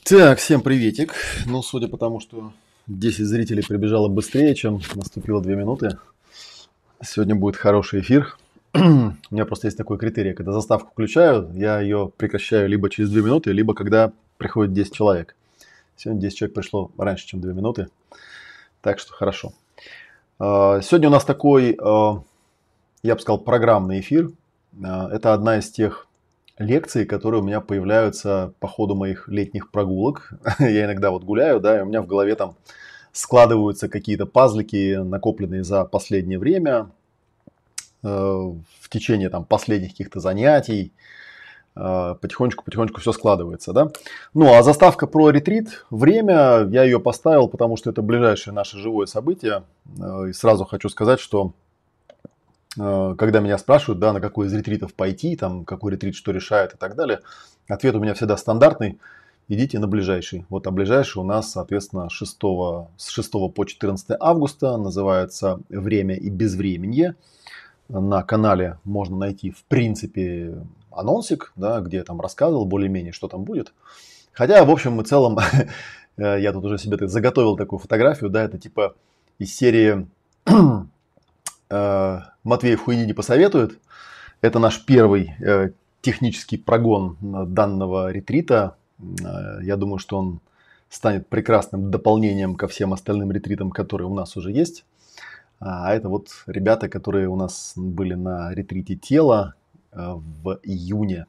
Так, всем приветик. Ну, судя по тому, что 10 зрителей прибежало быстрее, чем наступило 2 минуты, сегодня будет хороший эфир. У меня просто есть такой критерий. Когда заставку включаю, я ее прекращаю либо через 2 минуты, либо когда приходит 10 человек. Сегодня 10 человек пришло раньше, чем 2 минуты, так что хорошо. Сегодня у нас такой, я бы сказал, программный эфир. Это одна из тех лекции, которые у меня появляются по ходу моих летних прогулок. Я иногда вот гуляю, да, и у меня в голове там складываются какие-то пазлики, накопленные за последнее время, в течение там последних каких-то занятий. Потихонечку все складывается, да. Ну, а заставка про ретрит, время, я ее поставил, потому что это ближайшее наше живое событие. И сразу хочу сказать, что когда меня спрашивают, да, на какой из ретритов пойти, там, какой ретрит что решает и так далее, ответ у меня всегда стандартный. Идите на ближайший. Вот, а ближайший у нас, соответственно, с 6 по 14 августа называется «Время и безвременье». На канале можно найти, в принципе, анонсик, да, где я там рассказывал более-менее, что там будет. Хотя, в общем и целом, я тут уже себе заготовил такую фотографию, да, это типа из серии «Матвеев хуйни не посоветует». Это наш первый технический прогон данного ретрита. Я думаю, что он станет прекрасным дополнением ко всем остальным ретритам, которые у нас уже есть. А это вот ребята, которые у нас были на ретрите тела в июне.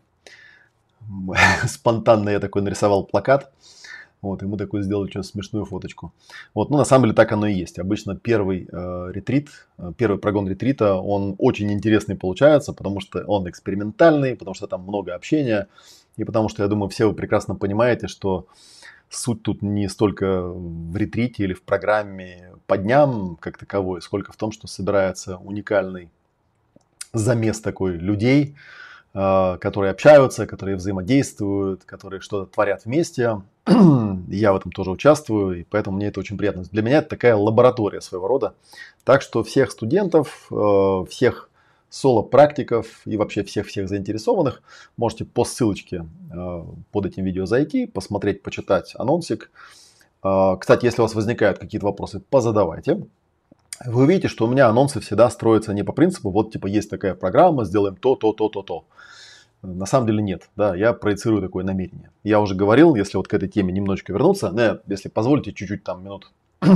Спонтанно я такой нарисовал плакат. Вот, и мы такой сделали что-то смешную фоточку. Вот, ну, на самом деле так оно и есть. Обычно первый ретрит, первый прогон ретрита, он очень интересный получается, потому что он экспериментальный, потому что там много общения, и потому что, я думаю, все вы прекрасно понимаете, что суть тут не столько в ретрите или в программе по дням как таковой, сколько в том, что собирается уникальный замес такой людей, которые общаются, которые взаимодействуют, которые что-то творят вместе. Я в этом тоже участвую, и поэтому мне это очень приятно. Для меня это такая лаборатория своего рода. Так что всех студентов, всех соло-практиков и вообще всех-всех заинтересованных можете по ссылочке под этим видео зайти, посмотреть, почитать анонсик. Кстати, если у вас возникают какие-то вопросы, позадавайте. Вы увидите, что у меня анонсы всегда строятся не по принципу, вот типа есть такая программа, сделаем то, то, то, то, то. На самом деле нет, да, я проецирую такое намерение. Я уже говорил, если вот к этой теме немножечко вернуться, если позволите, чуть-чуть там минут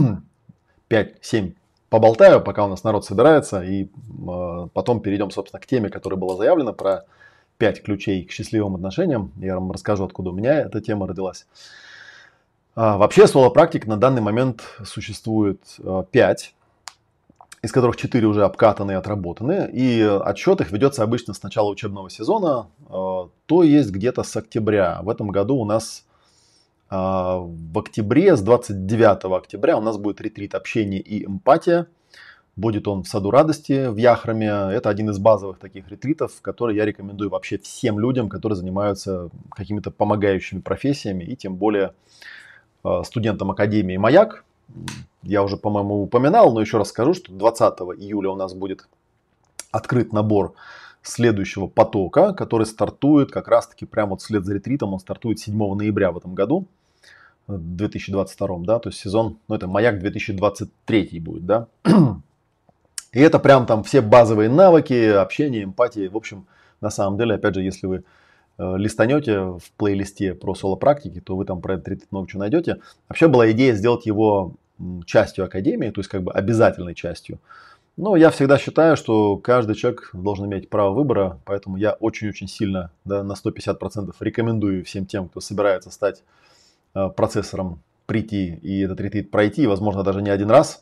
5-7 поболтаю, пока у нас народ собирается, и потом перейдем, собственно, к теме, которая была заявлена, про 5 ключей к счастливым отношениям. Я вам расскажу, откуда у меня эта тема родилась. Вообще, соло-практик на данный момент существует 5. Из которых 4 уже обкатаны и отработаны. И отсчет их ведется обычно с начала учебного сезона, то есть где-то с октября. В этом году у нас в октябре, с 29 октября у нас будет ретрит «Общение и эмпатия». Будет он в Саду Радости в Яхроме. Это один из базовых таких ретритов, который я рекомендую вообще всем людям, которые занимаются какими-то помогающими профессиями, и тем более студентам Академии «Маяк». Я уже, по-моему, упоминал, но еще раз скажу, что 20 июля у нас будет открыт набор следующего потока, который стартует как раз-таки прямо вот вслед за ретритом. Он стартует 7 ноября в этом году, в 2022, да, то есть сезон, ну это «Маяк» 2023 будет, да. И это прям там все базовые навыки, общение, эмпатии. В общем, на самом деле, опять же, если вы листанете в плейлисте про соло-практики, то вы там про этот ретрит много чего найдете. Вообще была идея сделать его частью Академии, то есть как бы обязательной частью. Но я всегда считаю, что каждый человек должен иметь право выбора, поэтому я очень-очень сильно, да, на 150% рекомендую всем тем, кто собирается стать процессором, прийти и этот ретрит пройти, возможно, даже не один раз.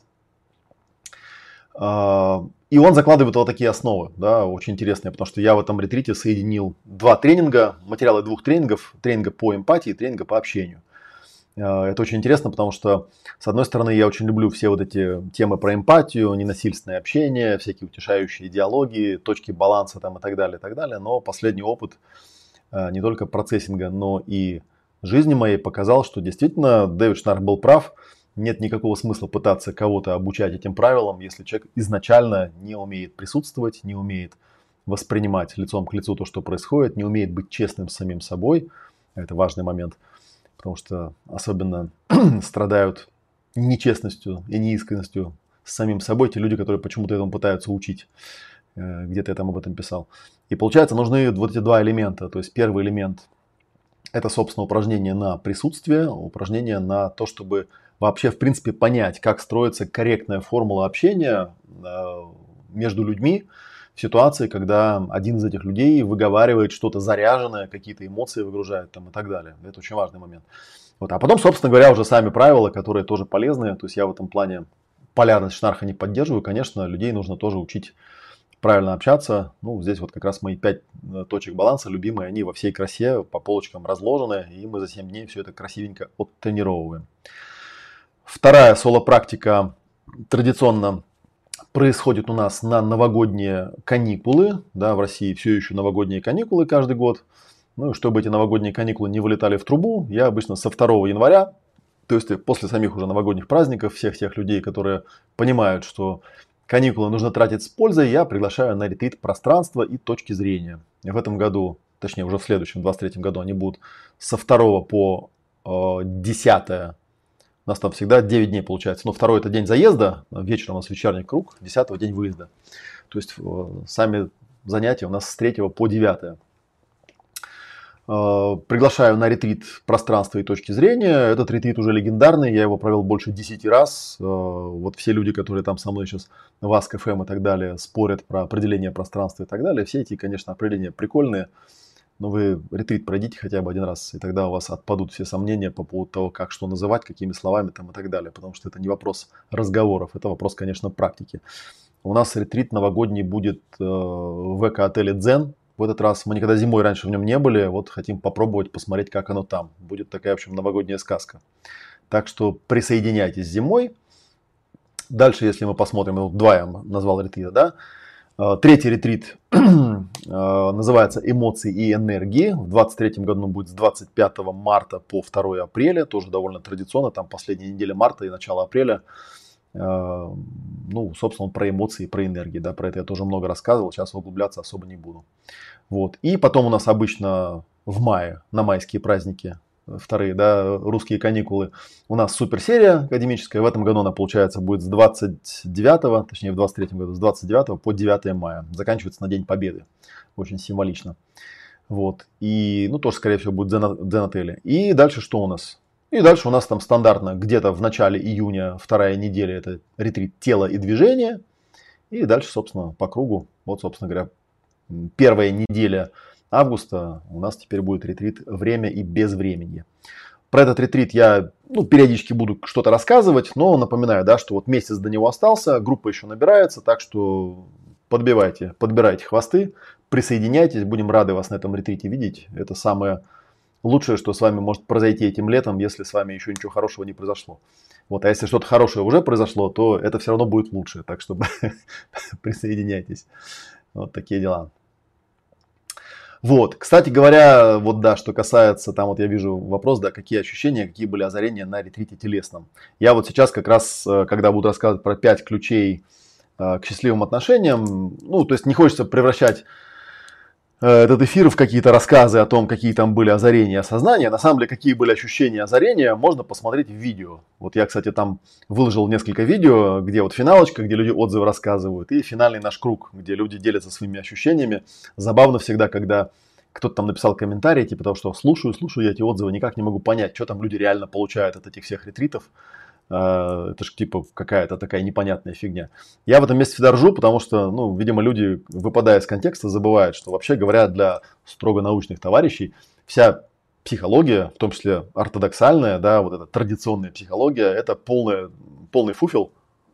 И он закладывает вот такие основы, да, очень интересные, потому что я в этом ретрите соединил 2 тренинга, материалы 2 тренингов, тренинга по эмпатии и тренинга по общению. Это очень интересно, потому что, с одной стороны, я очень люблю все вот эти темы про эмпатию, ненасильственное общение, всякие утешающие диалоги, точки баланса там и так далее, но последний опыт не только процессинга, но и жизни моей показал, что действительно Дэвид Шнарх был прав. Нет никакого смысла пытаться кого-то обучать этим правилам, если человек изначально не умеет присутствовать, не умеет воспринимать лицом к лицу то, что происходит, не умеет быть честным с самим собой. Это важный момент. потому что особенно страдают нечестностью и неискренностью с самим собой те люди, которые почему-то этому пытаются учить. Где-то я там об этом писал. И получается, нужны вот эти два элемента. То есть первый элемент – это, собственно, упражнение на присутствие, упражнение на то, чтобы вообще, в принципе, понять, как строится корректная формула общения между людьми в ситуации, когда один из этих людей выговаривает что-то заряженное, какие-то эмоции выгружает там, и так далее. Это очень важный момент. Вот. А потом, собственно говоря, уже сами правила, которые тоже полезные. То есть я в этом плане полярность Шнарха не поддерживаю. Конечно, людей нужно тоже учить правильно общаться. Ну, здесь вот как раз мои 5 точек баланса любимые, они во всей красе по полочкам разложены, и мы за 7 дней все это красивенько оттренировываем. Вторая соло-практика традиционно происходит у нас на новогодние каникулы. Да, в России все еще новогодние каникулы каждый год. Ну и чтобы эти новогодние каникулы не вылетали в трубу, я обычно со 2 января, то есть после самих уже новогодних праздников, всех тех людей, которые понимают, что каникулы нужно тратить с пользой, я приглашаю на ретрит пространства и точки зрения. И в этом году, точнее уже в следующем, 23-м году, они будут со 2 по 10. У нас там всегда 9 дней получается. Но 2 это день заезда, вечером у нас вечерний круг, 10 день выезда. То есть сами занятия у нас с 3 по 9. Приглашаю на ретрит пространства и точки зрения. Этот ретрит уже легендарный, я его провел больше 10 раз. Вот все люди, которые там со мной сейчас в Ask.fm и так далее спорят про определение пространства и так далее. Все эти, конечно, определения прикольные. Но вы ретрит пройдите хотя бы один раз, и тогда у вас отпадут все сомнения по поводу того, как что называть, какими словами там и так далее. Потому что это не вопрос разговоров, это вопрос, конечно, практики. У нас ретрит новогодний будет в эко-отеле «Дзен». В этот раз мы никогда зимой раньше в нем не были, вот хотим попробовать, посмотреть, как оно там. Будет такая, в общем, новогодняя сказка. Так что присоединяйтесь зимой. Дальше, если мы посмотрим, ну, 2 я назвал ретрита, да. 3-й ретрит называется «Эмоции и энергии». В 2023 году будет с 25 марта по 2 апреля. Тоже довольно традиционно, там последняя неделя марта и начало апреля. Ну, собственно, про эмоции, про энергии, да, про это я тоже много рассказывал, сейчас углубляться особо не буду. Вот. И потом у нас обычно в мае, на майские праздники, вторые, да, русские каникулы, у нас суперсерия академическая. В этом году она, получается, будет с 29, точнее в 23 году, с 29 по 9 мая. Заканчивается на День Победы. Очень символично. Вот. И, ну, тоже, скорее всего, будет Дзен-отели. И дальше что у нас? И дальше у нас там стандартно где-то в начале июня, 2 неделя, это ретрит тела и движения. И дальше, собственно, по кругу, вот, собственно говоря, 1 неделя августа у нас теперь будет ретрит «Время и безвременье». Про этот ретрит я периодически буду что-то рассказывать, но напоминаю, да, что вот месяц до него остался, группа еще набирается, так что подбирайте хвосты, присоединяйтесь, будем рады вас на этом ретрите видеть. Это самое лучшее, что с вами может произойти этим летом, если с вами еще ничего хорошего не произошло. Вот, а если что-то хорошее уже произошло, то это все равно будет лучше. Так что присоединяйтесь. Вот такие дела. Вот, кстати говоря, вот да, что касается, там вот я вижу вопрос, да, какие ощущения, какие были озарения на ретрите телесном. Я вот сейчас как раз, когда буду рассказывать про 5 ключей к счастливым отношениям, ну, то есть не хочется превращать этот эфир в какие-то рассказы о том, какие там были озарения и осознания. На самом деле, какие были ощущения и озарения, можно посмотреть в видео. Вот я, кстати, там выложил несколько видео, где вот финалочка, где люди отзывы рассказывают, и финальный наш круг, где люди делятся своими ощущениями. Забавно всегда, когда кто-то там написал комментарий, типа того, что слушаю я эти отзывы, никак не могу понять, что там люди реально получают от этих всех ретритов. Это же типа какая-то такая непонятная фигня. Я в этом месте всегда ржу, потому что, ну, видимо, люди, выпадая из контекста, забывают, что вообще говоря, для строго научных товарищей вся психология, в том числе ортодоксальная, да, вот эта традиционная психология, это полный фуфел.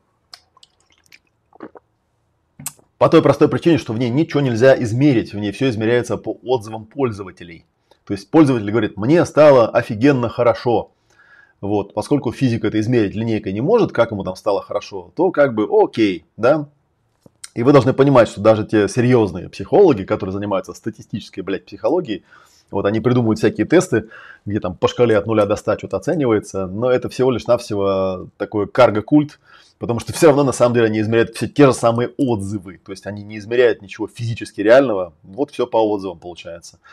По той простой причине, что в ней ничего нельзя измерить, в ней все измеряется по отзывам пользователей. То есть пользователь говорит, мне стало офигенно хорошо. Вот, поскольку физика это измерить линейкой не может, как ему там стало хорошо, то как бы окей, да. И вы должны понимать, что даже те серьезные психологи, которые занимаются статистической, психологией, вот они придумывают всякие тесты, где там по шкале от 0 до 100 что-то оценивается, но это всего лишь навсего такой карго-культ, потому что все равно на самом деле они измеряют все те же самые отзывы, то есть они не измеряют ничего физически реального, вот все по отзывам получается.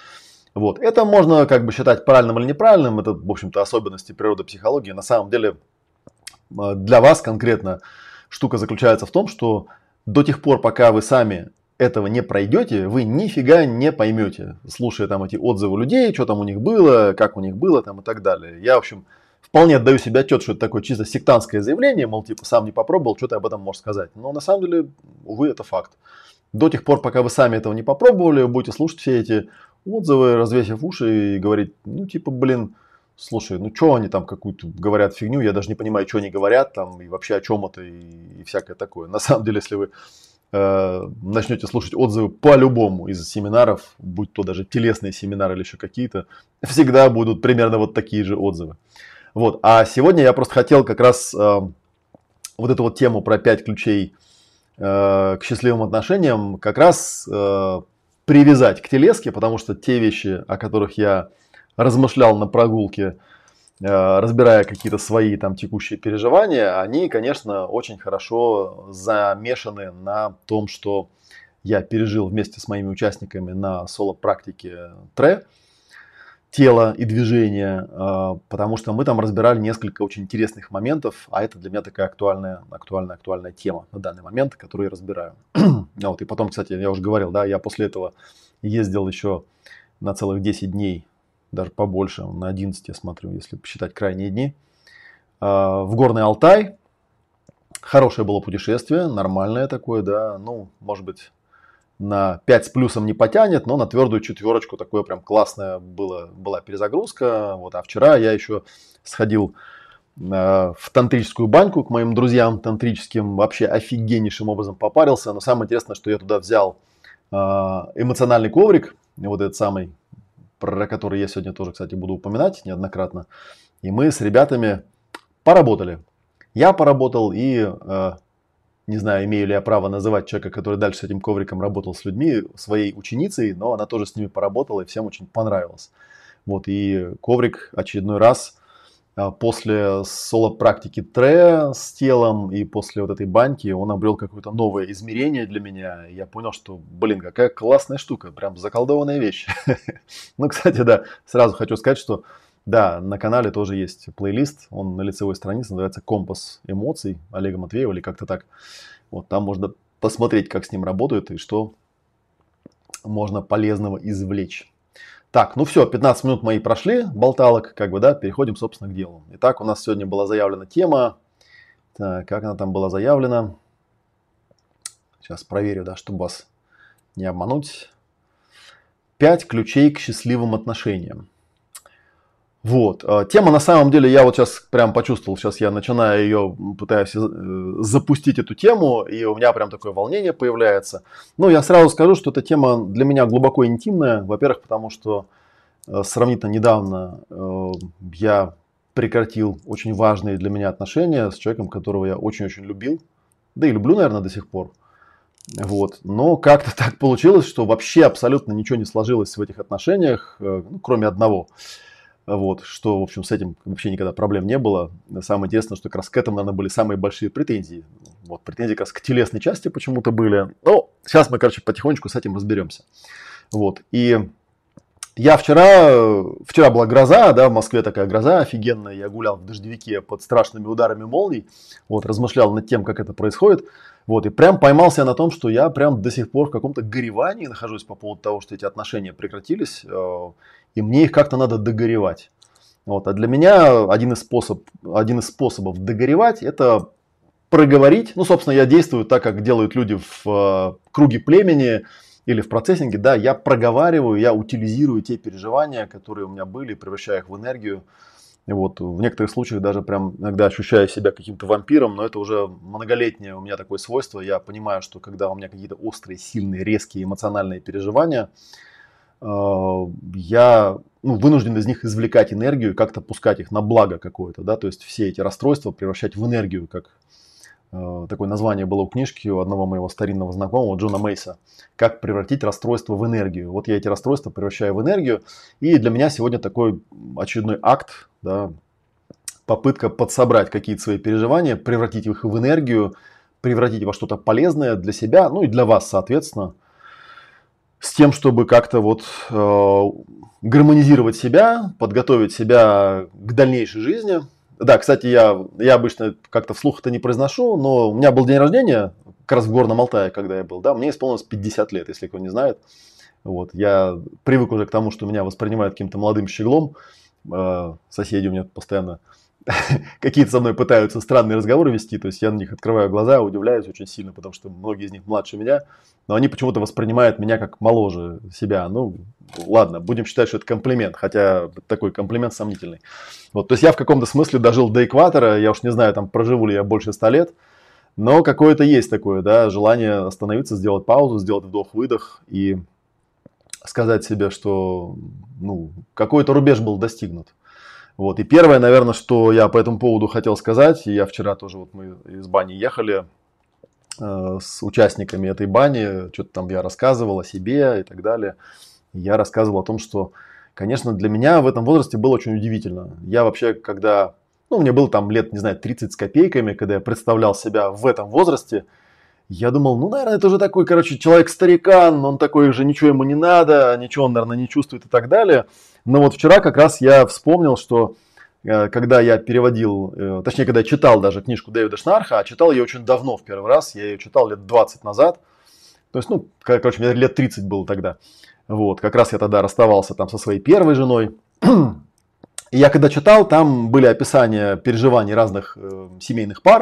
Вот. Это можно как бы считать правильным или неправильным, это, в общем-то, особенности природы психологии. На самом деле, для вас конкретно штука заключается в том, что до тех пор, пока вы сами этого не пройдете, вы нифига не поймете, слушая там эти отзывы людей, что там у них было, как у них было там и так далее. Я, в общем, вполне отдаю себе отчет, что это такое чисто сектантское заявление, мол, типа, сам не попробовал, что ты об этом можешь сказать. Но на самом деле, увы, это факт. До тех пор, пока вы сами этого не попробовали, вы будете слушать все эти отзывы, развесив уши и говорить, ну, типа, блин, слушай, ну, что они там какую-то говорят фигню, я даже не понимаю, что они говорят там, и вообще о чем это, и всякое такое. На самом деле, если вы начнете слушать отзывы по-любому из семинаров, будь то даже телесные семинары или еще какие-то, всегда будут примерно вот такие же отзывы. Вот. А сегодня я просто хотел как раз вот эту вот тему про 5 ключей к счастливым отношениям как раз привязать к телеске, потому что те вещи, о которых я размышлял на прогулке, разбирая какие-то свои там текущие переживания, они, конечно, очень хорошо замешаны на том, что я пережил вместе с моими участниками на соло-практике ТРЭ, тело и движение, потому что мы там разбирали несколько очень интересных моментов, а это для меня такая актуальная тема на данный момент, которую я разбираю. Вот, и потом, кстати, я уже говорил, да, я после этого ездил еще на целых 10 дней, даже побольше, на 11 я смотрю, если посчитать крайние дни, в Горный Алтай. Хорошее было путешествие, нормальное такое, да, ну, может быть, на 5 с плюсом не потянет, но на твердую четверочку такое прям классная была перезагрузка. Вот, а вчера я еще сходил в тантрическую баньку к моим друзьям тантрическим, вообще офигеннейшим образом попарился. Но самое интересное, что я туда взял эмоциональный коврик, вот этот самый, про который я сегодня тоже, кстати, буду упоминать неоднократно. И мы с ребятами поработали. Я поработал и, не знаю, имею ли я право называть человека, который дальше с этим ковриком работал с людьми, своей ученицей, но она тоже с ними поработала и всем очень понравилось. Вот, и коврик очередной раз после соло-практики ТРЭ с телом и после вот этой баньки он обрел какое-то новое измерение для меня. И я понял, что, блин, какая классная штука, прям заколдованная вещь. Ну, кстати, да, сразу хочу сказать, что да, на канале тоже есть плейлист, он на лицевой странице, называется «Компас эмоций» Олега Матвеева или как-то так. Вот там можно посмотреть, как с ним работают и что можно полезного извлечь. Так, ну все, 15 минут мои прошли, болталок, как бы, да, переходим, собственно, к делу. Итак, у нас сегодня была заявлена тема. Так, как она там была заявлена? Сейчас проверю, да, чтобы вас не обмануть. 5 ключей к счастливым отношениям. Вот. Тема на самом деле, я вот сейчас прям почувствовал, сейчас я начинаю ее, пытаюсь запустить эту тему, и у меня прям такое волнение появляется. Ну, я сразу скажу, что эта тема для меня глубоко интимная. Во-первых, потому что сравнительно недавно я прекратил очень важные для меня отношения с человеком, которого я очень-очень любил. Да и люблю, наверное, до сих пор. Вот. Но как-то так получилось, что вообще абсолютно ничего не сложилось в этих отношениях, ну, кроме одного. Вот, что, в общем, с этим вообще никогда проблем не было. Самое интересное, что как раз к этому, наверное, были самые большие претензии. Вот, претензии как раз к телесной части почему-то были. Но сейчас мы, короче, потихонечку с этим разберемся. Вот, и я вчера была гроза, да, в Москве такая гроза офигенная. Я гулял в дождевике под страшными ударами молний. Вот, размышлял над тем, как это происходит. Вот, и прям поймался я на том, что я прям до сих пор в каком-то горевании нахожусь по поводу того, что эти отношения прекратились. И мне их как-то надо догоревать. Вот. А для меня один из способов догоревать – это проговорить. Ну, собственно, я действую так, как делают люди в круге племени или в процессинге. Да, я проговариваю, я утилизирую те переживания, которые у меня были, превращаю их в энергию. Вот. В некоторых случаях даже прям иногда ощущаю себя каким-то вампиром, но это уже многолетнее у меня такое свойство. Я понимаю, что когда у меня какие-то острые, сильные, резкие эмоциональные переживания, я вынужден из них извлекать энергию, как-то пускать их на благо какое-то, да, то есть все эти расстройства превращать в энергию, как такое название было у книжки у одного моего старинного знакомого Джона Мейса, как превратить расстройство в энергию. Вот я эти расстройства превращаю в энергию, и для меня сегодня такой очередной акт, да, попытка подсобрать какие-то свои переживания, превратить их в энергию, превратить во что-то полезное для себя, ну и для вас, соответственно. с тем, чтобы как-то вот гармонизировать себя, подготовить себя к дальнейшей жизни. Да, кстати, я обычно как-то вслух это не произношу, но у меня был день рождения, как раз в Горном Алтае, когда я был, да, мне исполнилось 50 лет, если кто не знает. Вот, я привык уже к тому, что меня воспринимают каким-то молодым щеглом. Соседи у меня постоянно какие-то со мной пытаются странные разговоры вести, то есть я на них открываю глаза, удивляюсь очень сильно, потому что многие из них младше меня, но они почему-то воспринимают меня как моложе себя. Ну, ладно, будем считать, что это комплимент, хотя такой комплимент сомнительный. Вот, то есть я в каком-то смысле дожил до экватора, я уж не знаю, там проживу ли я больше 100 лет, но какое-то есть такое, да, желание остановиться, сделать паузу, сделать вдох-выдох и сказать себе, что ну, какой-то рубеж был достигнут. Вот. И первое, наверное, что я по этому поводу хотел сказать, и я вчера тоже, вот мы из бани ехали с участниками этой бани, что-то там я рассказывал о себе и так далее. И я рассказывал о том, что, конечно, для меня в этом возрасте было очень удивительно. Я вообще, когда, ну, мне было там лет, не знаю, 30 с копейками, когда я представлял себя в этом возрасте, я думал, ну, наверное, это уже такой, короче, человек-старикан, он такой же, ничего ему не надо, ничего он, наверное, не чувствует и так далее. Но вот вчера как раз я вспомнил, что когда я переводил, точнее, когда я читал даже книжку Дэвида Шнарха, а читал ее очень давно в первый раз, я ее читал лет 20 назад, то есть, ну, короче, мне лет 30 было тогда. Вот, как раз я тогда расставался там со своей первой женой. И я когда читал, там были описания переживаний разных семейных пар,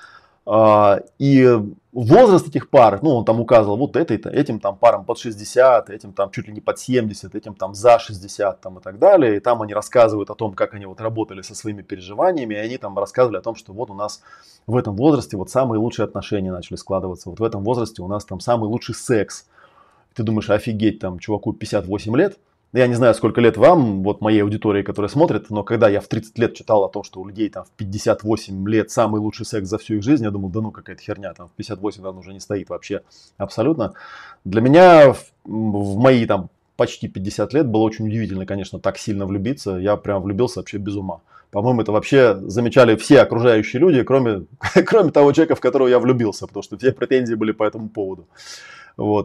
и возраст этих пар, ну, он там указывал, вот этим там парам под 60, этим там чуть ли не под 70, этим там за 60 там, и так далее. И там они рассказывают о том, как они вот работали со своими переживаниями, и они там рассказывали о том, что вот у нас в этом возрасте вот самые лучшие отношения начали складываться, вот в этом возрасте у нас там самый лучший секс. Ты думаешь, офигеть, там чуваку 58 лет. Я не знаю, сколько лет вам, вот моей аудитории, которая смотрит, но когда я в 30 лет читал о том, что у людей там в 58 лет самый лучший секс за всю их жизнь, я думал, да ну какая-то херня, там в 58 он уже не стоит вообще абсолютно. Для меня в мои там почти 50 лет было очень удивительно, конечно, так сильно влюбиться. Я прям влюбился вообще без ума. По-моему, это вообще замечали все окружающие люди, кроме того человека, в которого я влюбился, потому что все претензии были по этому поводу. Вот.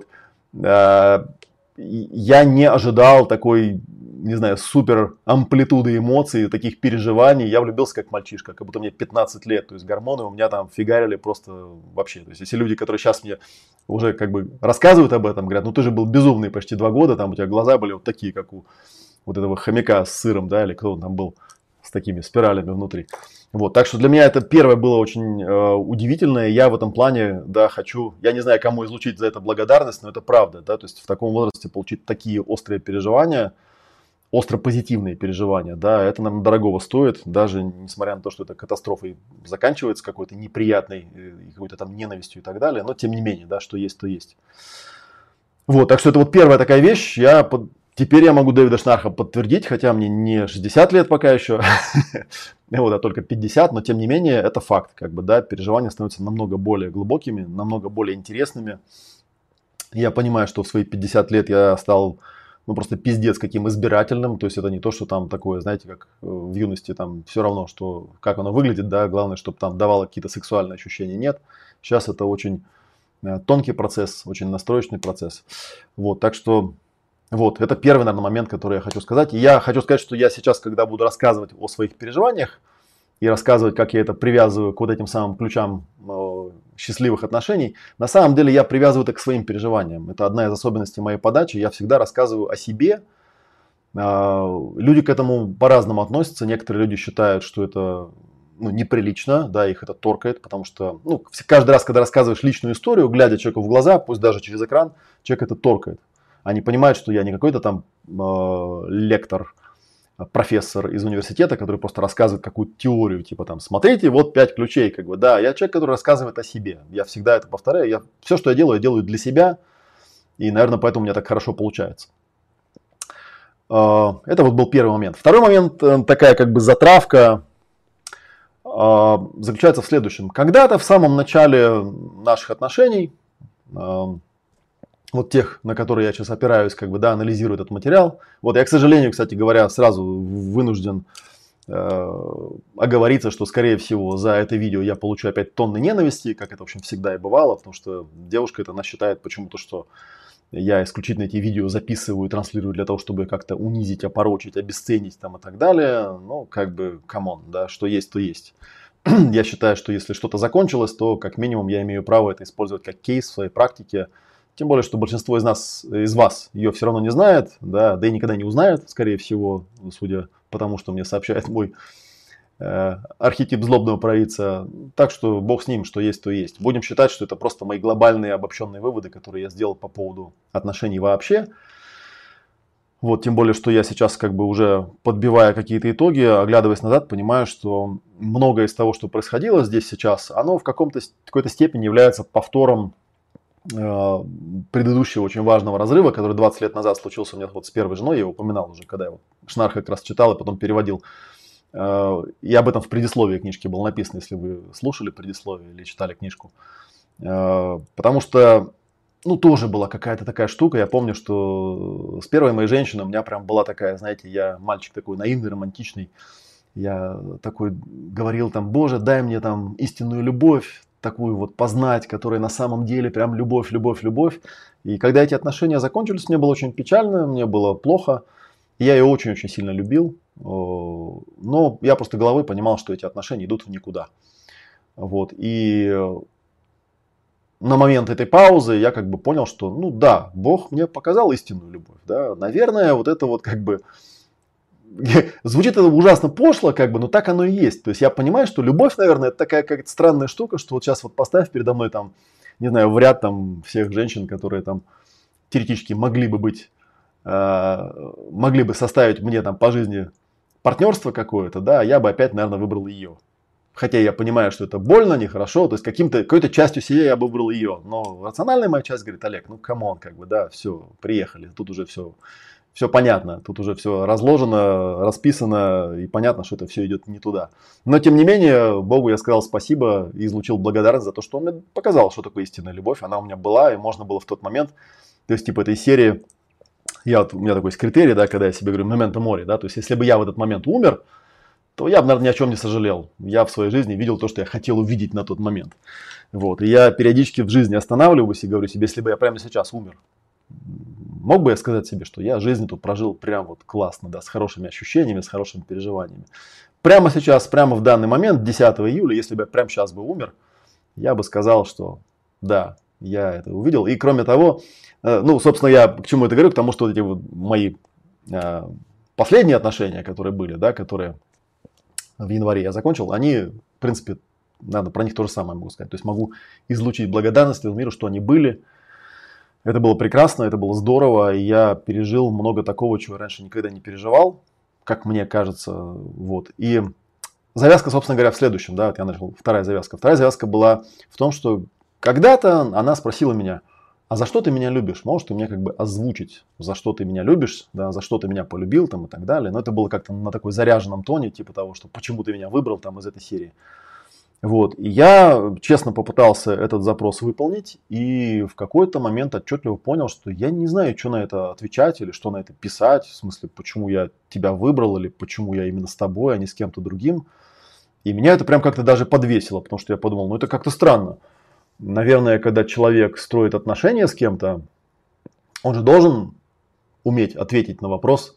Я не ожидал такой, не знаю, супер амплитуды эмоций, таких переживаний. Я влюбился как мальчишка, как будто мне 15 лет. То есть гормоны у меня там фигарили просто вообще. То есть если люди, которые сейчас мне уже как бы рассказывают об этом, говорят, ну ты же был безумный почти 2 года, там у тебя глаза были вот такие, как у вот этого хомяка с сыром, да, или кто он там был с такими спиралями внутри. Вот, так что для меня это первое было очень удивительное. Я в этом плане, да, хочу, я не знаю, кому излучить за это благодарность, но это правда, да, то есть в таком возрасте получить такие острые переживания, остро позитивные переживания, да, это, наверное, дорогого стоит, даже несмотря на то, что это катастрофой заканчивается какой-то неприятной, какой-то там ненавистью и так далее, но тем не менее, да, что есть, то есть. Вот, так что это вот первая такая вещь, теперь я могу Дэвида Шнарха подтвердить, хотя мне не 60 лет пока еще, вот, а только 50, но тем не менее это факт, как бы, да, переживания становятся намного более глубокими, намного более интересными. Я понимаю, что в свои 50 лет я стал, ну, просто пиздец каким избирательным, то есть это не то, что там такое, знаете, как в юности, там все равно, что, как оно выглядит, да, главное, чтобы там давало какие-то сексуальные ощущения, нет. Сейчас это очень тонкий процесс, очень настроечный процесс, вот, так что... Вот, это первый, наверное, момент, который я хочу сказать. И я хочу сказать, что я сейчас, когда буду рассказывать о своих переживаниях и рассказывать, как я это привязываю к вот этим самым ключам счастливых отношений, на самом деле я привязываю это к своим переживаниям. Это одна из особенностей моей подачи. Я всегда рассказываю о себе. Люди к этому по-разному относятся. Некоторые люди считают, что это неприлично, да, их это торкает, потому что каждый раз, когда рассказываешь личную историю, глядя человеку в глаза, пусть даже через экран, человек это торкает. Они понимают, что я не какой-то там лектор, профессор из университета, который просто рассказывает какую-то теорию, типа там, смотрите, вот 5 ключей, как бы, да, я человек, который рассказывает о себе. Я всегда это повторяю, все, что я делаю для себя, и, наверное, поэтому у меня так хорошо получается. Это вот был первый момент. Второй момент, такая как бы затравка, заключается в следующем. Когда-то в самом начале наших отношений, вот тех, на которые я сейчас опираюсь, как бы, да, анализирую этот материал. Вот я, к сожалению, кстати говоря, сразу вынужден оговориться, что, скорее всего, за это видео я получу опять тонны ненависти, как это, в общем, всегда и бывало, потому что девушка это она считает почему-то, что я исключительно эти видео записываю, транслирую для того, чтобы как-то унизить, опорочить, обесценить там и так далее. Ну, как бы, камон, да, что есть, то есть. Я считаю, что если что-то закончилось, то как минимум я имею право это использовать как кейс в своей практике. Тем более, что большинство из вас ее все равно не знает, да и никогда не узнает, скорее всего, судя по тому, что мне сообщает мой архетип злобного провидца. Так что бог с ним, что есть, то есть. Будем считать, что это просто мои глобальные обобщенные выводы, которые я сделал по поводу отношений вообще. Вот, тем более, что я сейчас как бы уже подбивая какие-то итоги, оглядываясь назад, понимаю, что многое из того, что происходило здесь сейчас, оно в какой-то степени является повтором предыдущего очень важного разрыва, который 20 лет назад случился у меня вот с первой женой, я его упоминал уже, когда я Шнарха как раз читал и потом переводил. И об этом в предисловии книжки было написано, если вы слушали предисловие или читали книжку. Потому что, тоже была какая-то такая штука. Я помню, что с первой моей женщиной у меня прям была такая, знаете, я мальчик такой наивный, романтичный. Я такой говорил там, Боже, дай мне там истинную любовь, такую вот познать, которая на самом деле прям любовь, любовь, любовь. И когда эти отношения закончились, мне было очень печально, мне было плохо. Я ее очень-очень сильно любил. Но я просто головой понимал, что эти отношения идут в никуда. Вот. И на момент этой паузы я как бы понял, что, да, Бог мне показал истинную любовь. Да. Наверное, вот это вот как бы... Звучит это ужасно пошло, как бы, но так оно и есть. То есть я понимаю, что любовь, наверное, это такая какая-то странная штука, что вот сейчас вот поставь передо мной там, не знаю, в ряд там всех женщин, которые там теоретически могли бы составить мне там по жизни партнерство какое-то, да, я бы опять, наверное, выбрал ее. Хотя я понимаю, что это больно, нехорошо, то есть какой-то частью себя я бы выбрал ее. Но рациональная моя часть говорит, Олег, камон, как бы, да, все, приехали, тут уже все понятно, тут уже все разложено, расписано, и понятно, что это все идет не туда. Но, тем не менее, Богу я сказал спасибо и излучил благодарность за то, что Он мне показал, что такое истинная любовь. Она у меня была, и можно было в тот момент, то есть, типа, этой серии, у меня такой есть критерий, да, когда я себе говорю «моменто море», да, то есть, если бы я в этот момент умер, то я бы, наверное, ни о чем не сожалел. Я в своей жизни видел то, что я хотел увидеть на тот момент. Вот. И я периодически в жизни останавливаюсь и говорю себе, если бы я прямо сейчас умер, мог бы я сказать себе, что я жизнь эту прожил прям вот классно, да, с хорошими ощущениями, с хорошими переживаниями. Прямо сейчас, прямо в данный момент, 10 июля, если бы я прямо сейчас бы умер, я бы сказал, что да, я это увидел. И кроме того, собственно, я к чему это говорю, к тому, что вот эти вот мои последние отношения, которые были, да, которые в январе я закончил, они, в принципе, надо про них то же самое могу сказать. То есть могу излучить благодарность этому миру, что они были. Это было прекрасно, это было здорово, и я пережил много такого, чего я раньше никогда не переживал, как мне кажется. Вот. И завязка, собственно говоря, в следующем. Да, вот я начал. Вторая завязка. Вторая завязка была в том, что когда-то она спросила меня, а за что ты меня любишь? Можешь ты мне как бы озвучить, за что ты меня любишь, да, за что ты меня полюбил там, и так далее. Но это было как-то на такой заряженном тоне, типа того, что почему ты меня выбрал там из этой серии. Вот. И я честно попытался этот запрос выполнить, и в какой-то момент отчетливо понял, что я не знаю, что на это отвечать или что на это писать, в смысле, почему я тебя выбрал или почему я именно с тобой, а не с кем-то другим. И меня это прям как-то даже подвесило, потому что я подумал, это как-то странно. Наверное, когда человек строит отношения с кем-то, он же должен уметь ответить на вопрос,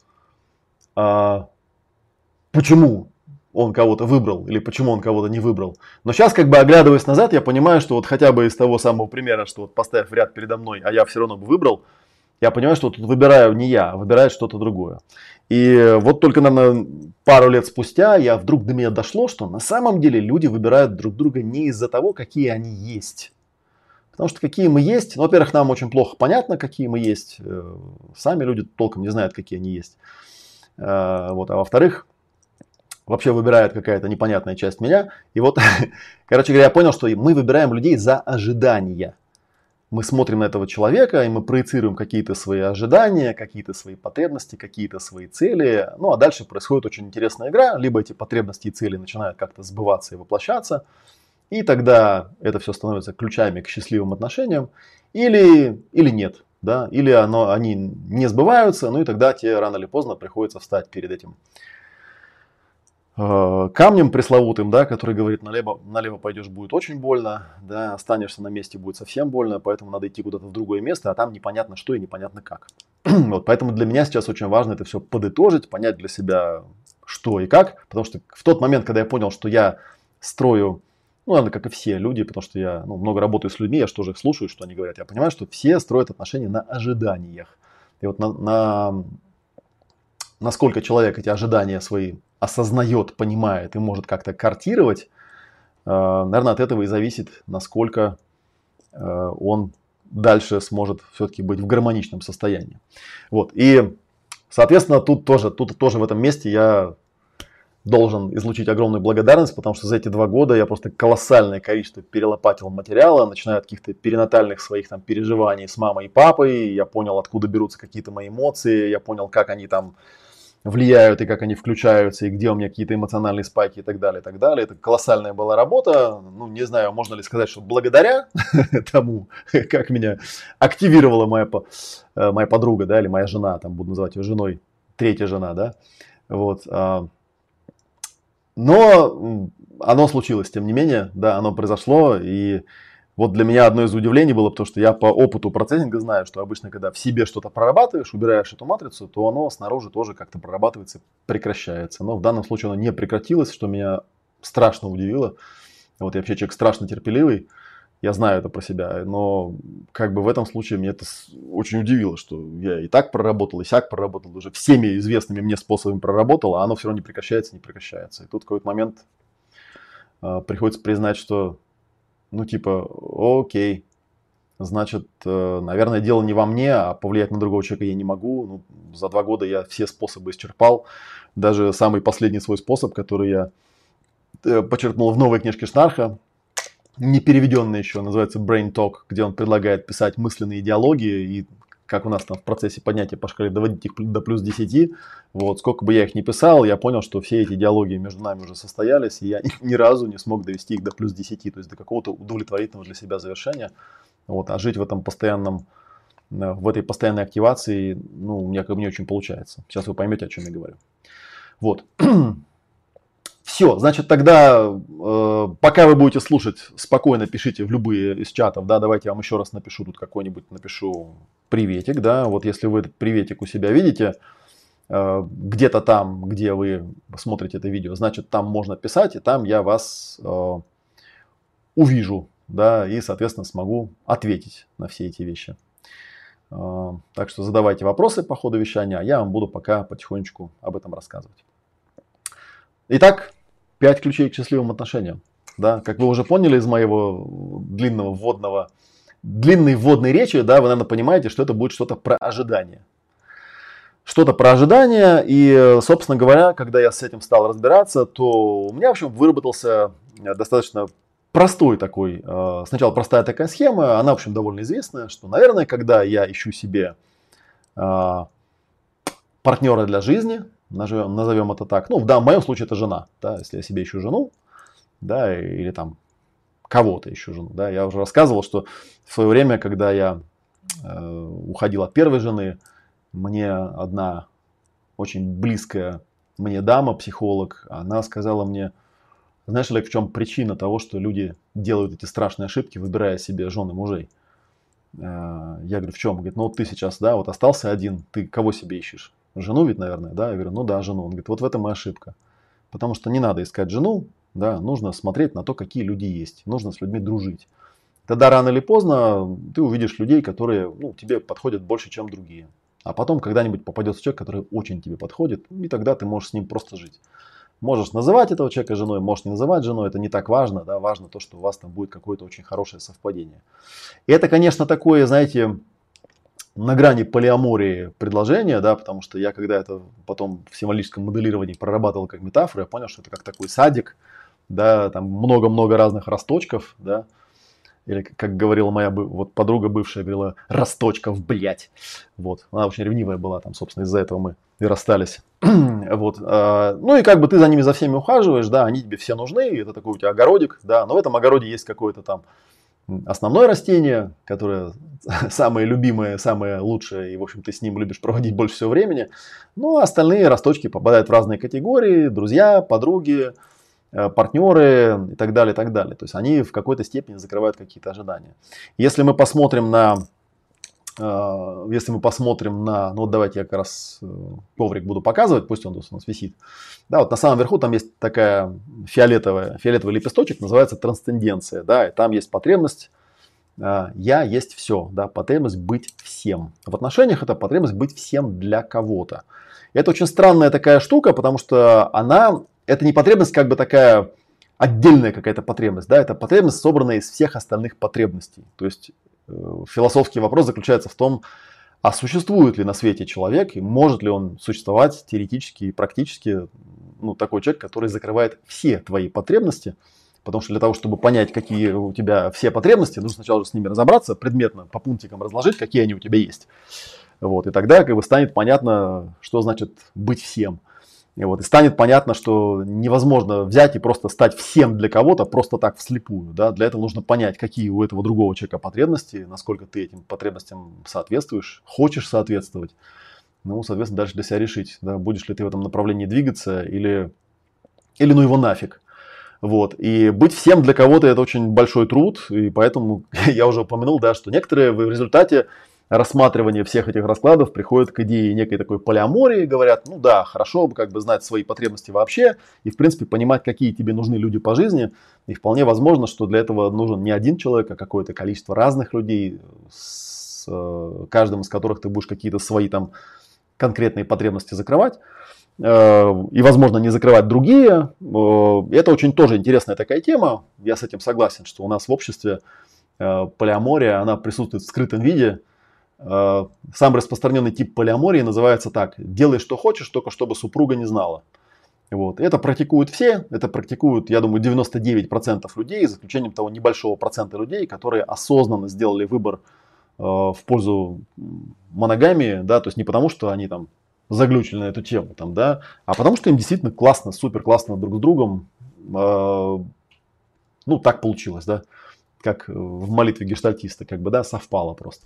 почему он кого-то выбрал или почему он кого-то не выбрал. Но сейчас, как бы оглядываясь назад, я понимаю, что вот хотя бы из того самого примера, что вот поставив ряд передо мной, а я все равно бы выбрал, я понимаю, что тут выбираю не я, а выбирает что-то другое. И вот только, наверное, пару лет спустя вдруг до меня дошло, что на самом деле люди выбирают друг друга не из-за того, какие они есть. Потому что какие мы есть, во-первых, нам очень плохо понятно, какие мы есть. Сами люди толком не знают, какие они есть. Вот. А во-вторых, вообще выбирает какая-то непонятная часть меня. И вот, короче говоря, я понял, что мы выбираем людей за ожидания. Мы смотрим на этого человека, и мы проецируем какие-то свои ожидания, какие-то свои потребности, какие-то свои цели. Ну, а дальше происходит очень интересная игра. Либо эти потребности и цели начинают как-то сбываться и воплощаться. И тогда это все становится ключами к счастливым отношениям. Или нет. Да? Или они не сбываются, ну и тогда тебе рано или поздно приходится встать перед этим камнем пресловутым, да, который говорит, налево пойдешь, будет очень больно, да, останешься на месте, будет совсем больно, поэтому надо идти куда-то в другое место, а там непонятно что и непонятно как. Вот, поэтому для меня сейчас очень важно это все подытожить, понять для себя, что и как, потому что в тот момент, когда я понял, что я строю, ну, наверное, как и все люди, потому что я много работаю с людьми, я же тоже их слушаю, что они говорят, я понимаю, что все строят отношения на ожиданиях. И вот насколько человек эти ожидания свои осознает, понимает и может как-то картировать, наверное, от этого и зависит, насколько он дальше сможет все-таки быть в гармоничном состоянии. Вот. И, соответственно, тут тоже в этом месте я должен излучить огромную благодарность, потому что за эти 2 года я просто колоссальное количество перелопатил материала, начиная от каких-то перинатальных своих там переживаний с мамой и папой. Я понял, откуда берутся какие-то мои эмоции, я понял, как они там влияют и как они включаются, и где у меня какие-то эмоциональные спайки и так далее, и так далее. Это колоссальная была работа. Ну, не знаю, можно ли сказать, что благодаря тому, как меня активировала моя подруга, да, или моя жена, там буду называть ее женой, 3-я жена, да, вот. Но оно случилось, тем не менее, да, оно произошло, и вот для меня одно из удивлений было, потому что я по опыту процессинга знаю, что обычно, когда в себе что-то прорабатываешь, убираешь эту матрицу, то оно снаружи тоже как-то прорабатывается, прекращается. Но в данном случае оно не прекратилось, что меня страшно удивило. Вот я вообще человек страшно терпеливый, я знаю это про себя, но как бы в этом случае меня это очень удивило, что я и так проработал, и сяк проработал, уже всеми известными мне способами проработал, а оно все равно не прекращается, не прекращается. И тут в какой-то момент приходится признать, что ну типа, окей, значит, наверное, дело не во мне, а повлиять на другого человека я не могу. Ну, за 2 года я все способы исчерпал, даже самый последний свой способ, который я почерпнул в новой книжке Шнарха, не переведенный еще, называется Brain Talk, где он предлагает писать мысленные диалоги и как у нас там в процессе поднятия по шкале доводить их до плюс 10. Вот, сколько бы я их ни писал, я понял, что все эти диалоги между нами уже состоялись, и я ни разу не смог довести их до плюс 10, то есть до какого-то удовлетворительного для себя завершения. Вот, а жить в этой постоянной активации, ну, у меня как бы не очень получается. Сейчас вы поймете, о чем я говорю. Вот. Все, значит, тогда, пока вы будете слушать, спокойно пишите в любые из чатов, да, давайте я вам еще раз напишу, тут какой-нибудь напишу приветик, да, вот если вы этот приветик у себя видите, где-то там, где вы смотрите это видео, значит, там можно писать, и там я вас увижу, да, и, соответственно, смогу ответить на все эти вещи. Так что задавайте вопросы по ходу вещания, а я вам буду пока потихонечку об этом рассказывать. Итак, 5 ключей к счастливым отношениям. Да, как вы уже поняли из моего длинной вводной речи, да, вы, наверное, понимаете, что это будет что-то про ожидание. Что-то про ожидание, и, собственно говоря, когда я с этим стал разбираться, то у меня, в общем, выработался достаточно простой такой, сначала простая такая схема, она, в общем, довольно известная, что, наверное, когда я ищу себе партнера для жизни, назовем это так, ну, в моем случае это жена, да, если я себе ищу жену, да, или там кого-то ищу жену, да, я уже рассказывал, что в свое время, когда я уходил от первой жены, мне одна очень близкая мне дама, психолог, она сказала мне, знаешь, Олег, в чем причина того, что люди делают эти страшные ошибки, выбирая себе жен и мужей? Я говорю, в чем? Он говорит, ну вот ты сейчас, да, вот остался один, ты кого себе ищешь? Жену ведь, наверное, да? Я говорю, ну да, жену. Он говорит, вот в этом и ошибка. Потому что не надо искать жену, да, нужно смотреть на то, какие люди есть. Нужно с людьми дружить. Тогда рано или поздно ты увидишь людей, которые тебе подходят больше, чем другие. А потом когда-нибудь попадется человек, который очень тебе подходит, и тогда ты можешь с ним просто жить. Можешь называть этого человека женой, можешь не называть женой, это не так важно, да, важно то, что у вас там будет какое-то очень хорошее совпадение. И это, конечно, такое, знаете, на грани полиамории предложение, да, потому что я когда это потом в символическом моделировании прорабатывал как метафору, я понял, что это как такой садик, да, там много-много разных росточков, да, или как говорила моя вот подруга бывшая, говорила, росточков, блять, вот, она очень ревнивая была, там, собственно, из-за этого мы и расстались, вот, ну и как бы ты за ними за всеми ухаживаешь, да, они тебе все нужны, это такой у тебя огородик, да, но в этом огороде есть какое-то там основное растение, которое самое любимое, самое лучшее, и, в общем, ты с ним любишь проводить больше всего времени. Ну, а остальные росточки попадают в разные категории: друзья, подруги, партнеры и так далее, и так далее. То есть они в какой-то степени закрывают какие-то ожидания. Если мы посмотрим на, ну вот давайте я как раз коврик буду показывать, пусть он у нас висит. Да, вот на самом верху там есть такая фиолетовый лепесточек, называется трансценденция, да, и там есть потребность я есть все, да, потребность быть всем. В отношениях это потребность быть всем для кого-то. Это очень странная такая штука, потому что это не потребность как бы такая отдельная какая-то потребность, да, это потребность, собранная из всех остальных потребностей. То есть философский вопрос заключается в том, а существует ли на свете человек, и может ли он существовать теоретически и практически, ну, такой человек, который закрывает все твои потребности. Потому что для того, чтобы понять, какие у тебя все потребности, нужно сначала с ними разобраться, предметно по пунктикам разложить, какие они у тебя есть. Вот, и тогда как бы станет понятно, что значит быть всем. И станет понятно, что невозможно взять и просто стать всем для кого-то просто так вслепую. Да? Для этого нужно понять, какие у этого другого человека потребности, насколько ты этим потребностям соответствуешь, хочешь соответствовать. Ну, соответственно, дальше для себя решить, да, будешь ли ты в этом направлении двигаться или ну его нафиг. Вот. И быть всем для кого-то это очень большой труд, и поэтому я уже упомянул, да, что некоторые в результате рассматривания всех этих раскладов приходят к идее некой такой полиамории, говорят, ну да, хорошо бы как бы знать свои потребности вообще, и в принципе понимать, какие тебе нужны люди по жизни, и вполне возможно, что для этого нужен не один человек, а какое-то количество разных людей, с каждым из которых ты будешь какие-то свои там конкретные потребности закрывать. И, возможно, не закрывать другие. Это очень тоже интересная такая тема. Я с этим согласен, что у нас в обществе полиамория, она присутствует в скрытом виде. Самый распространенный тип полиамории называется так: делай, что хочешь, только чтобы супруга не знала. Вот. Это практикуют все, это практикуют, я думаю, 99% людей, за исключением того небольшого процента людей, которые осознанно сделали выбор в пользу моногамии, да, то есть не потому, что они там заглючили на эту тему, там, да, а потому что им действительно классно, супер классно друг с другом, ну, так получилось, да, как в молитве гештальтиста, как бы, да, совпало просто.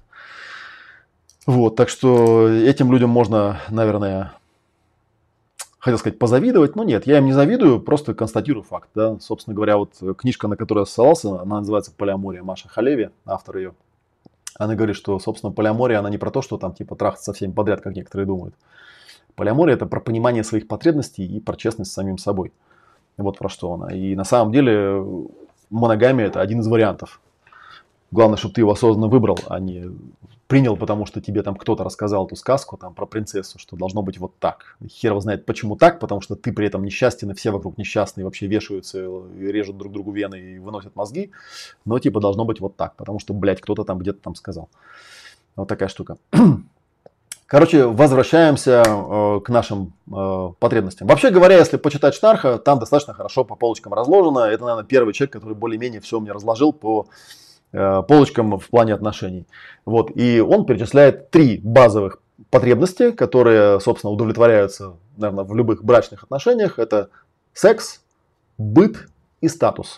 Вот, так что этим людям можно, наверное, хотел сказать, позавидовать, но нет, я им не завидую, просто констатирую факт, да, собственно говоря, вот книжка, на которую я ссылался, она называется «Полиамория», Маша Халеви, автор ее. Она говорит, что, собственно, полиамория, она не про то, что там типа трахаться со всеми подряд, как некоторые думают. Полиамория – это про понимание своих потребностей и про честность с самим собой. Вот про что она. И на самом деле моногамия – это один из вариантов. Главное, чтобы ты его осознанно выбрал, а не принял, потому что тебе там кто-то рассказал эту сказку там про принцессу, что должно быть вот так. Хер его знает, почему так, потому что ты при этом несчастен, и все вокруг несчастные, вообще вешаются и режут друг другу вены и выносят мозги. Но типа должно быть вот так, потому что, блядь, кто-то там где-то там сказал. Вот такая штука. Короче, возвращаемся к нашим потребностям. Вообще говоря, если почитать Шнарха, там достаточно хорошо по полочкам разложено. Это, наверное, первый человек, который более-менее все мне разложил по полочкам в плане отношений. Вот. И он перечисляет 3 базовых потребности, которые, собственно, удовлетворяются, наверное, в любых брачных отношениях. Это секс, быт и статус.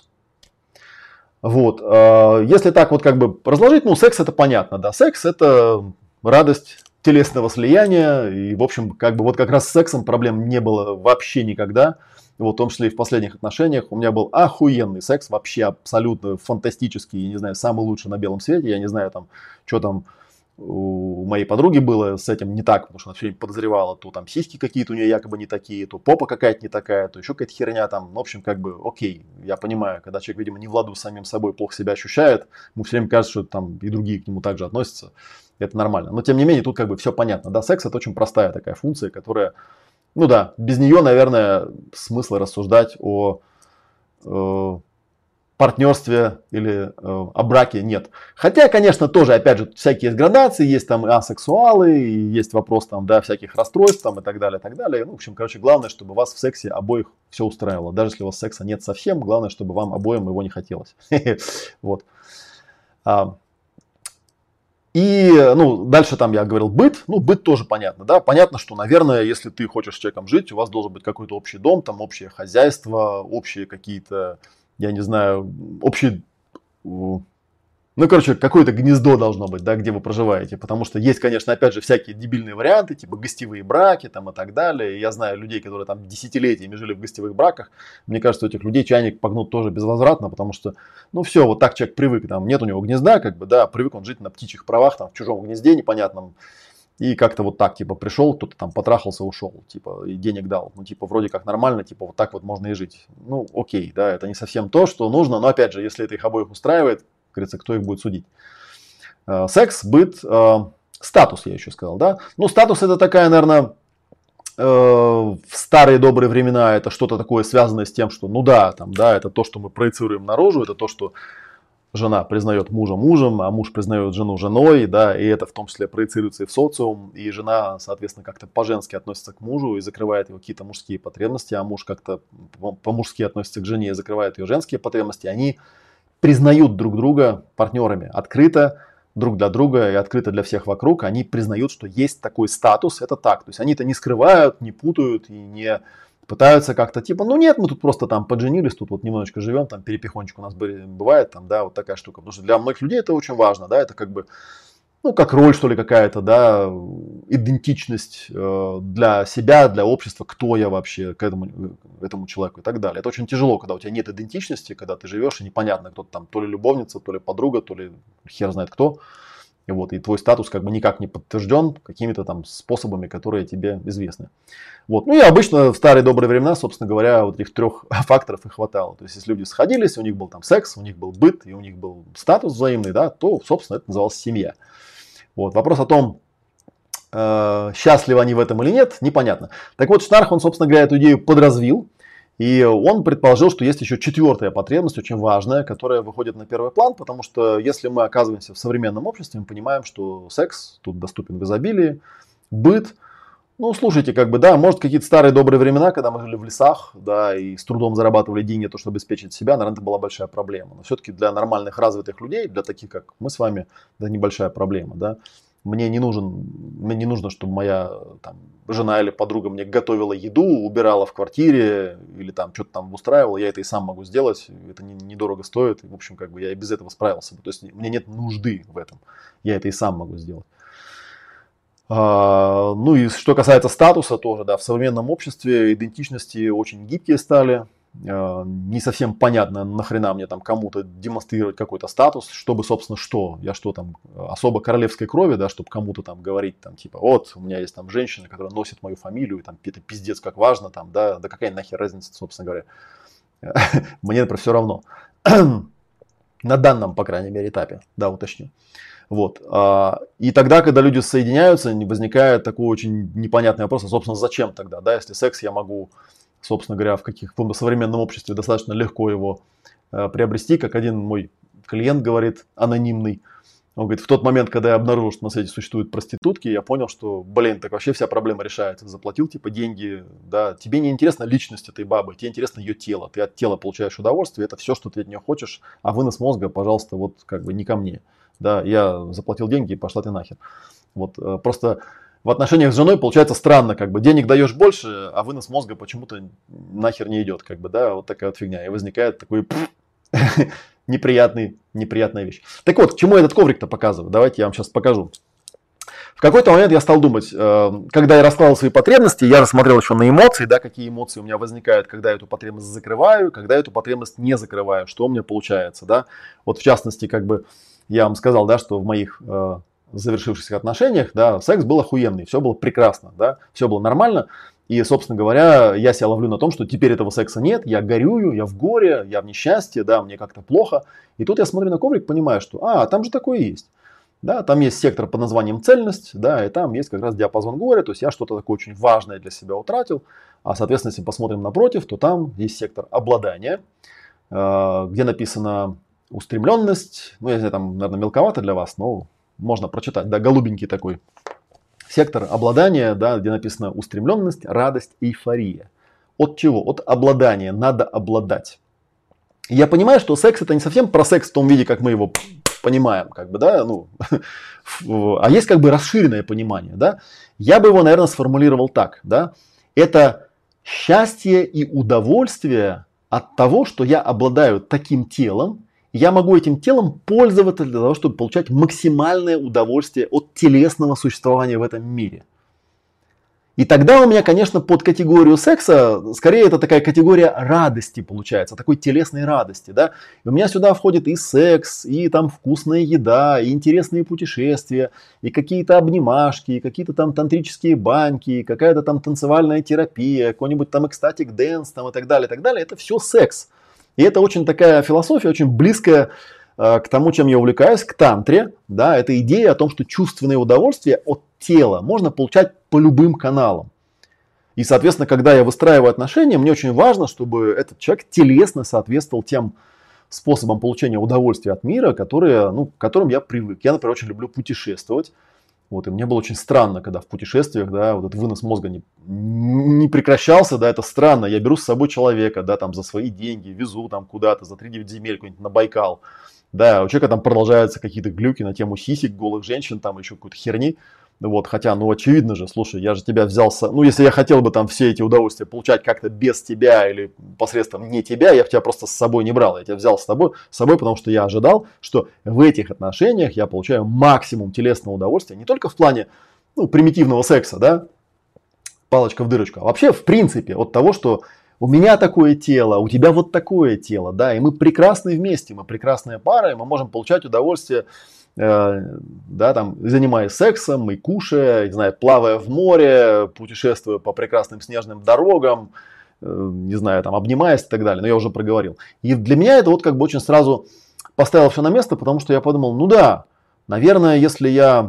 Вот. Если так вот как бы разложить, ну, секс это понятно, да. Секс это радость телесного слияния. И, в общем, как бы вот как раз с сексом проблем не было вообще никогда. Вот, в том числе и в последних отношениях. У меня был охуенный секс, вообще абсолютно фантастический, я не знаю, самый лучший на белом свете. Я не знаю, там, что там у моей подруги было с этим не так, потому что она все время подозревала, то там сиськи какие-то у нее якобы не такие, то попа какая-то не такая, то еще какая-то херня там. В общем, как бы окей, я понимаю, когда человек, видимо, не в ладу с самим собой, плохо себя ощущает, ему все время кажется, что там и другие к нему также относятся. Это нормально. Но тем не менее, тут как бы все понятно. Да, секс это очень простая такая функция, которая, ну да, без нее, наверное, смысла рассуждать о партнерстве или о браке нет. Хотя, конечно, тоже, опять же, всякие есть градации, есть там асексуалы, и есть вопрос там, да, всяких расстройств там и так далее, и так далее. Ну, в общем, короче, главное, чтобы вас в сексе обоих все устраивало. Даже если у вас секса нет совсем, главное, чтобы вам обоим его не хотелось. Вот. И, ну, дальше там я говорил быт. Ну, быт тоже понятно, да. Понятно, что, наверное, если ты хочешь с человеком жить, у вас должен быть какой-то общий дом, там общее хозяйство, общие какие-то, я не знаю, общие Ну, короче, какое-то гнездо должно быть, да, где вы проживаете. Потому что есть, конечно, опять же, всякие дебильные варианты, типа гостевые браки там и так далее. И я знаю людей, которые там десятилетиями жили в гостевых браках. Мне кажется, у этих людей чайник погнут тоже безвозвратно, потому что, ну, все, вот так человек привык, там, нет у него гнезда, как бы, да, привык он жить на птичьих правах, там, в чужом гнезде непонятном. И как-то вот так, типа, пришел, кто-то там потрахался, ушел, типа, и денег дал. Ну, типа, вроде как нормально, типа, вот так вот можно и жить. Ну, окей, да, это не совсем то, что нужно, но, опять же, если это их обоих устраивает, как говорится, кто их будет судить. Секс, быт, статус, я еще сказал, да. Ну, статус это такая, наверное, в старые добрые времена это что-то такое связанное с тем, что, ну да, там, да, это то, что мы проецируем наружу, это то, что жена признает мужа мужем, а муж признает жену женой, да, и это в том числе проецируется и в социум, и жена, соответственно, как-то по-женски относится к мужу и закрывает его какие-то мужские потребности, а муж как-то по-мужски относится к жене и закрывает ее женские потребности, они признают друг друга партнерами открыто, друг для друга и открыто для всех вокруг, они признают, что есть такой статус, это так, то есть они это не скрывают, не путают и не пытаются как-то типа, ну нет, мы тут просто там подженились, тут вот немножечко живем, там перепихончик у нас бывает, там, да, вот такая штука. Потому что для многих людей это очень важно, да, это как бы, ну, как роль, что ли, какая-то, да, идентичность для себя, для общества, кто я вообще к этому человеку и так далее. Это очень тяжело, когда у тебя нет идентичности, когда ты живешь и непонятно, кто ты там, то ли любовница, то ли подруга, то ли хер знает кто. И вот, и твой статус как бы никак не подтвержден какими-то там способами, которые тебе известны. Вот. Ну и обычно в старые добрые времена, собственно говоря, вот этих трех факторов и хватало. То есть, если люди сходились, у них был там секс, у них был быт и у них был статус взаимный, да, то, собственно, это называлось семья. Вот. Вопрос о том, счастливы они в этом или нет, непонятно. Так вот, Шнарх, он, собственно говоря, эту идею подразвил. И он предположил, что есть еще четвертая потребность, очень важная, которая выходит на первый план, потому что если мы оказываемся в современном обществе, мы понимаем, что секс тут доступен в изобилии, быт. Ну, слушайте, как бы, да, может, какие-то старые добрые времена, когда мы жили в лесах, да, и с трудом зарабатывали деньги, то, чтобы обеспечить себя, наверное, это была большая проблема. Но все-таки для нормальных, развитых людей, для таких, как мы с вами, это небольшая проблема, да. Мне не нужно, чтобы моя там, жена или подруга мне готовила еду, убирала в квартире или там что-то там устраивала. Я это и сам могу сделать. Это недорого стоит. И, в общем, как бы я и без этого справился бы. То есть мне нет нужды в этом. Я это и сам могу сделать. Ну и что касается статуса тоже, да, в современном обществе идентичности очень гибкие стали. Не совсем понятно, нахрена мне там кому-то демонстрировать какой-то статус, чтобы, собственно, что? Я что там, особо королевской крови, да, чтобы кому-то там говорить, там, типа, вот, у меня есть там женщина, которая носит мою фамилию, и там, это пиздец как важно, там, да какая нахер разница, собственно говоря. Мне это все равно. На данном, по крайней мере, этапе, да, уточню. Вот. И тогда, когда люди соединяются, возникает такой очень непонятный вопрос, а, собственно, зачем тогда, да, если секс я могу, собственно говоря, в каком-то современном обществе достаточно легко его приобрести, как один мой клиент говорит, анонимный. Он говорит, в тот момент, когда я обнаружил, что на свете существуют проститутки, я понял, что, блин, так вообще вся проблема решается. Заплатил, типа, деньги, да, тебе не интересна личность этой бабы, тебе интересно ее тело. Ты от тела получаешь удовольствие, это все, что ты от нее хочешь, а вынос мозга, пожалуйста, вот как бы не ко мне. Да, я заплатил деньги и пошла ты нахер. Вот, просто в отношениях с женой получается странно, как бы денег даешь больше, а вынос мозга почему-то нахер не идет, как бы, да, вот такая вот фигня. И возникает такой неприятная вещь. Так вот, к чему этот коврик-то показываю? Давайте я вам сейчас покажу. В какой-то момент я стал думать, когда я раскладывал свои потребности, я рассмотрел еще на эмоции, да, какие эмоции у меня возникают, когда я эту потребность закрываю, когда я эту потребность не закрываю, что у меня получается, да. Вот в частности, как бы я вам сказал, да, что в моих завершившихся отношениях, да, секс был охуенный, все было прекрасно, да, все было нормально. И, собственно говоря, я себя ловлю на том, что теперь этого секса нет, я горюю, я в горе, я в несчастье, да, мне как-то плохо. И тут я смотрю на коврик, понимаю, что, там же такое есть. Да, там есть сектор под названием цельность, да, и там есть как раз диапазон горя, то есть я что-то такое очень важное для себя утратил. А, соответственно, если посмотрим напротив, то там есть сектор обладания, где написано устремленность, ну, я знаю, там, наверное, мелковато для вас, но можно прочитать, да, голубенький такой. Сектор обладания, да, где написано устремленность, радость, эйфория. От чего? От обладания. Надо обладать. И я понимаю, что секс это не совсем про секс в том виде, как мы его понимаем, как бы, да, ну, а есть как бы расширенное понимание, да. Я бы его, наверное, сформулировал так, да. Это счастье и удовольствие от того, что я обладаю таким телом, я могу этим телом пользоваться для того, чтобы получать максимальное удовольствие от телесного существования в этом мире. И тогда у меня, конечно, под категорию секса, скорее это такая категория радости получается, такой телесной радости, да. И у меня сюда входит и секс, и там вкусная еда, и интересные путешествия, и какие-то обнимашки, и какие-то там тантрические баньки, и какая-то там танцевальная терапия, какой-нибудь там экстатик дэнс там и так далее, и так далее. Это все секс. И это очень такая философия, очень близкая к тому, чем я увлекаюсь, к тантре, да, это идея о том, что чувственное удовольствие от тела можно получать по любым каналам. И, соответственно, когда я выстраиваю отношения, мне очень важно, чтобы этот человек телесно соответствовал тем способам получения удовольствия от мира, которые, ну, к которым я привык. Я, например, очень люблю путешествовать. Вот, и мне было очень странно, когда в путешествиях, да, вот этот вынос мозга не прекращался, да, это странно. Я беру с собой человека, да, там за свои деньги, везу там куда-то за 3-9 земель куда-нибудь на Байкал. Да, у человека там продолжаются какие-то глюки на тему сисек, голых женщин, там еще какой-то херни. Вот, хотя, ну, очевидно же, слушай, я же тебя взял, ну, если я хотел бы там все эти удовольствия получать как-то без тебя или посредством не тебя, я бы тебя просто с собой не брал, я тебя взял с собой, потому что я ожидал, что в этих отношениях я получаю максимум телесного удовольствия, не только в плане, ну, примитивного секса, да, палочка в дырочку, а вообще, в принципе, от того, что у меня такое тело, у тебя вот такое тело, да, и мы прекрасны вместе, мы прекрасная пара, и мы можем получать удовольствие, да, там, занимаясь сексом и кушая, не знаю, плавая в море, путешествуя по прекрасным снежным дорогам, не знаю, там, обнимаясь и так далее, но я уже проговорил. И для меня это вот как бы очень сразу поставило все на место, потому что я подумал, ну да, наверное, если я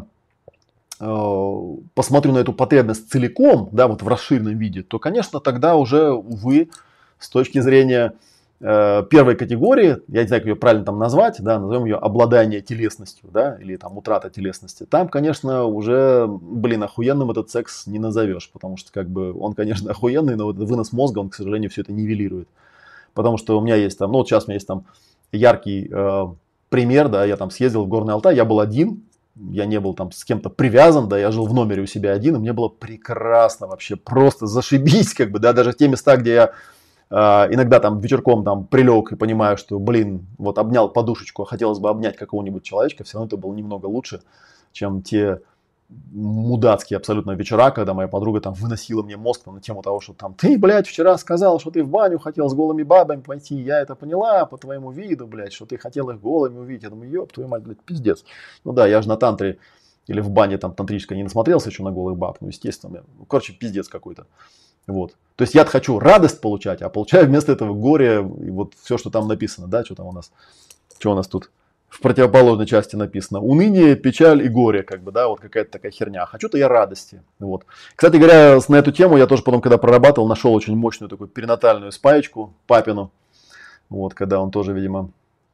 посмотрю на эту потребность целиком, да, вот в расширенном виде, то, конечно, тогда уже, увы, с точки зрения первой категории, я не знаю, как ее правильно там назвать, да, назовем ее обладание телесностью, да, или там утрата телесности, там, конечно, уже, блин, охуенным этот секс не назовешь, потому что, как бы, он, конечно, охуенный, но вот вынос мозга, он, к сожалению, все это нивелирует. Потому что у меня есть там, ну, вот сейчас у меня есть там яркий пример, да, я там съездил в Горный Алтай, я был один, я не был там с кем-то привязан, да, я жил в номере у себя один, и мне было прекрасно вообще, просто зашибись, как бы, да, даже в те места, где я иногда там вечерком там прилег и понимаю, что, блин, вот обнял подушечку, а хотелось бы обнять какого-нибудь человечка, все равно это было немного лучше, чем те мудацкие абсолютно вечера, когда моя подруга там выносила мне мозг на тему того, что там ты, блядь, вчера сказал, что ты в баню хотел с голыми бабами пойти, я это поняла по твоему виду, блядь, что ты хотел их голыми увидеть. Я думаю, ёб твою мать, блядь, пиздец. Ну да, я же на тантре или в бане там тантрической не насмотрелся еще на голых баб, ну естественно, ну короче, пиздец какой-то. Вот. То есть я хочу радость получать, а получаю вместо этого горе и вот все, что там написано, да, что там у нас, что у нас тут в противоположной части написано. Уныние, печаль и горе, как бы, да, вот какая-то такая херня. Хочу-то я радости. Вот. Кстати говоря, на эту тему я тоже потом, когда прорабатывал, нашел очень мощную такую перинатальную спаечку папину. Вот, когда он тоже, видимо,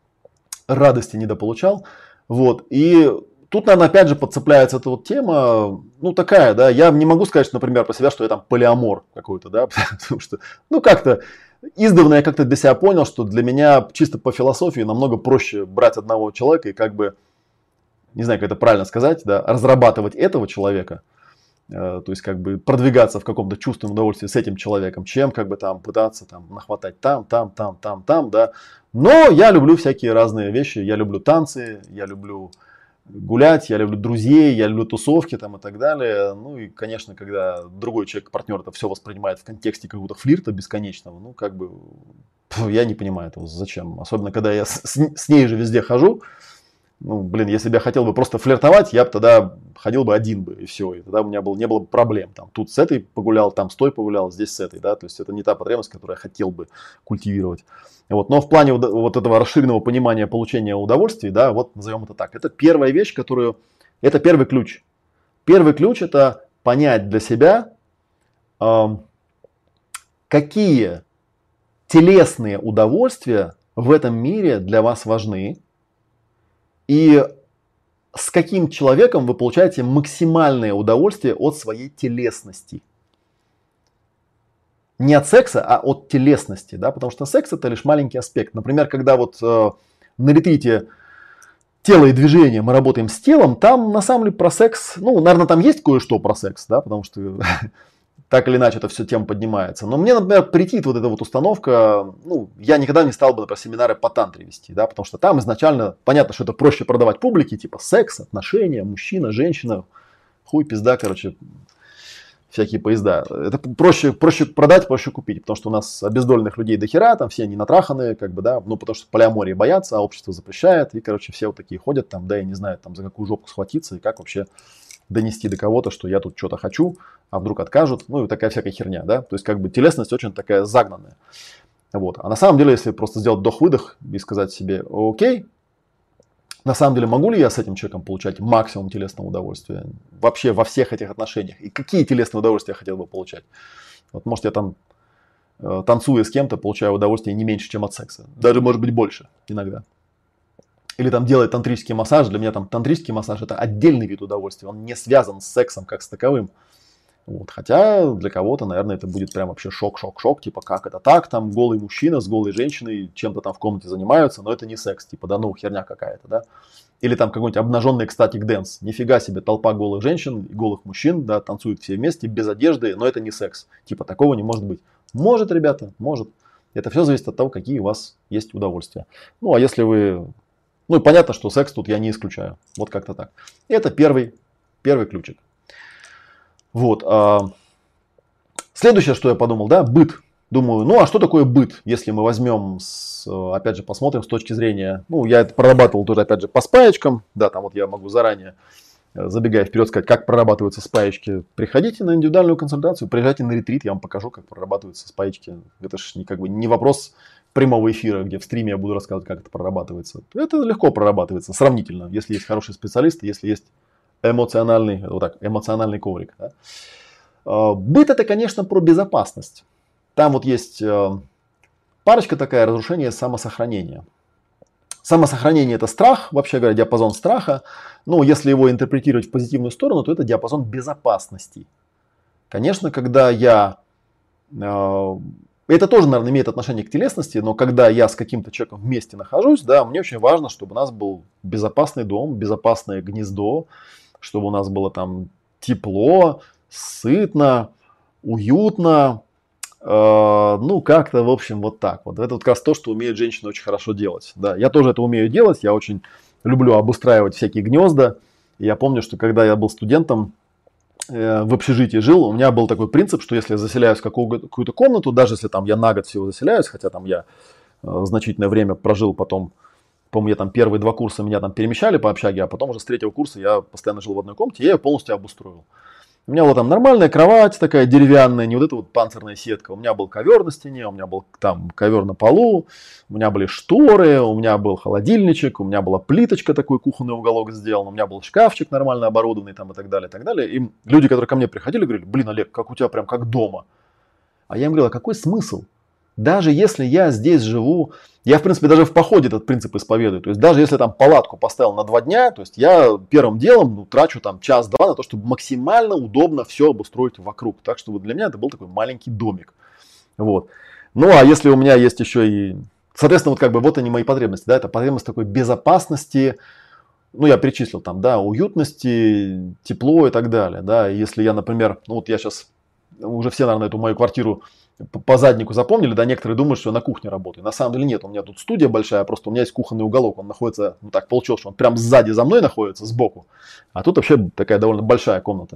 радости недополучал. Вот. И тут, наверное, опять же подцепляется эта вот тема, ну, такая, да, я не могу сказать, например, про себя, что я там полиамор какой-то, да, потому что, ну, как-то издавна я как-то для себя понял, что для меня чисто по философии намного проще брать одного человека и как бы, не знаю, как это правильно сказать, да, разрабатывать этого человека, то есть как бы продвигаться в каком-то чувственном удовольствии с этим человеком, чем как бы там пытаться там нахватать там, да. Но я люблю всякие разные вещи, я люблю танцы, я люблю гулять, я люблю друзей, я люблю тусовки там и так далее. Ну и, конечно, когда другой человек, партнер, это все воспринимает в контексте какого-то флирта бесконечного, ну как бы я не понимаю этого, зачем. Особенно, когда я с ней же везде хожу. Ну, блин, если бы я хотел бы просто флиртовать, я бы тогда ходил бы один бы, и все. И тогда у меня не было бы проблем. Там, тут с этой погулял, там с той погулял, здесь с этой. Да? То есть это не та потребность, которую я хотел бы культивировать. Вот. Но в плане вот этого расширенного понимания получения удовольствий, да, вот назовем это так. Это первая вещь, это первый ключ. Первый ключ – это понять для себя, какие телесные удовольствия в этом мире для вас важны. И с каким человеком вы получаете максимальное удовольствие от своей телесности. Не от секса, а от телесности, да, потому что секс это лишь маленький аспект. Например, когда вот на ретрите тело и движение мы работаем с телом, там на самом деле про секс, ну, наверное, там есть кое-что про секс, да, потому что так или иначе это все тема поднимается. Но мне, например, претит вот эта вот установка, ну, я никогда не стал бы, например, семинары по тантре вести, да, потому что там изначально понятно, что это проще продавать публике, типа секс, отношения, мужчина, женщина, хуй, пизда, короче, всякие поезда. Это проще продать, проще купить, потому что у нас обездоленных людей до хера, там все они натраханные, как бы, да, ну, потому что полиамории боятся, а общество запрещает, и, короче, все вот такие ходят там, да, и не знают, там, за какую жопу схватиться, и как вообще донести до кого-то, что я тут что-то хочу, а вдруг откажут, ну, и такая всякая херня, да, то есть, как бы, телесность очень такая загнанная, вот, а на самом деле, если просто сделать вдох-выдох и сказать себе, окей, на самом деле, могу ли я с этим человеком получать максимум телесного удовольствия? Вообще во всех этих отношениях. И какие телесные удовольствия я хотел бы получать? Вот может я там, танцуя с кем-то, получаю удовольствие не меньше, чем от секса. Даже может быть больше иногда. Или там делать тантрический массаж. Для меня там тантрический массаж это отдельный вид удовольствия. Он не связан с сексом как с таковым. Вот. Хотя для кого-то, наверное, это будет прям вообще шок. Типа, как это так? Там голый мужчина с голой женщиной чем-то там в комнате занимаются, но это не секс. Типа, да ну, херня какая-то, да? Или там какой-нибудь обнаженный экстатик дэнс. Нифига себе, толпа голых женщин и голых мужчин, да, танцуют все вместе, без одежды, но это не секс. Типа, такого не может быть. Может, ребята, может. Это все зависит от того, какие у вас есть удовольствия. Ну, а если вы... Ну, и понятно, что секс тут я не исключаю. Вот как-то так. И это первый ключик. Вот. Следующее, что я подумал, да, быт. Думаю, ну а что такое быт, если мы возьмем, опять же, посмотрим с точки зрения, ну, я это прорабатывал тоже, опять же, по спаечкам, да, там вот я могу заранее, забегая вперед, сказать, как прорабатываются спаечки. Приходите на индивидуальную консультацию, приезжайте на ретрит, я вам покажу, как прорабатываются спаечки. Это же как бы не вопрос прямого эфира, где в стриме я буду рассказывать, как это прорабатывается. Это легко прорабатывается, сравнительно, если есть хороший специалист, если есть эмоциональный, вот так, эмоциональный коврик. Да. Быт это, конечно, про безопасность. Там вот есть парочка такая, разрушение самосохранения. Самосохранение это страх, вообще говоря, диапазон страха. Ну, если его интерпретировать в позитивную сторону, то это диапазон безопасности. Конечно, когда я... Это тоже, наверное, имеет отношение к телесности, но когда я с каким-то человеком вместе нахожусь, да, мне очень важно, чтобы у нас был безопасный дом, безопасное гнездо, чтобы у нас было там тепло, сытно, уютно, ну, как-то, в общем, вот так вот. Это вот как раз то, что умеют женщины очень хорошо делать. Да, я тоже это умею делать, я очень люблю обустраивать всякие гнезда. И я помню, что когда я был студентом, в общежитии жил, у меня был такой принцип, что если я заселяюсь в какую-то комнату, даже если там я на год всего заселяюсь, хотя там я значительное время прожил потом, по-моему, я там первые 2 курса меня там перемещали по общаге, а потом уже с 3-го курса я постоянно жил в одной комнате, я ее полностью обустроил. У меня была там нормальная кровать такая деревянная, не вот эта вот панцирная сетка. У меня был ковер на стене, у меня был там ковер на полу, у меня были шторы, у меня был холодильничек, у меня была плиточка, такой кухонный уголок сделан, у меня был шкафчик нормально оборудованный там и так далее, и так далее. И люди, которые ко мне приходили, говорили, блин, Олег, как у тебя прям как дома. А я им говорил, а какой смысл? Даже если я здесь живу, я, в принципе, даже в походе этот принцип исповедую. То есть, даже если там палатку поставил на 2 дня, то есть, я первым делом трачу там час-два на то, чтобы максимально удобно все обустроить вокруг. Так что вот для меня это был такой маленький домик. Вот. Ну, а если у меня есть еще и... Соответственно, вот как бы вот они мои потребности. Да, это потребность такой безопасности, ну, я перечислил там, да, уютности, тепло и так далее. Да, если я, например, ну, вот я сейчас, уже все, наверное, эту мою квартиру по заднику запомнили, да, некоторые думают, что я на кухне работаю. На самом деле нет, у меня тут студия большая, просто у меня есть кухонный уголок, он находится, ну так получилось, что он прям сзади за мной находится, сбоку, а тут вообще такая довольно большая комната.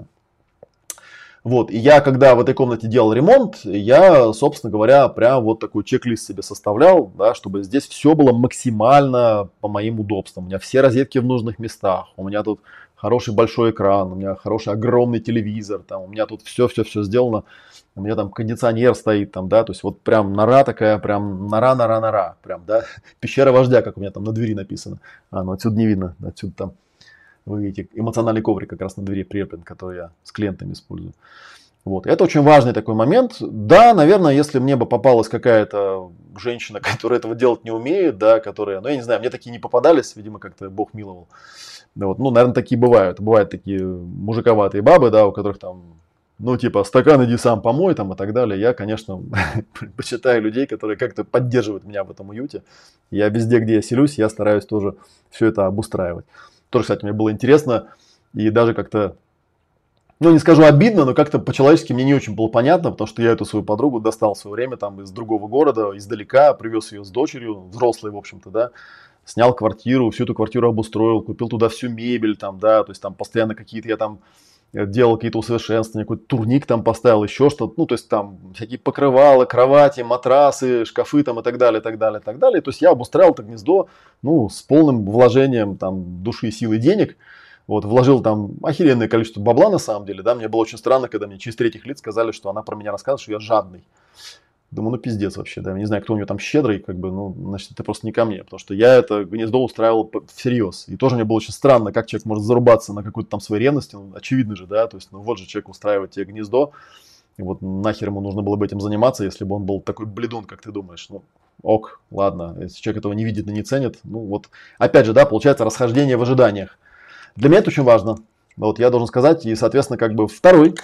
Вот, и я, когда в этой комнате делал ремонт, я, собственно говоря, прям вот такой чек-лист себе составлял, да, чтобы здесь все было максимально по моим удобствам. У меня все розетки в нужных местах, у меня тут хороший большой экран, у меня хороший огромный телевизор, там, у меня тут все сделано, у меня там кондиционер стоит, там, да, то есть вот прям нора такая, прям нора, прям, да, пещера вождя, как у меня там на двери написано. Ну отсюда не видно, отсюда там, вы видите, эмоциональный коврик как раз на двери прилеплен, который я с клиентами использую. Вот. Это очень важный такой момент. Да, наверное, если мне бы попалась какая-то женщина, которая этого делать не умеет, да, которая, ну я не знаю, мне такие не попадались, видимо, как-то Бог миловал. Вот. Ну, наверное, такие бывают. Бывают такие мужиковатые бабы, да, у которых там, ну, типа, стакан иди сам помой, там, и так далее. Я, конечно, почитаю людей, которые как-то поддерживают меня в этом уюте. Я везде, где я селюсь, я стараюсь тоже все это обустраивать. Тоже, кстати, мне было интересно, и даже как-то ну, не скажу обидно, но как-то по-человечески мне не очень было понятно, потому что я эту свою подругу достал в свое время там из другого города, издалека, привез ее с дочерью, взрослой, в общем-то, да, снял квартиру, всю эту квартиру обустроил, купил туда всю мебель, там, да, то есть там постоянно какие-то я там делал какие-то усовершенствования, какой-то турник там поставил, еще что-то, ну, то есть там всякие покрывала, кровати, матрасы, шкафы там и так далее, и так далее, и так далее. То есть я обустраивал это гнездо, ну, с полным вложением там души, силы, денег. Вот, вложил там охеренное количество бабла на самом деле, да, мне было очень странно, когда мне через третьих лиц сказали, что она про меня рассказывает, что я жадный. Думаю, ну пиздец вообще, да, не знаю, кто у нее там щедрый, как бы, ну, значит, это просто не ко мне, потому что я это гнездо устраивал всерьез. И тоже мне было очень странно, как человек может зарубаться на какой-то там своей ревности, ну, очевидно же, да, то есть, ну, вот же человек устраивает тебе гнездо, и вот нахер ему нужно было бы этим заниматься, если бы он был такой бледун, как ты думаешь, ну, ок, ладно, если человек этого не видит и не ценит, ну, вот, опять же, да, получается расхождение в ожиданиях. Для меня это очень важно. Вот я должен сказать, и, соответственно, как бы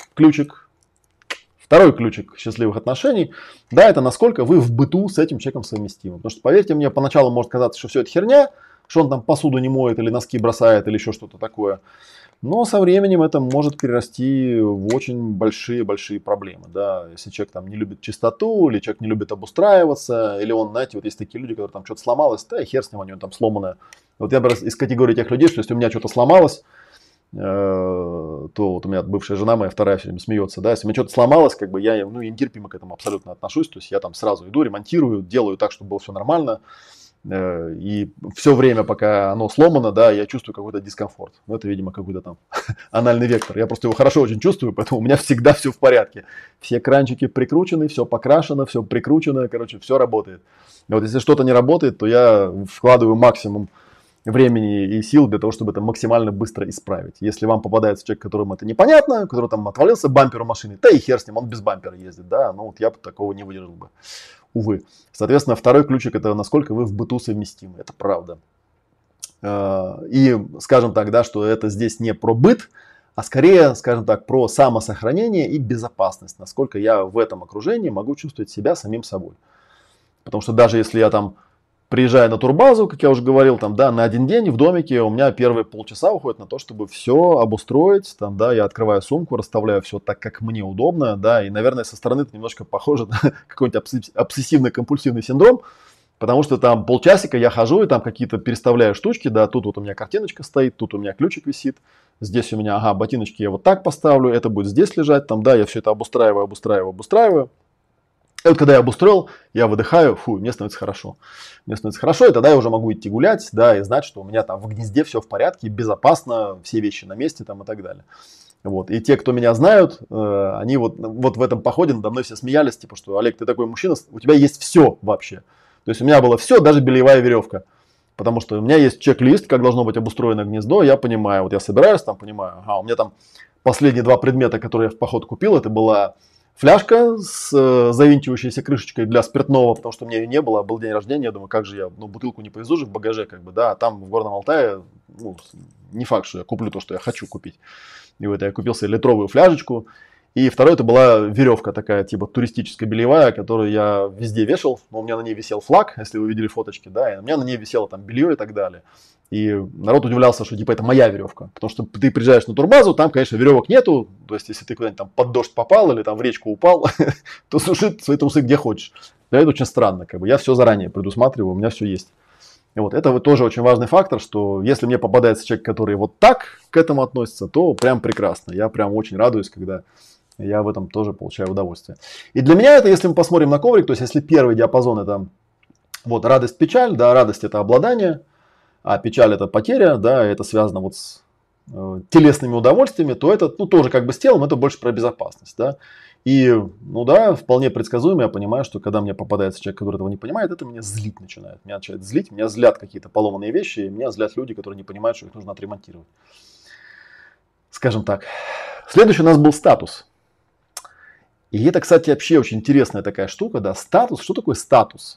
второй ключик счастливых отношений, да, это насколько вы в быту с этим человеком совместимы. Потому что, поверьте мне, поначалу может казаться, что все это херня, что он там посуду не моет или носки бросает или еще что-то такое. Но со временем это может перерасти в очень большие-большие проблемы. Да. Если человек там не любит чистоту, или человек не любит обустраиваться, или он, знаете, вот есть такие люди, которые там что-то сломалось, да и хер с ним, у него там сломанное. Вот я бы из категории тех людей, что если у меня что-то сломалось, то вот у меня бывшая жена моя, вторая все время смеется, да, если у меня что-то сломалось, как бы я, ну, нетерпимо к этому абсолютно отношусь, то есть я там сразу иду, ремонтирую, делаю так, чтобы было все нормально, и все время, пока оно сломано, да, я чувствую какой-то дискомфорт. Ну, это, видимо, какой-то там анальный вектор. Я просто его хорошо очень чувствую, поэтому у меня всегда все в порядке. Все кранчики прикручены, все покрашено, все прикручено, короче, все работает. И вот если что-то не работает, то я вкладываю максимум времени и сил для того, чтобы это максимально быстро исправить. Если вам попадается человек, которому это непонятно, который там отвалился бампер у машины, да и хер с ним, он без бампера ездит, да, ну вот я бы такого не выдержал бы, увы. Соответственно, второй ключик — это насколько вы в быту совместимы, это правда. И скажем так, да, что это здесь не про быт, а скорее, скажем так, про самосохранение и безопасность, насколько я в этом окружении могу чувствовать себя самим собой. Потому что даже если я там приезжаю на турбазу, как я уже говорил, там, да, на один день в домике у меня первые полчаса уходят на то, чтобы все обустроить. Там, да, я открываю сумку, расставляю все так, как мне удобно, да, и, наверное, со стороны это немножко похоже на какой-нибудь обсессивно-компульсивный синдром, потому что там полчасика я хожу и там какие-то переставляю штучки, да, тут вот у меня картиночка стоит, тут у меня ключик висит, здесь у меня, ага, ботиночки я вот так поставлю, это будет здесь лежать, там, да, я все это обустраиваю. И вот когда я обустроил, я выдыхаю, фу, мне становится хорошо. Мне становится хорошо, и тогда я уже могу идти гулять, да, и знать, что у меня там в гнезде все в порядке, безопасно, все вещи на месте там и так далее. Вот. И те, кто меня знают, они вот в этом походе надо мной все смеялись, типа, что Олег, ты такой мужчина, у тебя есть все вообще. То есть у меня было все, даже бельевая веревка. Потому что у меня есть чек-лист, как должно быть обустроено гнездо, я понимаю, вот я собираюсь, там понимаю, ага, у меня там последние два предмета, которые я в поход купил, это была фляжка с завинчивающейся крышечкой для спиртного, потому что у меня ее не было, был день рождения, я думаю, как же я, ну, бутылку не повезу же в багаже, как бы, да, а там в Горном Алтае, ну, не факт, что я куплю то, что я хочу купить. И вот я купил себе литровую фляжечку. И второе, это была веревка такая, типа туристическая бельевая, которую я везде вешал, но у меня на ней висел флаг, если вы видели фоточки, да, и у меня на ней висело там белье и так далее. И народ удивлялся, что типа это моя веревка. Потому что ты приезжаешь на турбазу, там, конечно, веревок нету. То есть, если ты куда-нибудь там под дождь попал или там в речку упал, то суши свои трусы где хочешь. Да, это очень странно. Как бы. Я все заранее предусматриваю, у меня все есть. И вот это вот тоже очень важный фактор, что если мне попадается человек, который вот так к этому относится, то прям прекрасно. Я прям очень радуюсь, когда я в этом тоже получаю удовольствие. И для меня это, если мы посмотрим на коврик, то есть если первый диапазон это вот радость-печаль, да, радость это обладание, а печаль это потеря, да, это связано вот с телесными удовольствиями, то это, ну, тоже как бы с телом, это больше про безопасность, да. И, ну да, вполне предсказуемо я понимаю, что когда мне попадается человек, который этого не понимает, это меня злить начинает. Меня начинает злить, меня злят какие-то поломанные вещи, и меня злят люди, которые не понимают, что их нужно отремонтировать. Скажем так. Следующий у нас был статус. И это, кстати, вообще очень интересная такая штука, да, статус. Что такое статус?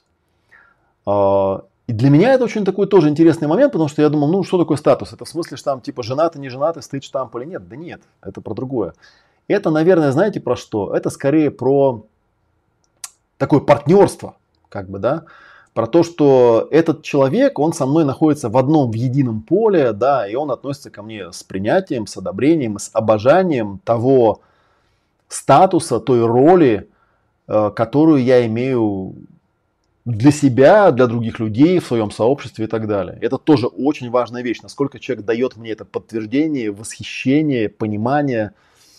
И для меня это очень такой тоже интересный момент, потому что я думал, ну что такое статус? Это в смысле, что там типа женатый, не женатый, стоит штамп или нет? Да нет, это про другое. Это, наверное, знаете про что? Это скорее про такое партнерство, как бы, да. про то, что этот человек, он со мной находится в одном, в едином поле, да, и он относится ко мне с принятием, с одобрением, с обожанием того статуса, той роли, которую я имею для себя, для других людей, в своем сообществе и так далее. Это тоже очень важная вещь, насколько человек дает мне это подтверждение, восхищение, понимание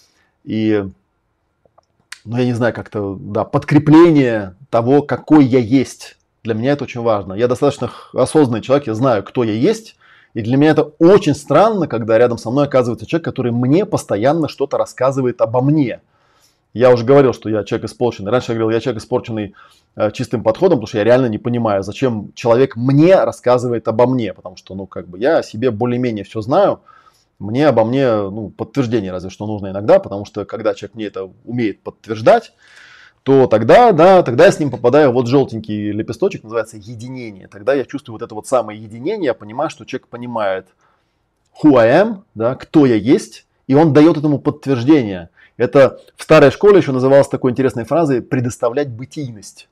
и, ну, я не знаю, как-то, да, подкрепление того, какой я есть. Для меня это очень важно. Я достаточно осознанный человек, я знаю, кто я есть. И для меня это очень странно, когда рядом со мной оказывается человек, который мне постоянно что-то рассказывает обо мне. Я уже говорил, что я человек испорченный. Раньше я говорил, я человек испорченный чистым подходом, потому что я реально не понимаю, зачем человек мне рассказывает обо мне. Потому что, ну, как бы я о себе более-менее все знаю. Мне обо мне, ну, подтверждение разве что нужно иногда, потому что когда человек мне это умеет подтверждать, то тогда, да, тогда я с ним попадаю в вот желтенький лепесточек, называется единение. Тогда я чувствую вот это вот самое единение, я понимаю, что человек понимает who I am, да, кто я есть, и он дает этому подтверждение. Это в старой школе еще называлось такой интересной фразой «предоставлять бытийность».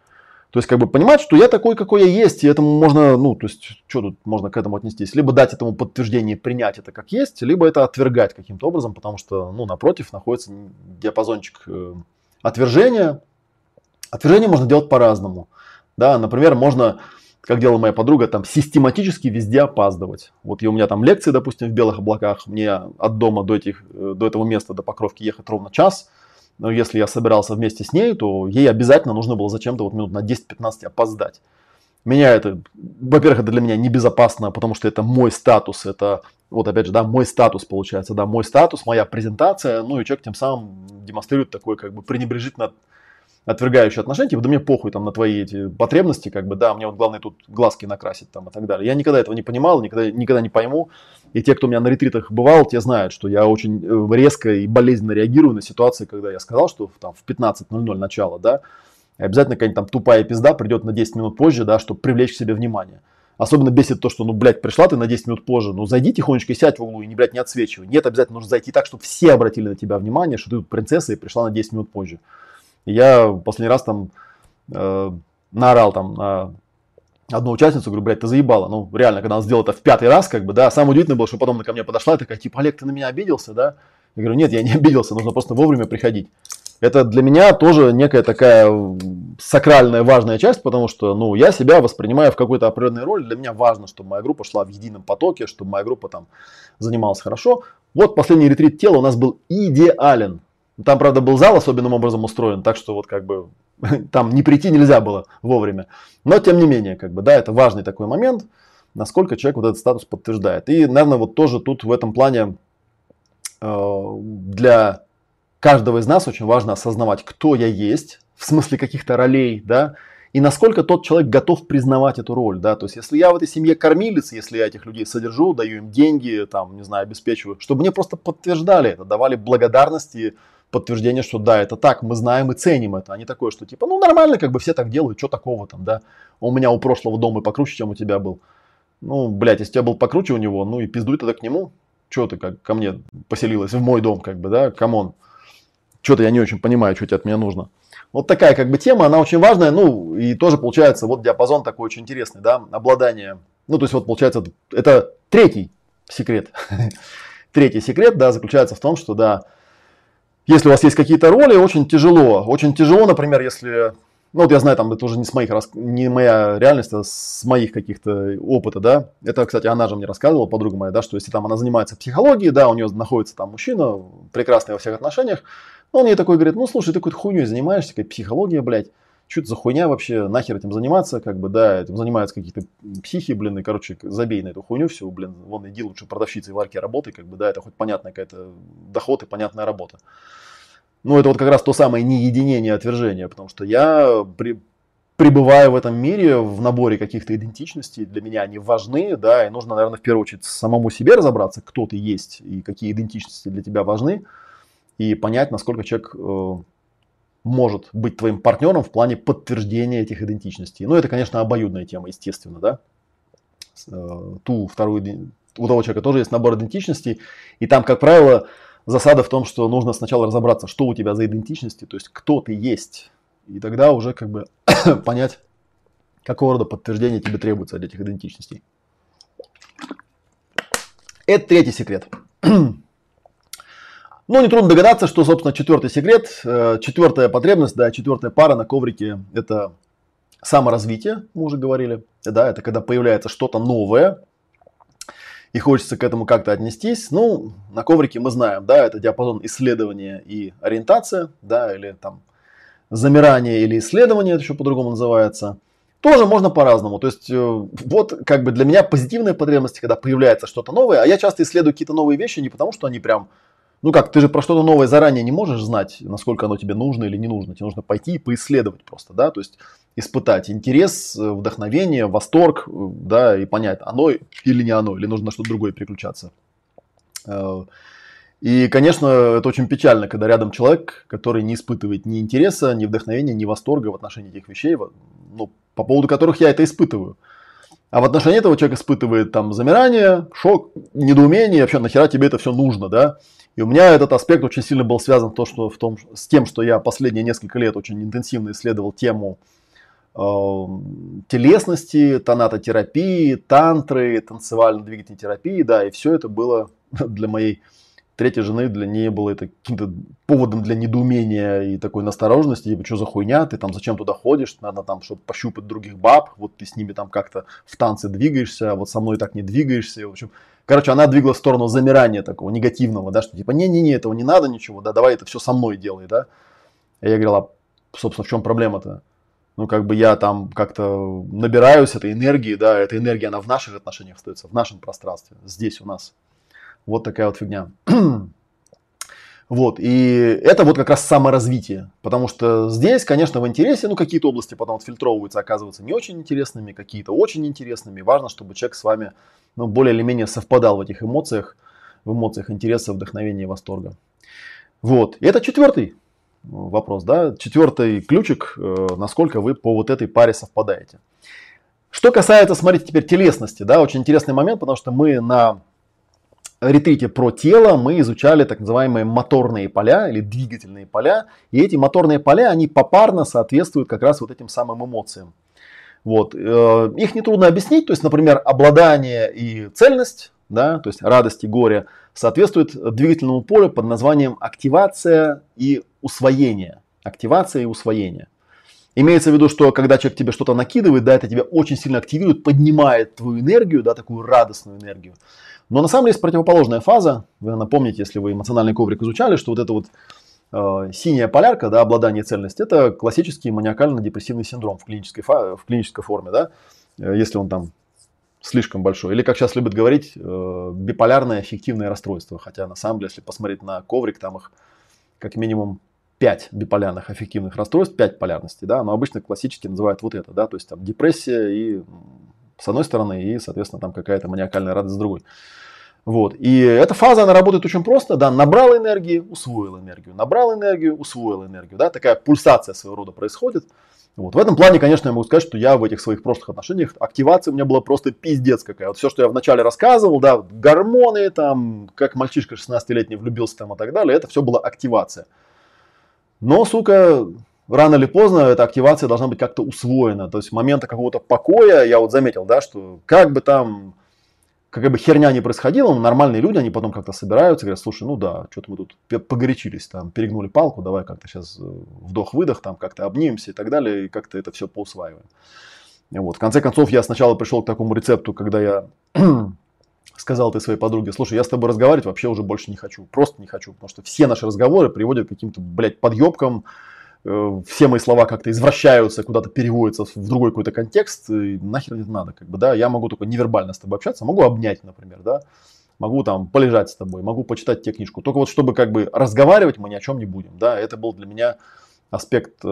То есть, как бы понимать, что я такой, какой я есть, и этому можно, ну, то есть, что тут можно к этому отнестись? Либо дать этому подтверждение, принять это как есть, либо это отвергать каким-то образом, потому что, ну, напротив находится диапазончик отвержения. Отвержение можно делать по-разному. Да, например, можно, как делала моя подруга, там систематически везде опаздывать. Вот и у меня там лекции, допустим, в Белых облаках, мне от дома до этого места, до Покровки ехать ровно час. Но если я собирался вместе с ней, то ей обязательно нужно было зачем-то вот минут на 10-15 опоздать. Меня это, во-первых, это для меня небезопасно, потому что это мой статус, это вот опять же, да, мой статус получается, да, мой статус, моя презентация, ну и человек тем самым демонстрирует такое как бы пренебрежительно отвергающее отношение, типа, да мне похуй там на твои эти потребности, как бы, да, мне вот главное тут глазки накрасить там и так далее. Я никогда этого не понимал, никогда не пойму. И те, кто у меня на ретритах бывал, те знают, что я очень резко и болезненно реагирую на ситуации, когда я сказал, что там в 15:00 начало, да, и обязательно какая-нибудь там тупая пизда придет на 10 минут позже, да, чтобы привлечь к себе внимание. Особенно бесит то, что, ну, блядь, пришла ты на 10 минут позже, ну, зайди тихонечко и сядь в углу и, блядь, не отсвечивай. Нет, обязательно нужно зайти так, чтобы все обратили на тебя внимание, что ты тут принцесса и пришла на 10 минут позже. И я последний раз там наорал там на одну участницу, говорю, блядь, ты заебала. Ну, реально, когда она сделала это в 5-й раз, как бы, да, самое удивительное было, что потом она ко мне подошла и такая, типа, Олег, ты на меня обиделся, да? Я говорю, нет, я не обиделся, нужно просто вовремя приходить. Это для меня тоже некая такая сакральная важная часть, потому что, ну, я себя воспринимаю в какой-то определенной роли. Для меня важно, чтобы моя группа шла в едином потоке, чтобы моя группа там занималась хорошо. Вот последний ретрит тела у нас был идеален. Там, правда, был зал особенным образом устроен, так что вот как бы там не прийти нельзя было вовремя. Но тем не менее, как бы, да, это важный такой момент, насколько человек вот этот статус подтверждает. И, наверное, вот тоже тут в этом плане для каждого из нас очень важно осознавать, кто я есть, в смысле каких-то ролей, да, и насколько тот человек готов признавать эту роль, да, то есть если я в этой семье кормилец, если я этих людей содержу, даю им деньги, там, не знаю, обеспечиваю, чтобы мне просто подтверждали это, давали благодарности, подтверждение, что да, это так, мы знаем и ценим это, а не такое, что типа, ну нормально, как бы все так делают, что такого там, да, у меня у прошлого дома и покруче, чем у тебя был, ну, блядь, если у тебя был покруче у него, ну и пиздуй тогда к нему, что ты как ко мне поселилась в мой дом, как бы, да, камон, что-то я не очень понимаю, что тебе от меня нужно. Вот такая как бы тема, она очень важная, ну и тоже получается вот диапазон такой очень интересный, да, обладание, ну то есть вот получается это третий секрет, третий секрет, да, заключается в том, что да, если у вас есть какие-то роли, очень тяжело, например, если, ну вот я знаю, там это уже не моя реальность, а с моих каких-то опыта, да, это, кстати, она же мне рассказывала, подруга моя, да, что если там она занимается психологией, да, у нее находится там мужчина, прекрасный во всех отношениях, он ей такой говорит, ну слушай, ты какой-то хуйней занимаешься, какая психология, блядь, что это за хуйня вообще, нахер этим заниматься, как бы, да, этим занимаются какие-то психи, блин, и, короче, забей на эту хуйню всю, блин, вон иди лучше продавщицей в ларьке работай, как бы, да, это хоть понятная какая-то доход и понятная работа. Ну, это вот как раз то самое неединение отвержения, потому что я пребываю в этом мире в наборе каких-то идентичностей, для меня они важны, да, и нужно, наверное, в первую очередь самому себе разобраться, кто ты есть и какие идентичности для тебя важны, и понять, насколько человек может быть твоим партнером в плане подтверждения этих идентичностей. Ну, это, конечно, обоюдная тема, естественно, да. У того человека тоже есть набор идентичностей, и там, как правило, засада в том, что нужно сначала разобраться, что у тебя за идентичности, то есть кто ты есть, и тогда уже как бы понять, какого рода подтверждение тебе требуется от этих идентичностей. Это третий секрет. Ну, нетрудно догадаться, что, собственно, четвертый секрет, четвертая потребность, да, четвертая пара на коврике – это саморазвитие, мы уже говорили. Да, это когда появляется что-то новое, и хочется к этому как-то отнестись. Ну, на коврике мы знаем, да, это диапазон исследования и ориентация, да, или там замирание или исследование, это еще по-другому называется. Тоже можно по-разному. То есть, вот как бы для меня позитивные потребности, когда появляется что-то новое, а я часто исследую какие-то новые вещи не потому, что они прям, ну как, ты же про что-то новое заранее не можешь знать, насколько оно тебе нужно или не нужно. Тебе нужно пойти и поисследовать просто, да, то есть испытать интерес, вдохновение, восторг, да, и понять, оно или не оно, или нужно на что-то другое переключаться. И, конечно, это очень печально, когда рядом человек, который не испытывает ни интереса, ни вдохновения, ни восторга в отношении этих вещей, ну, по поводу которых я это испытываю. А в отношении этого человек испытывает там замирание, шок, недоумение, вообще нахера тебе это все нужно, да? И у меня этот аспект очень сильно был связан с тем, что я последние несколько лет очень интенсивно исследовал тему телесности, тонатотерапии, тантры, танцевально-двигательной терапии, да, и все это было для моей третьей жены, для нее было это каким-то поводом для недоумения и такой настороженности, типа, что за хуйня, ты там зачем туда ходишь, надо там, чтобы пощупать других баб, вот ты с ними там как-то в танце двигаешься, а вот со мной так не двигаешься, в общем, короче, она двигала в сторону замирания такого негативного, да, что типа, не-не-не, этого не надо ничего, да, давай это все со мной делай, да, и я говорил, а, собственно, в чем проблема-то? Ну, как бы я там как-то набираюсь этой энергии, да, эта энергия, она в наших отношениях остается, в нашем пространстве, здесь у нас. Вот такая вот фигня. Вот, и это вот как раз саморазвитие, потому что здесь, конечно, в интересе, ну, какие-то области потом отфильтровываются, оказываются не очень интересными, какие-то очень интересными. Важно, чтобы человек с вами, ну, более или менее совпадал в этих эмоциях, в эмоциях интереса, вдохновения, восторга. Вот, и это четвертый вопрос, да, четвертый ключик, насколько вы по вот этой паре совпадаете. Что касается, смотрите, теперь телесности, да, очень интересный момент, потому что мы на ретрите про тело мы изучали так называемые моторные поля или двигательные поля. И эти моторные поля, они попарно соответствуют как раз вот этим самым эмоциям. Вот. Их нетрудно объяснить. То есть, например, обладание и цельность, да, то есть радость и горе, соответствуют двигательному полю под названием активация и усвоение. Активация и усвоение. Имеется в виду, что когда человек тебе что-то накидывает, да, это тебя очень сильно активирует, поднимает твою энергию, да, такую радостную энергию. Но на самом деле есть противоположная фаза. Вы напомните, если вы эмоциональный коврик изучали, что вот эта вот синяя полярка, да, обладание цельности, это классический маниакально-депрессивный синдром в клинической форме, да, если он там слишком большой. Или, как сейчас любят говорить, биполярное аффективное расстройство. Хотя на самом деле, если посмотреть на коврик, там их как минимум 5 биполярных аффективных расстройств, 5 полярностей, да, но обычно классически называют вот это, да, то есть там депрессия и с одной стороны, и, соответственно, там какая-то маниакальная радость с другой. Вот. И эта фаза, она работает очень просто, да, набрал энергии, усвоил энергию, набрал энергию, усвоил энергию, да, такая пульсация своего рода происходит. Вот. В этом плане, конечно, я могу сказать, что я в этих своих прошлых отношениях, активация у меня была просто пиздец какая. Вот все, что я вначале рассказывал, да, гормоны, там, как мальчишка 16-летний влюбился там и так далее, это все была активация. Но, сука, рано или поздно эта активация должна быть как-то усвоена. То есть момента какого-то покоя, я вот заметил, да, что как бы там, какая бы херня ни происходила, нормальные люди, они потом как-то собираются и говорят, слушай, ну да, что-то мы тут погорячились, там, перегнули палку, давай как-то сейчас вдох-выдох, там, как-то обнимемся и так далее, и как-то это все поусваиваем. Вот. В конце концов, я сначала пришел к такому рецепту, когда я сказал ты своей подруге, слушай, я с тобой разговаривать вообще уже больше не хочу, просто не хочу, потому что все наши разговоры приводят к каким-то, блядь, подъебкам, все мои слова как-то извращаются, куда-то переводятся в другой какой-то контекст, и нахер это надо, как бы, да, я могу только невербально с тобой общаться, могу обнять, например, да, могу там полежать с тобой, могу почитать тебе книжку, только вот чтобы как бы разговаривать мы ни о чем не будем, да, это был для меня аспект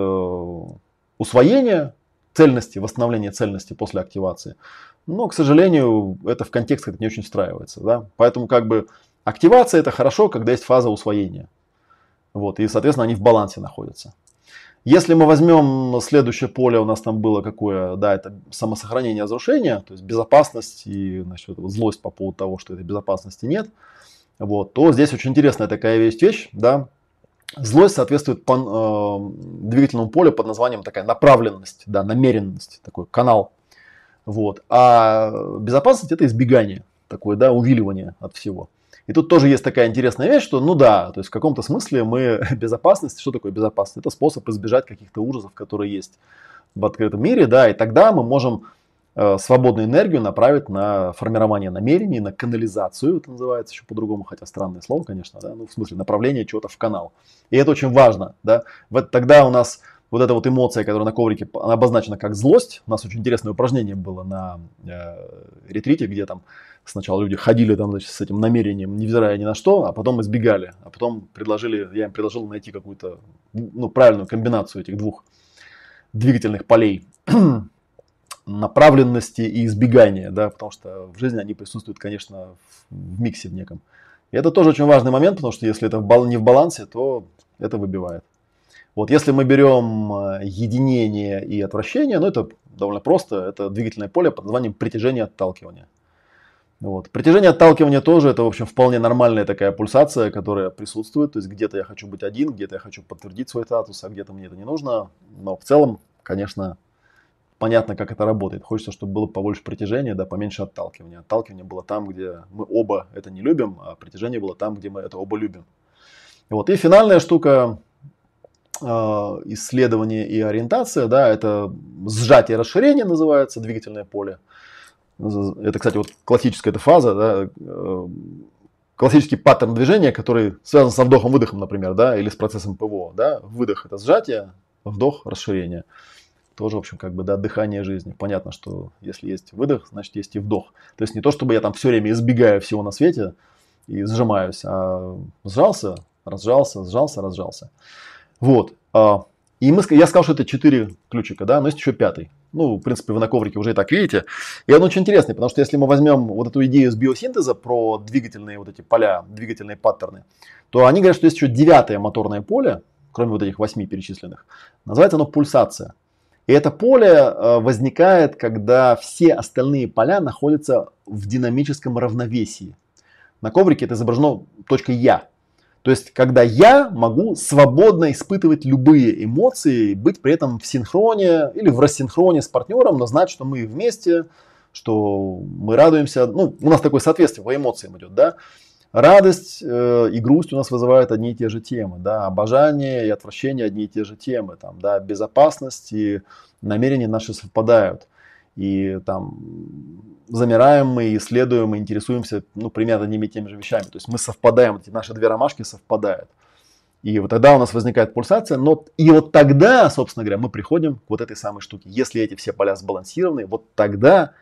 усвоения цельности, восстановления цельности после активации. Но, к сожалению, это в контекст это не очень встраивается. Да? Поэтому как бы активация это хорошо, когда есть фаза усвоения. Вот, и, соответственно, они в балансе находятся. Если мы возьмем следующее поле, у нас там было какое, да, это самосохранение, разрушение, то есть безопасность и, значит, злость по поводу того, что этой безопасности нет, вот, то здесь очень интересная такая вещь, да, Злость соответствует двигательному полю под названием такая направленность, да, намеренность, такой канал. Вот. А безопасность – это избегание, такое, да, увиливание от всего. И тут тоже есть такая интересная вещь, что, ну да, то есть в каком-то смысле мы безопасность, что такое безопасность? Это способ избежать каких-то ужасов, которые есть в открытом мире, да, и тогда мы можем свободную энергию направить на формирование намерений, на канализацию, это называется еще по-другому, хотя странное слово, конечно, да, ну в смысле направление чего-то в канал. И это очень важно, да. Тогда у нас вот эта вот эмоция, которая на коврике, она обозначена как злость. У нас очень интересное упражнение было на ретрите, где там сначала люди ходили там, значит, с этим намерением, невзирая ни на что, а потом избегали. А потом я им предложил найти какую-то, ну, правильную комбинацию этих двух двигательных полей направленности и избегания, да, потому что в жизни они присутствуют, конечно, в миксе в неком. И это тоже очень важный момент, потому что если это не в балансе, то это выбивает. Вот если мы берем единение и отвращение, ну это довольно просто, это двигательное поле под названием притяжение и отталкивание. Вот. Притяжение и отталкивание тоже, это, в общем, вполне нормальная такая пульсация, которая присутствует. То есть где-то я хочу быть один, где-то я хочу подтвердить свой статус, а где-то мне это не нужно. Но в целом, конечно, понятно, как это работает. Хочется, чтобы было побольше притяжения, да, поменьше отталкивания. Отталкивание было там, где мы оба это не любим, а притяжение было там, где мы это оба любим. Вот. И финальная штука, исследование и ориентация, да, это сжатие и расширение называется, двигательное поле. Это, кстати, вот классическая эта фаза, да, классический паттерн движения, который связан со вдохом-выдохом, например, да, или с процессом ПВО. Да. Выдох – это сжатие, вдох – расширение. Тоже, в общем, как бы, да, дыхание жизни. Понятно, что если есть выдох, значит, есть и вдох. То есть не то, чтобы я там все время избегаю всего на свете и сжимаюсь, а сжался, разжался, сжался, разжался. Вот. И я сказал, что это 4 ключика, да, но есть еще 5. Ну, в принципе, вы на коврике уже и так видите. И он очень интересный, потому что если мы возьмем вот эту идею с биосинтеза про двигательные вот эти поля, двигательные паттерны, то они говорят, что есть еще 9 моторное поле, кроме вот этих 8 перечисленных. Называется оно пульсация. И это поле возникает, когда все остальные поля находятся в динамическом равновесии. На коврике это изображено точкой «Я». То есть, когда я могу свободно испытывать любые эмоции, быть при этом в синхроне или в рассинхроне с партнером, но знать, что мы вместе, что мы радуемся. Ну, у нас такое соответствие по эмоциям идет, да. Радость и грусть у нас вызывают одни и те же темы, да. Обожание и отвращение одни и те же темы, там, да. Безопасность и намерения наши совпадают. И там замираем мы, исследуем, интересуемся, ну, примерно одними и теми же вещами. То есть мы совпадаем, эти наши две ромашки совпадают. И вот тогда у нас возникает пульсация. И вот тогда, собственно говоря, мы приходим к вот этой самой штуке. Если эти все поля сбалансированы, вот тогда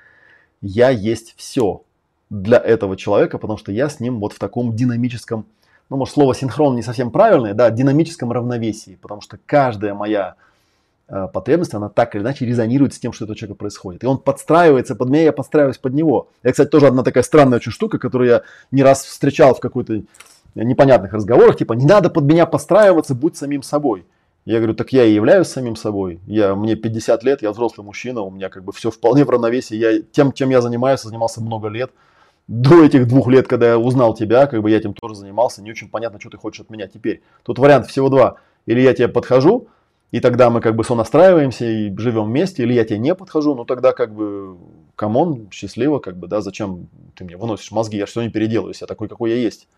я есть все для этого человека, потому что я с ним вот в таком динамическом, ну, может, слово синхрон не совсем правильное, да, динамическом равновесии. Потому что каждая моя потребность, она так или иначе резонирует с тем, что у этого человека происходит. И он подстраивается под меня, я подстраиваюсь под него. Это, кстати, тоже одна такая странная очень штука, которую я не раз встречал в какой-то непонятных разговорах, типа, не надо под меня подстраиваться, будь самим собой. Я говорю, так я и являюсь самим собой. Мне 50 лет, я взрослый мужчина, у меня как бы все вполне в равновесии. Тем, чем я занимался много лет. До этих 2 лет, когда я узнал тебя, как бы я этим тоже занимался, не очень понятно, что ты хочешь от меня теперь. Тут вариант всего 2. Или я тебе подхожу, и тогда мы как бы сонастраиваемся и живем вместе, или я тебе не подхожу, ну тогда как бы, камон, счастливо, как бы, да, зачем ты мне выносишь мозги, я все не переделаюсь, я такой, какой я есть.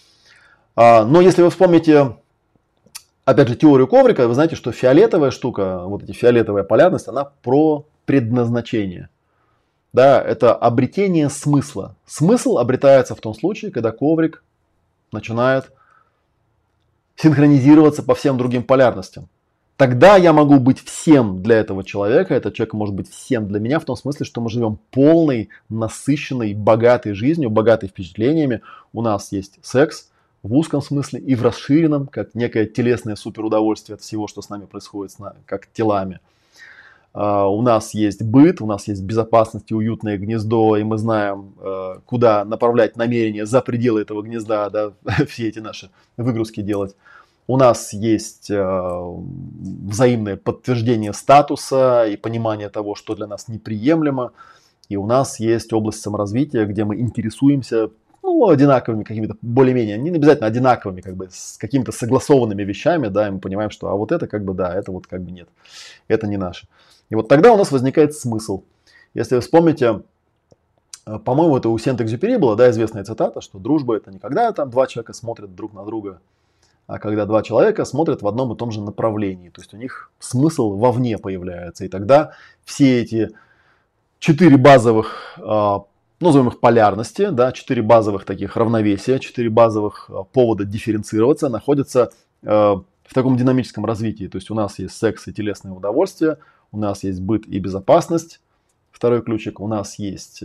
Но если вы вспомните, опять же, теорию коврика, вы знаете, что фиолетовая штука, вот эти фиолетовая полярность, она про предназначение. Да, это обретение смысла. Смысл обретается в том случае, когда коврик начинает синхронизироваться по всем другим полярностям. Тогда я могу быть всем для этого человека, этот человек может быть всем для меня, в том смысле, что мы живем полной, насыщенной, богатой жизнью, богатой впечатлениями. У нас есть секс в узком смысле и в расширенном, как некое телесное суперудовольствие от всего, что с нами происходит, как телами. У нас есть быт, у нас есть безопасность и уютное гнездо, и мы знаем, куда направлять намерения за пределы этого гнезда, да, все эти наши выгрузки делать. У нас есть взаимное подтверждение статуса и понимание того, что для нас неприемлемо. И у нас есть область саморазвития, где мы интересуемся, ну, ну, одинаковыми какими-то, более-менее, не обязательно одинаковыми, как бы, с какими-то согласованными вещами, да, и мы понимаем, что, а вот это, как бы, да, это вот, как бы, нет, это не наше. И вот тогда у нас возникает смысл. Если вы вспомните, по-моему, это у Сент-Экзюпери была, да, известная цитата, что дружба это не когда там два человека смотрят друг на друга, а когда два человека смотрят в одном и том же направлении. То есть у них смысл вовне появляется. И тогда все эти 4 базовых, назовем их полярности, да, 4 базовых таких равновесия, 4 базовых повода дифференцироваться находятся в таком динамическом развитии. То есть у нас есть секс и телесное удовольствие, у нас есть быт и безопасность. Второй ключик, у нас есть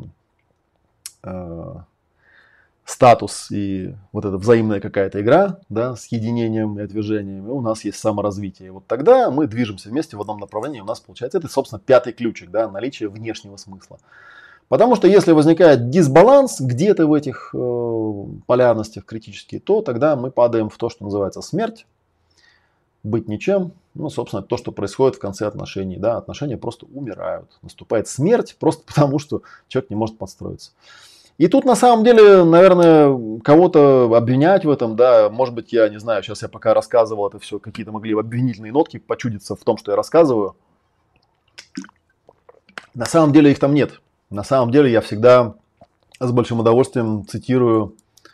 статус и вот эта взаимная какая-то игра, да, с единением и движением, и у нас есть саморазвитие. И вот тогда мы движемся вместе в одном направлении, у нас получается, это, собственно, 5-й ключик, да, наличие внешнего смысла. Потому что если возникает дисбаланс где-то в этих полярностях критически, то тогда мы падаем в то, что называется смерть, быть ничем. Ну, собственно, то, что происходит в конце отношений. Да, отношения просто умирают. Наступает смерть просто потому, что человек не может подстроиться. И тут на самом деле, наверное, кого-то обвинять в этом, да, может быть, я не знаю, сейчас я пока рассказывал это все, какие-то могли обвинительные нотки почудиться в том, что я рассказываю. На самом деле их там нет. На самом деле я всегда с большим удовольствием цитирую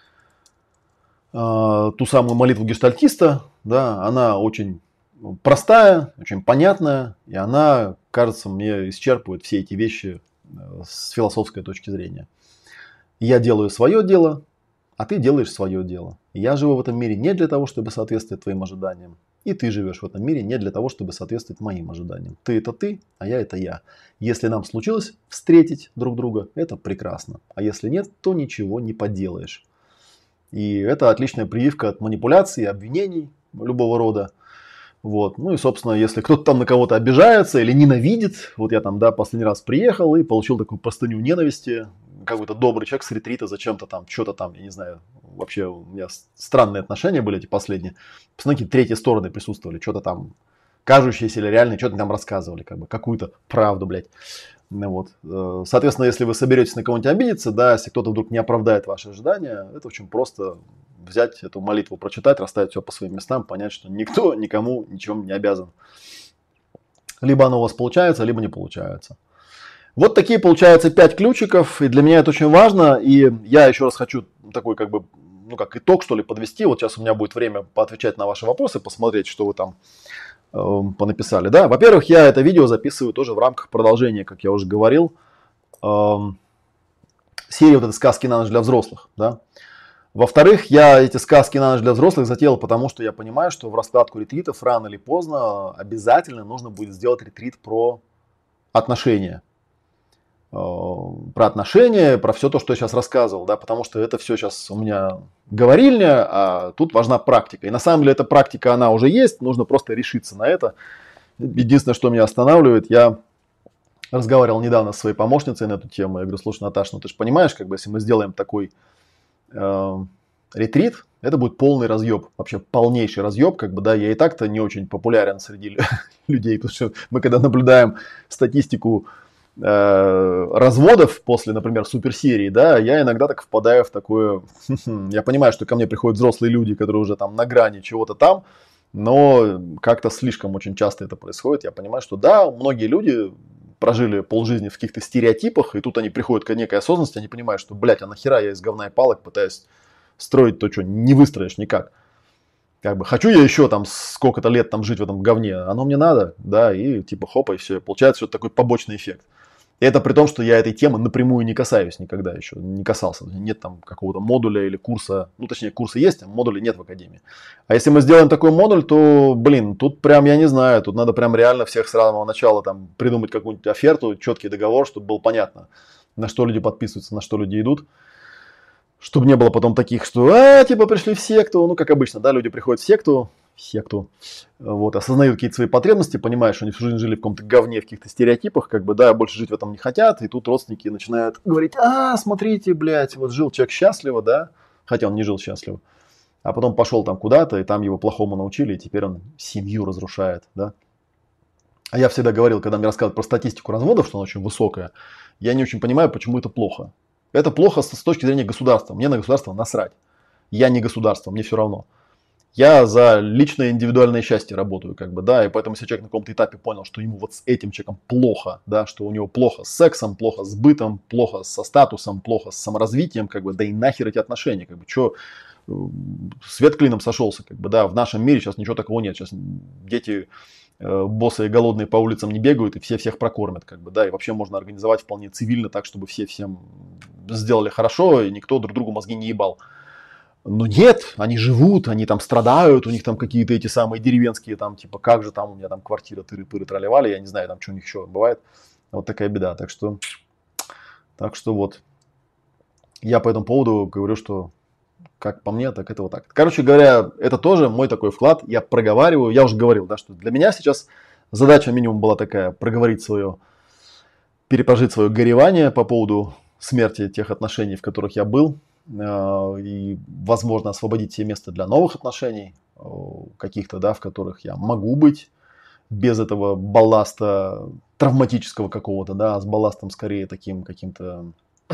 ту самую молитву гештальтиста, да, она очень простая, очень понятная, и она, кажется, мне исчерпывает все эти вещи с философской точки зрения. Я делаю свое дело, а ты делаешь свое дело. Я живу в этом мире не для того, чтобы соответствовать твоим ожиданиям. И ты живешь в этом мире не для того, чтобы соответствовать моим ожиданиям. Ты это ты, а я это я. Если нам случилось встретить друг друга, это прекрасно. А если нет, то ничего не поделаешь. И это отличная прививка от манипуляций, обвинений любого рода. Вот. Ну и, собственно, если кто-то там на кого-то обижается или ненавидит, вот я там, да, последний раз приехал и получил такую простыню ненависти, какой-то добрый человек с ретрита зачем-то там, что-то там, я не знаю, вообще у меня странные отношения были эти последние. Посмотрите, третьи стороны присутствовали, что-то там кажущееся или реальное, что-то там рассказывали, как бы, какую-то правду, блядь. Ну, вот. Соответственно, если вы соберетесь на кого-нибудь обидеться, да, если кто-то вдруг не оправдает ваши ожидания, это очень просто взять эту молитву, прочитать, расставить все по своим местам, понять, что никто никому ничем не обязан. Либо оно у вас получается, либо не получается. Вот такие получаются 5 ключиков, и для меня это очень важно, и я еще раз хочу такой как бы, ну как итог что ли подвести, вот сейчас у меня будет время поотвечать на ваши вопросы, посмотреть, что вы там понаписали. Да, во-первых, я это видео записываю тоже в рамках продолжения, как я уже говорил, серии вот этой сказки на ночь для взрослых, да. Во-вторых, я эти сказки на ночь для взрослых затеял, потому что я понимаю, что в раскладку ретритов рано или поздно обязательно нужно будет сделать ретрит про отношения. Про отношения, про все то, что я сейчас рассказывал, да, потому что это все сейчас у меня говорильня, а тут важна практика. И на самом деле эта практика, она уже есть, нужно просто решиться на это. Единственное, что меня останавливает, я разговаривал недавно со своей помощницей на эту тему, я говорю, слушай, Наташа, ну ты же понимаешь, как бы, если мы сделаем такой ретрит, это будет полный разъеб, вообще полнейший разъеб, как бы, да, я и так-то не очень популярен среди людей, потому что мы когда наблюдаем статистику разводов после, например, суперсерии, да, я иногда так впадаю в такое, я понимаю, что ко мне приходят взрослые люди, которые уже там на грани чего-то там, но как-то слишком очень часто это происходит, я понимаю, что да, многие люди прожили полжизни в каких-то стереотипах, и тут они приходят к некой осознанности, они понимают, что, блядь, а нахера я из говна и палок пытаюсь строить то, что не выстроишь никак. Как бы, хочу я еще там сколько-то лет там жить в этом говне, оно мне надо, да, и типа хопа, и все, получается что-то такой побочный эффект. И это при том, что я этой темы напрямую не касаюсь никогда еще, не касался. Нет там какого-то модуля или курса, ну точнее курсы есть, а модулей нет в академии. А если мы сделаем такой модуль, то, блин, тут прям, я не знаю, тут надо прям реально всех с самого начала там придумать какую-нибудь оферту, четкий договор, чтобы было понятно, на что люди подписываются, на что люди идут. Чтобы не было потом таких, что, типа, пришли в секту, ну, как обычно, да, люди приходят в секту, вот, осознают какие-то свои потребности, понимают, что они всю жизнь жили в каком-то говне, в каких-то стереотипах, как бы, да, больше жить в этом не хотят, и тут родственники начинают говорить, смотрите, блядь, вот жил человек счастливо, да, хотя он не жил счастливо, а потом пошел там куда-то, и там его плохому научили, и теперь он семью разрушает, да. А я всегда говорил, когда мне рассказывают про статистику разводов, что она очень высокая, я не очень понимаю, почему это плохо. Это плохо с точки зрения государства. Мне на государство насрать. Я не государство, мне все равно. Я за личное индивидуальное счастье работаю, как бы, да, и поэтому если человек на каком-то этапе понял, что ему вот с этим человеком плохо, да, что у него плохо с сексом, плохо с бытом, плохо со статусом, плохо с саморазвитием, как бы, да и нахер эти отношения, как бы, что свет клином сошелся, как бы, да, в нашем мире сейчас ничего такого нет, сейчас дети боссы и голодные по улицам не бегают и все всех прокормят, как бы, да, и вообще можно организовать вполне цивильно так, чтобы все всем сделали хорошо и никто друг другу мозги не ебал. Но нет, они живут, они там страдают, у них там какие-то эти самые деревенские, там, типа, как же там у меня там квартира, тыры-пыры, тролливали, я не знаю, там, что у них еще бывает. Вот такая беда. Так что вот, я по этому поводу говорю, что как по мне, так это вот так. Короче говоря, это тоже мой такой вклад, я проговариваю, я уже говорил, да, что для меня сейчас задача минимум была такая, проговорить свое, перепрожить свое горевание по поводу смерти тех отношений, в которых я был, и, возможно, освободить себе место для новых отношений, каких-то, да, в которых я могу быть без этого балласта травматического какого-то, да, с балластом скорее таким каким-то,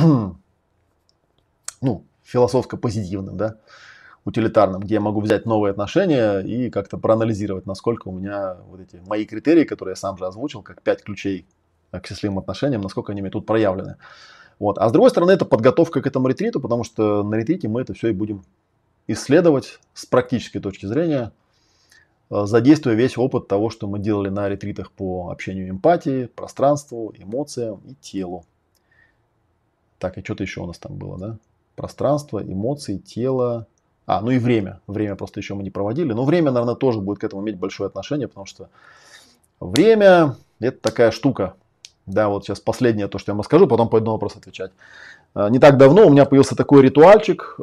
ну, философско-позитивным, да, утилитарным, где я могу взять новые отношения и как-то проанализировать, насколько у меня вот эти мои критерии, которые я сам же озвучил, как 5 ключей к счастливым отношениям, насколько они мне тут проявлены. Вот. А с другой стороны, это подготовка к этому ретриту, потому что на ретрите мы это все и будем исследовать с практической точки зрения, задействуя весь опыт того, что мы делали на ретритах по общению эмпатии, пространству, эмоциям и телу. Так, и что-то еще у нас там было, да? Пространство, эмоции, тело. Ну и время. Время просто еще мы не проводили. Но время, наверное, тоже будет к этому иметь большое отношение, потому что время – это такая штука. Да, вот сейчас последнее то, что я вам расскажу, потом пойду на вопрос отвечать. Не так давно у меня появился такой ритуальчик.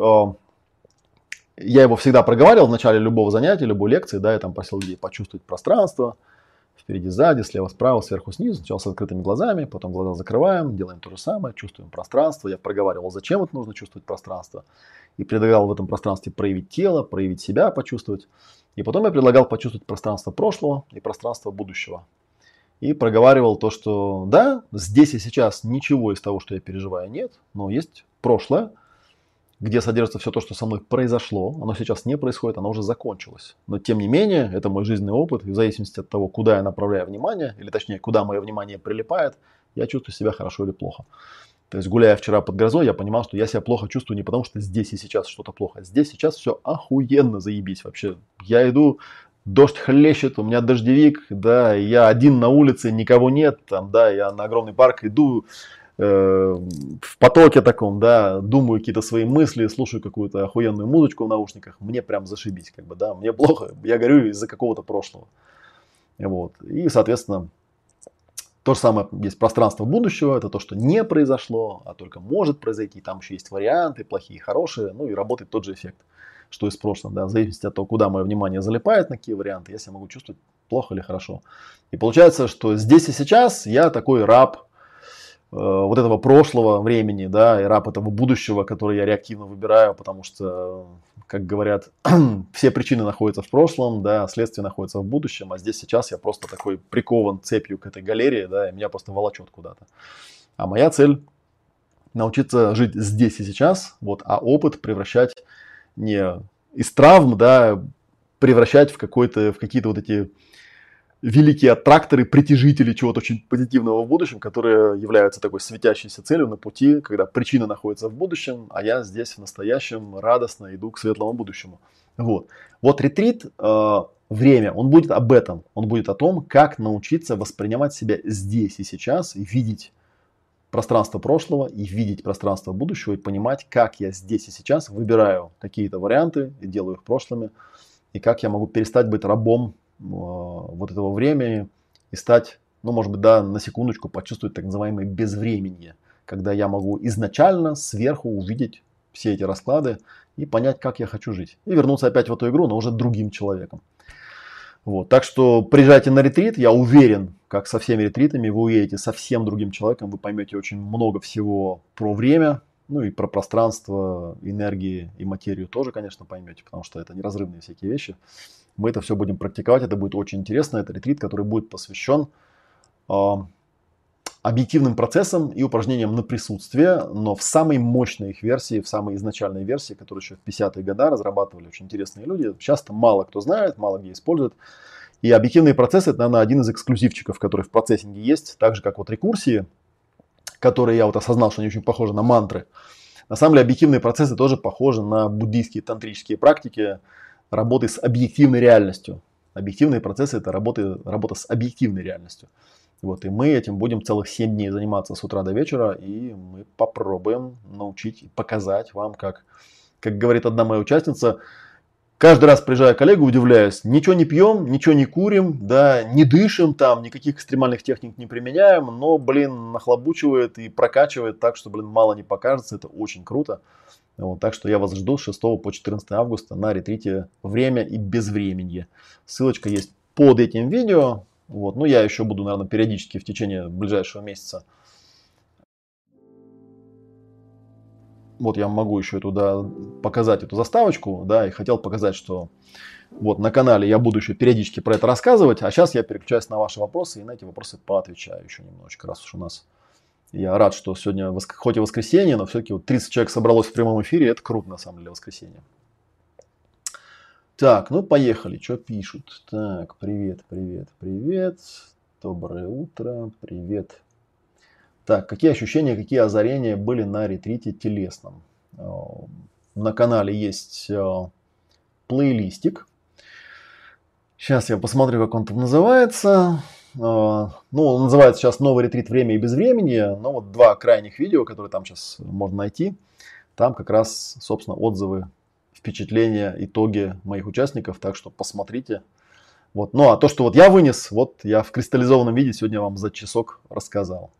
Я его всегда проговаривал в начале любого занятия, любой лекции. Да, я там просил людей почувствовать пространство. Впереди, сзади, слева, справа, сверху, снизу. Сначала с открытыми глазами, потом глаза закрываем, делаем то же самое, чувствуем пространство. Я проговаривал, зачем это нужно чувствовать пространство. И предлагал в этом пространстве проявить тело, проявить себя, почувствовать. И потом я предлагал почувствовать пространство прошлого и пространство будущего. И проговаривал то, что да, здесь и сейчас ничего из того, что я переживаю, нет, но есть прошлое, где содержится все то, что со мной произошло. Оно сейчас не происходит, оно уже закончилось. Но тем не менее, это мой жизненный опыт, и в зависимости от того, куда я направляю внимание, или точнее, куда мое внимание прилипает, я чувствую себя хорошо или плохо. То есть, гуляя вчера под грозой, я понимал, что я себя плохо чувствую не потому, что здесь и сейчас что-то плохо. Здесь сейчас все охуенно заебись вообще. Я иду, дождь хлещет, у меня дождевик, да, я один на улице, никого нет, там, да, я на огромный парк иду в потоке таком, да, думаю какие-то свои мысли, слушаю какую-то охуенную музычку в наушниках, мне прям зашибись, как бы, да, мне плохо, я горю из-за какого-то прошлого. Вот. И, соответственно, то же самое есть пространство будущего, это то, что не произошло, а только может произойти. Там еще есть варианты, плохие и хорошие, ну и работает тот же эффект, что и с прошлым. Да, в зависимости от того, куда мое внимание залипает, на какие варианты, я себя могу чувствовать плохо или хорошо. И получается, что здесь и сейчас я такой раб вот этого прошлого времени, да, и раб этого будущего, который я реактивно выбираю, потому что, как говорят, все причины находятся в прошлом, да, следствие находится в будущем, а здесь сейчас я просто такой прикован цепью к этой галерее, да, и меня просто волочет куда-то. А моя цель научиться жить здесь и сейчас, вот, а опыт превращать не из травм, да, превращать в какие-то вот эти великие аттракторы, притяжители чего-то очень позитивного в будущем, которые являются такой светящейся целью на пути, когда причина находится в будущем, а я здесь в настоящем радостно иду к светлому будущему. Вот ретрит, время, он будет об этом. Он будет о том, как научиться воспринимать себя здесь и сейчас и видеть пространство прошлого и видеть пространство будущего и понимать, как я здесь и сейчас выбираю какие-то варианты и делаю их прошлыми, и как я могу перестать быть рабом вот этого времени и стать, ну, может быть, да, на секундочку почувствовать так называемое безвременье, когда я могу изначально сверху увидеть все эти расклады и понять, как я хочу жить. И вернуться опять в эту игру, но уже другим человеком. Вот. Так что приезжайте на ретрит, я уверен, как со всеми ретритами, вы уедете совсем другим человеком, вы поймете очень много всего про время, ну и про пространство, энергии и материю тоже, конечно, поймете, потому что это неразрывные всякие вещи. Мы это все будем практиковать, это будет очень интересно. Это ретрит, который будет посвящен объективным процессом и упражнением на присутствие, но в самой мощной их версии, в самой изначальной версии, которую еще в 50-е годы разрабатывали очень интересные люди. Часто мало кто знает, мало где использует. И объективные процессы – это, наверное, один из эксклюзивчиков, который в процессинге есть, так же, как вот рекурсии, которые я вот осознал, что они очень похожи на мантры. На самом деле объективные процессы тоже похожи на буддийские тантрические практики работы с объективной реальностью. Объективные процессы – это работа с объективной реальностью. Вот, и мы этим будем целых 7 дней заниматься с утра до вечера, и мы попробуем научить и показать вам, как говорит одна моя участница, каждый раз, приезжая к коллегу, удивляюсь, ничего не пьем, ничего не курим, да, не дышим там, никаких экстремальных техник не применяем, но, нахлобучивает и прокачивает так, что, мало не покажется, это очень круто. Вот, так что я вас жду с 6 по 14 августа на ретрите «Время и безвременье». Ссылочка есть под этим видео. Вот, ну, я еще буду, наверное, периодически в течение ближайшего месяца. Вот я могу еще туда показать эту заставочку, да, и хотел показать, что вот на канале я буду еще периодически про это рассказывать, а сейчас я переключаюсь на ваши вопросы и на эти вопросы поотвечаю еще немножечко, раз уж у нас. Я рад, что сегодня, хоть и воскресенье, но все-таки вот 30 человек собралось в прямом эфире, это круто на самом деле, воскресенье. Так, ну поехали, что пишут? Так, привет. Доброе утро, привет. Так, какие ощущения, какие озарения были на ретрите телесном? На канале есть плейлистик. Сейчас я посмотрю, как он там называется. Ну, он называется сейчас «Новый ретрит. Время и безвременье». Но вот 2 крайних видео, которые там сейчас можно найти. Там как раз, собственно, отзывы, впечатления, итоги моих участников. Так что посмотрите. Вот. Ну, а то, что вот я вынес, вот я в кристаллизованном виде сегодня вам за часок рассказал.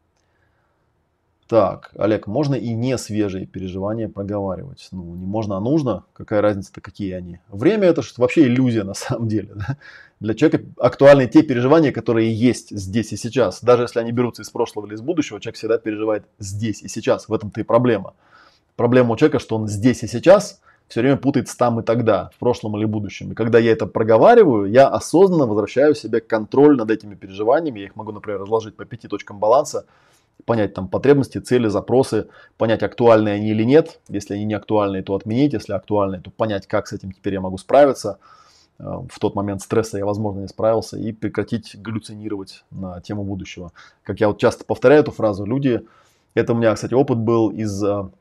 Так, Олег, можно и не свежие переживания проговаривать? Ну, не можно, а нужно. Какая разница-то, какие они? Время – это вообще иллюзия на самом деле. Да? Для человека актуальны те переживания, которые есть здесь и сейчас. Даже если они берутся из прошлого или из будущего, человек всегда переживает здесь и сейчас. В этом-то и проблема. Проблема у человека, что он здесь и сейчас все время путается там и тогда, в прошлом или будущем. И когда я это проговариваю, я осознанно возвращаю себе контроль над этими переживаниями. Я их могу, например, разложить по 5 точкам баланса, понять там потребности, цели, запросы, понять, актуальны они или нет. Если они не актуальны, то отменить. Если актуальны, то понять, как с этим теперь я могу справиться. В тот момент стресса я, возможно, не справился. И прекратить галлюцинировать на тему будущего. Как я вот часто повторяю эту фразу, люди... Это у меня, кстати, опыт был из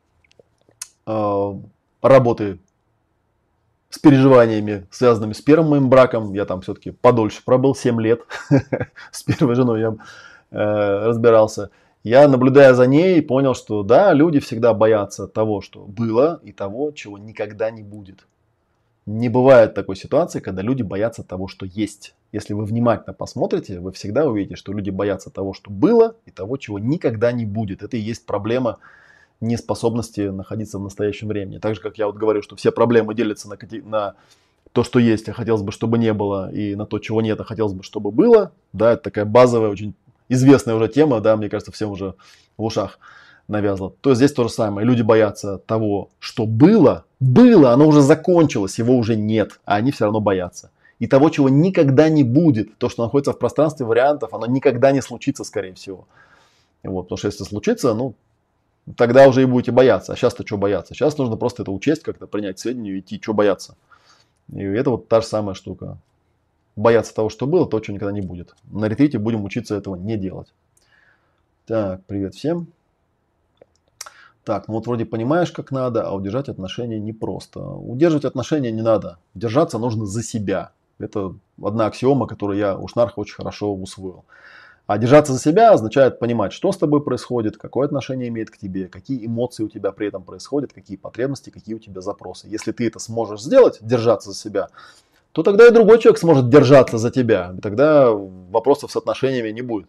работы с переживаниями, связанными с первым моим браком. Я там все-таки подольше пробыл, 7 лет. С первой женой я разбирался. Я, наблюдая за ней, понял, что да, люди всегда боятся того, что было, и того, чего никогда не будет. Не бывает такой ситуации, когда люди боятся того, что есть. Если вы внимательно посмотрите, вы всегда увидите, что люди боятся того, что было, и того, чего никогда не будет. Это и есть проблема неспособности находиться в настоящем времени. Так же, как я вот говорю, что все проблемы делятся на то, что есть, а хотелось бы, чтобы не было, и на то, чего нет, а хотелось бы, чтобы было. Да, это такая базовая, очень известная уже тема, да, мне кажется, всем уже в ушах навязла. То здесь то же самое. Люди боятся того, что было, оно уже закончилось, его уже нет, а они все равно боятся. И того, чего никогда не будет, то, что находится в пространстве вариантов, оно никогда не случится, скорее всего. Вот, потому что если случится, ну, тогда уже и будете бояться. А сейчас-то что бояться? Сейчас нужно просто это учесть, как-то принять к сведению и идти, что бояться. И это вот та же самая штука. Бояться того, что было, то, чего никогда не будет. На ретрите будем учиться этого не делать. Так, привет всем. Так, ну вот вроде понимаешь, как надо, а удержать отношения непросто. Удерживать отношения не надо. Держаться нужно за себя. Это одна аксиома, которую я у Шнарха очень хорошо усвоил. А держаться за себя означает понимать, что с тобой происходит, какое отношение имеет к тебе, какие эмоции у тебя при этом происходят, какие потребности, какие у тебя запросы. Если ты это сможешь сделать, держаться за себя, то тогда и другой человек сможет держаться за тебя. И тогда вопросов с отношениями не будет.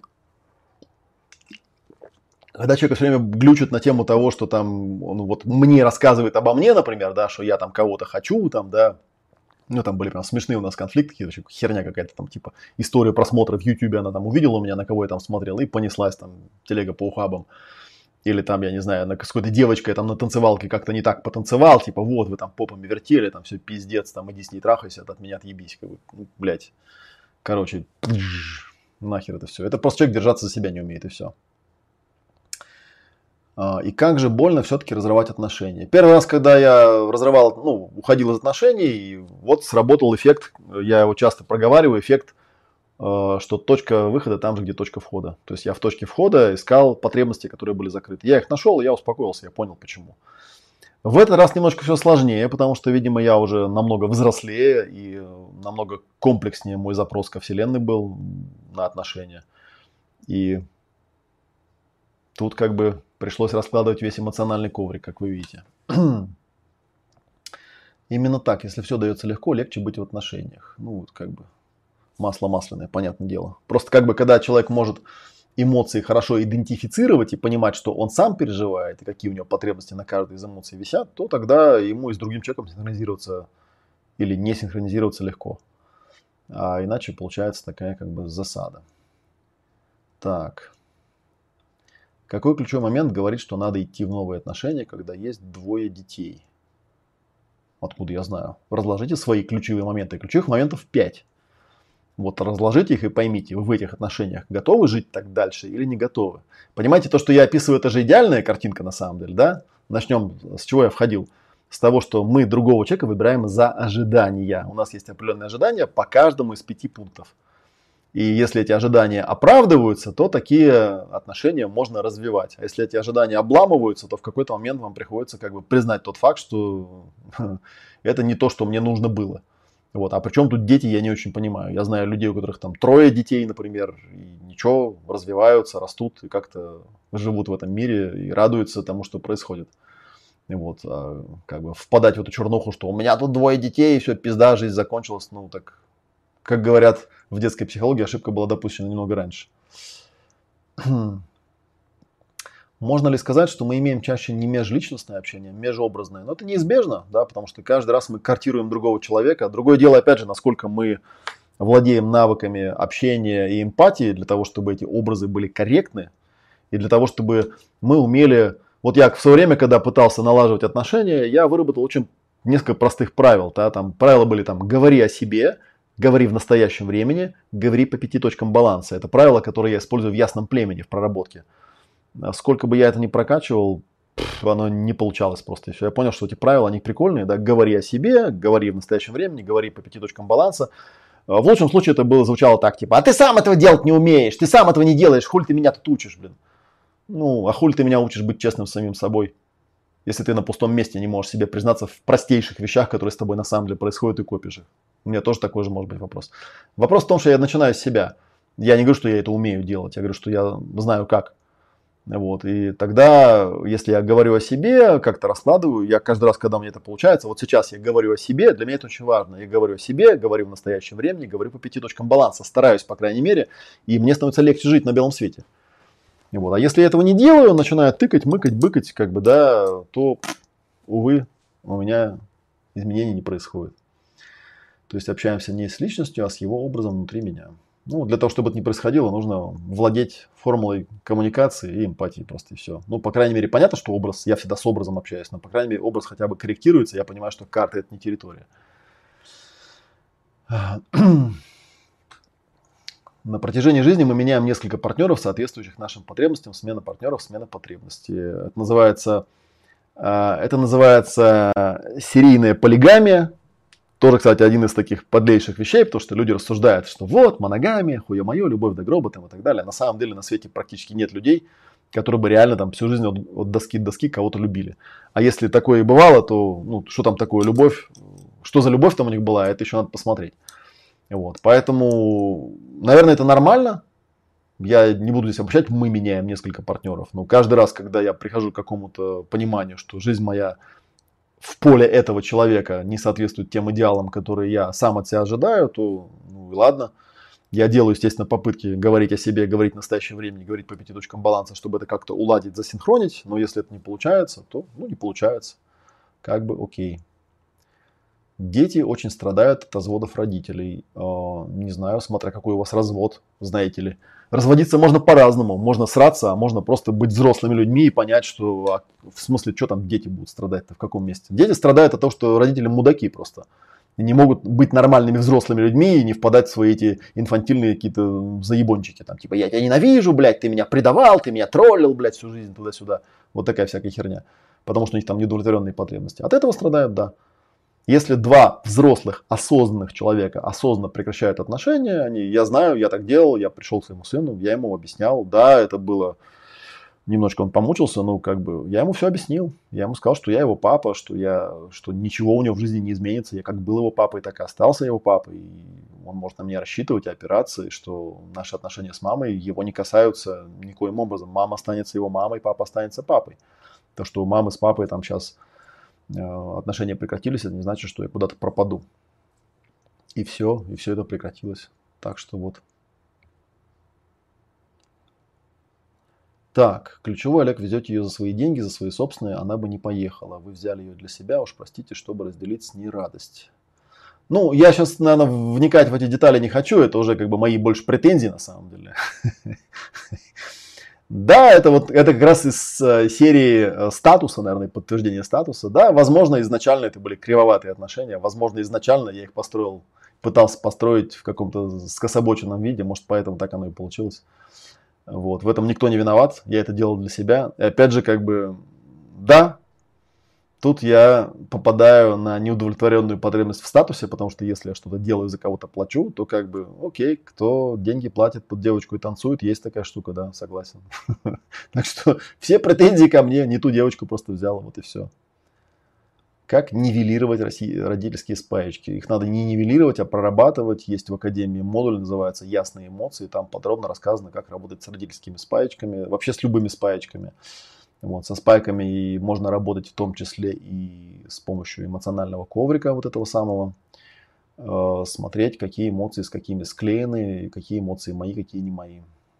Когда человек все время глючит на тему того, что там он вот мне рассказывает обо мне, например, да, что я там кого-то хочу, там, да, ну, там были прям смешные у нас конфликты, какие-то, херня какая-то там, типа, история просмотра в YouTube, она там увидела у меня, на кого я там смотрел, и понеслась там телега по ухабам. Или там, я не знаю, с какой-то девочкой там на танцевалке как-то не так потанцевал, типа, вот, вы там попами вертели, там все пиздец, там иди с ней трахайся, от меня отъебись, как бы, ну, блядь. Короче, Нахер это все. Это просто человек держаться за себя не умеет, и все. И как же больно все-таки разрывать отношения. Первый раз, когда я разрывал, ну, уходил из отношений, и вот сработал эффект, я его часто проговариваю, эффект, что точка выхода там же, где точка входа. То есть я в точке входа искал потребности, которые были закрыты. Я их нашел, и я успокоился, я понял почему. В этот раз немножко все сложнее, потому что, видимо, я уже намного взрослее и намного комплекснее мой запрос ко Вселенной был на отношения. И тут как бы пришлось раскладывать весь эмоциональный коврик, как вы видите. Именно так, если все дается легко, легче быть в отношениях. Ну, вот как бы масло масляное, понятное дело. Просто как бы когда человек может эмоции хорошо идентифицировать и понимать, что он сам переживает и какие у него потребности на каждой из эмоций висят, то тогда ему и с другим человеком синхронизироваться или не синхронизироваться легко. А иначе получается такая как бы засада. Так. Какой ключевой момент говорит, что надо идти в новые отношения, когда есть двое детей? Откуда я знаю? Разложите свои ключевые моменты. Ключевых моментов 5. Вот разложите их и поймите, вы в этих отношениях готовы жить так дальше или не готовы. Понимаете, то, что я описываю, это же идеальная картинка на самом деле, да? Начнем, с чего я входил. С того, что мы другого человека выбираем за ожидания. У нас есть определенные ожидания по каждому из 5 пунктов. И если эти ожидания оправдываются, то такие отношения можно развивать. А если эти ожидания обламываются, то в какой-то момент вам приходится как бы признать тот факт, что это не то, что мне нужно было. Вот. А причем тут дети, я не очень понимаю. Я знаю людей, у которых там 3 детей, например, и ничего, развиваются, растут и как-то живут в этом мире и радуются тому, что происходит. И вот, как бы впадать в эту чернуху, что у меня тут 2 детей, и все, пизда, жизнь закончилась. Ну, так, как говорят в детской психологии, ошибка была допущена немного раньше. Можно ли сказать, что мы имеем чаще не межличностное общение, а межобразное? Но это неизбежно, да, потому что каждый раз мы картируем другого человека. Другое дело, опять же, насколько мы владеем навыками общения и эмпатии для того, чтобы эти образы были корректны, и для того, чтобы мы умели... Вот я в свое время, когда пытался налаживать отношения, я выработал очень несколько простых правил. Да? Там правила были там «говори о себе», «говори в настоящем времени», «говори по 5 точкам баланса». Это правила, которые я использую в ясном племени, в проработке. Сколько бы я это ни прокачивал, оно не получалось просто. Я понял, что эти правила, они прикольные. Да? Говори о себе, говори в настоящем времени, говори по 5 точкам баланса. В лучшем случае это звучало так, типа, а ты сам этого делать не умеешь, ты сам этого не делаешь, хуль ты меня тут учишь, блин. Ну, а хуль ты меня учишь быть честным с самим собой, если ты на пустом месте не можешь себе признаться в простейших вещах, которые с тобой на самом деле происходят, и копишь их. У меня тоже такой же может быть вопрос. Вопрос в том, что я начинаю с себя. Я не говорю, что я это умею делать, я говорю, что я знаю как. Вот. И тогда, если я говорю о себе, как-то раскладываю, я каждый раз, когда у меня это получается, вот сейчас я говорю о себе, для меня это очень важно. Я говорю о себе, говорю в настоящем времени, говорю по 5 точкам баланса, стараюсь, по крайней мере, и мне становится легче жить на белом свете. Вот. А если я этого не делаю, начинаю тыкать, мыкать, быкать, как бы, да, то, увы, у меня изменений не происходит. То есть общаемся не с личностью, а с его образом внутри меня. Ну, для того, чтобы это не происходило, нужно владеть формулой коммуникации и эмпатии просто и все. Ну, по крайней мере, понятно, что образ, я всегда с образом общаюсь, но, по крайней мере, образ хотя бы корректируется, я понимаю, что карта – это не территория. На протяжении жизни мы меняем несколько партнеров, соответствующих нашим потребностям. Смена партнеров, смена потребностей. Это называется серийная полигамия. Тоже, кстати, один из таких подлейших вещей, потому что люди рассуждают, что вот, моногамия, хуе-мое, любовь до гроба там, и так далее. На самом деле на свете практически нет людей, которые бы реально там всю жизнь от доски до доски кого-то любили. А если такое и бывало, то ну, что там такое любовь? Что за любовь там у них была, это еще надо посмотреть. Вот. Поэтому, наверное, это нормально. Я не буду здесь обобщать, мы меняем несколько партнеров. Но каждый раз, когда я прихожу к какому-то пониманию, что жизнь моя в поле этого человека не соответствует тем идеалам, которые я сам от себя ожидаю, то ну и ладно. Я делаю, естественно, попытки говорить о себе, говорить в настоящее время, говорить по 5 точкам баланса, чтобы это как-то уладить, засинхронить. Но если это не получается, то ну, не получается. Как бы окей. Дети очень страдают от разводов родителей. Не знаю, смотря какой у вас развод, знаете ли. Разводиться можно по-разному. Можно сраться, а можно просто быть взрослыми людьми и понять, что в смысле, что там дети будут страдать-то, в каком месте. Дети страдают от того, что родители мудаки просто. не могут быть нормальными взрослыми людьми и не впадать в свои эти инфантильные какие-то заебончики. Там, типа, я тебя ненавижу, блядь, ты меня предавал, ты меня троллил, блядь, всю жизнь туда-сюда. Вот такая всякая херня. Потому что у них там неудовлетворенные потребности. От этого страдают, да. Если два взрослых, осознанных человека осознанно прекращают отношения, я знаю, я так делал, я пришел к своему сыну, я ему объяснял, да, это было, немножко он помучился, но как бы я ему все объяснил. Я ему сказал, что я его папа, что ничего у него в жизни не изменится, я как был его папой, так и остался его папой, и он может на меня рассчитывать и опираться, и что наши отношения с мамой его не касаются никоим образом. Мама останется его мамой, папа останется папой. То, что у мамы с папой там сейчас отношения прекратились, это не значит, что я куда-то пропаду. И все это прекратилось. Так что вот. Так, ключевой, Олег, везете ее за свои деньги, за свои собственные, она бы не поехала. Вы взяли ее для себя, уж простите, чтобы разделить с ней радость. Ну, я сейчас, наверное, вникать в эти детали не хочу, это уже как бы мои больше претензии на самом деле. Да, это как раз из серии статуса, наверное, подтверждения статуса. Да, возможно, изначально это были кривоватые отношения. Возможно, изначально я их пытался построить в каком-то скособоченном виде. Может, поэтому так оно и получилось. Вот. В этом никто не виноват. Я это делал для себя. И опять же, как бы, да, тут я попадаю на неудовлетворенную потребность в статусе, потому что если я что-то делаю, за кого-то плачу, то как бы, окей, кто деньги платит под девочку и танцует, есть такая штука, да, согласен. Так что все претензии ко мне, не ту девочку просто взял, вот и все. Как нивелировать родительские спаечки? Их надо не нивелировать, а прорабатывать. Есть в Академии модуль, называется «Ясные эмоции». Там подробно рассказано, как работать с родительскими спаечками, вообще с любыми спаечками. Вот, со спайками и можно работать в том числе и с помощью эмоционального коврика вот этого самого. Смотреть, какие эмоции с какими склеены, какие эмоции мои, какие не мои.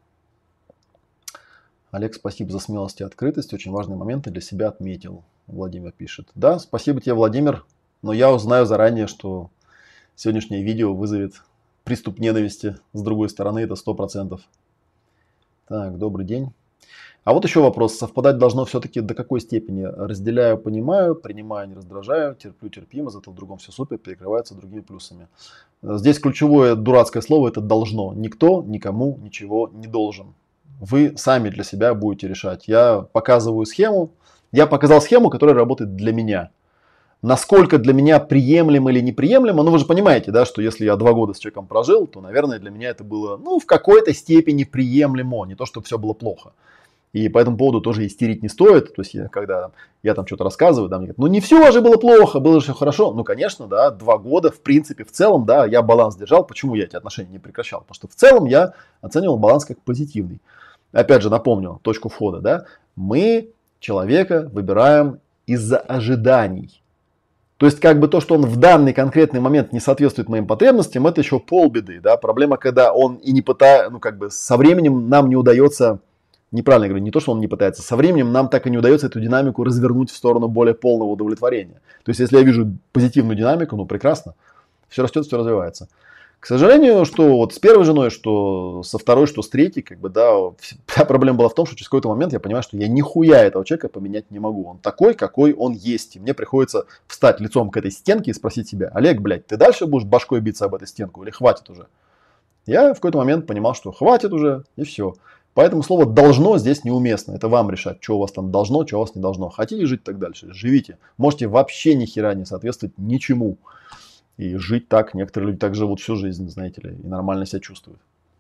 Олег, спасибо за смелость и открытость. Очень важные моменты для себя отметил. Владимир пишет. Да, спасибо тебе, Владимир. Но я узнаю заранее, что сегодняшнее видео вызовет приступ ненависти. С другой стороны, это 100%. Так, добрый день. А вот еще вопрос. Совпадать должно все-таки до какой степени? Разделяю, понимаю, принимаю, не раздражаю, терплю, терпимо, зато в другом все супер, перекрывается другими плюсами. Здесь ключевое дурацкое слово – это должно. Никто никому ничего не должен. Вы сами для себя будете решать. Я показываю схему. Я показал схему, которая работает для меня. Насколько для меня приемлемо или неприемлемо, ну вы же понимаете, да, что если я 2 года с человеком прожил, то, наверное, для меня это было, ну, в какой-то степени приемлемо, не то, чтобы все было плохо. И по этому поводу тоже истерить не стоит. То есть, когда я там что-то рассказываю, да, мне говорят, ну не все же было плохо, было же все хорошо. Ну, конечно, да, 2 года, в принципе, в целом, да, я баланс держал. Почему я эти отношения не прекращал? Потому что в целом я оценивал баланс как позитивный. Опять же, напомню, точку входа, да, мы человека выбираем из-за ожиданий. То есть, как бы то, что он в данный конкретный момент не соответствует моим потребностям, это еще полбеды, да. Проблема, когда он и не пытается, ну, как бы со временем нам не удается, неправильно говорю, не то, что он не пытается, со временем нам так и не удается эту динамику развернуть в сторону более полного удовлетворения. То есть, если я вижу позитивную динамику, ну, прекрасно, все растет, все развивается. К сожалению, что вот с первой женой, что со второй, что с третьей, как бы, да, вся проблема была в том, что через какой-то момент я понимаю, что я нихуя этого человека поменять не могу. Он такой, какой он есть. И мне приходится встать лицом к этой стенке и спросить себя: Олег, блядь, ты дальше будешь башкой биться об эту стенку или хватит уже? Я в какой-то момент понимал, что хватит уже, и все. Поэтому слово «должно» здесь неуместно. Это вам решать, что у вас там должно, что у вас не должно. Хотите жить так дальше? Живите. Можете вообще ни хера не соответствовать ничему. И жить так, некоторые люди так живут всю жизнь, знаете ли, и нормально себя чувствуют.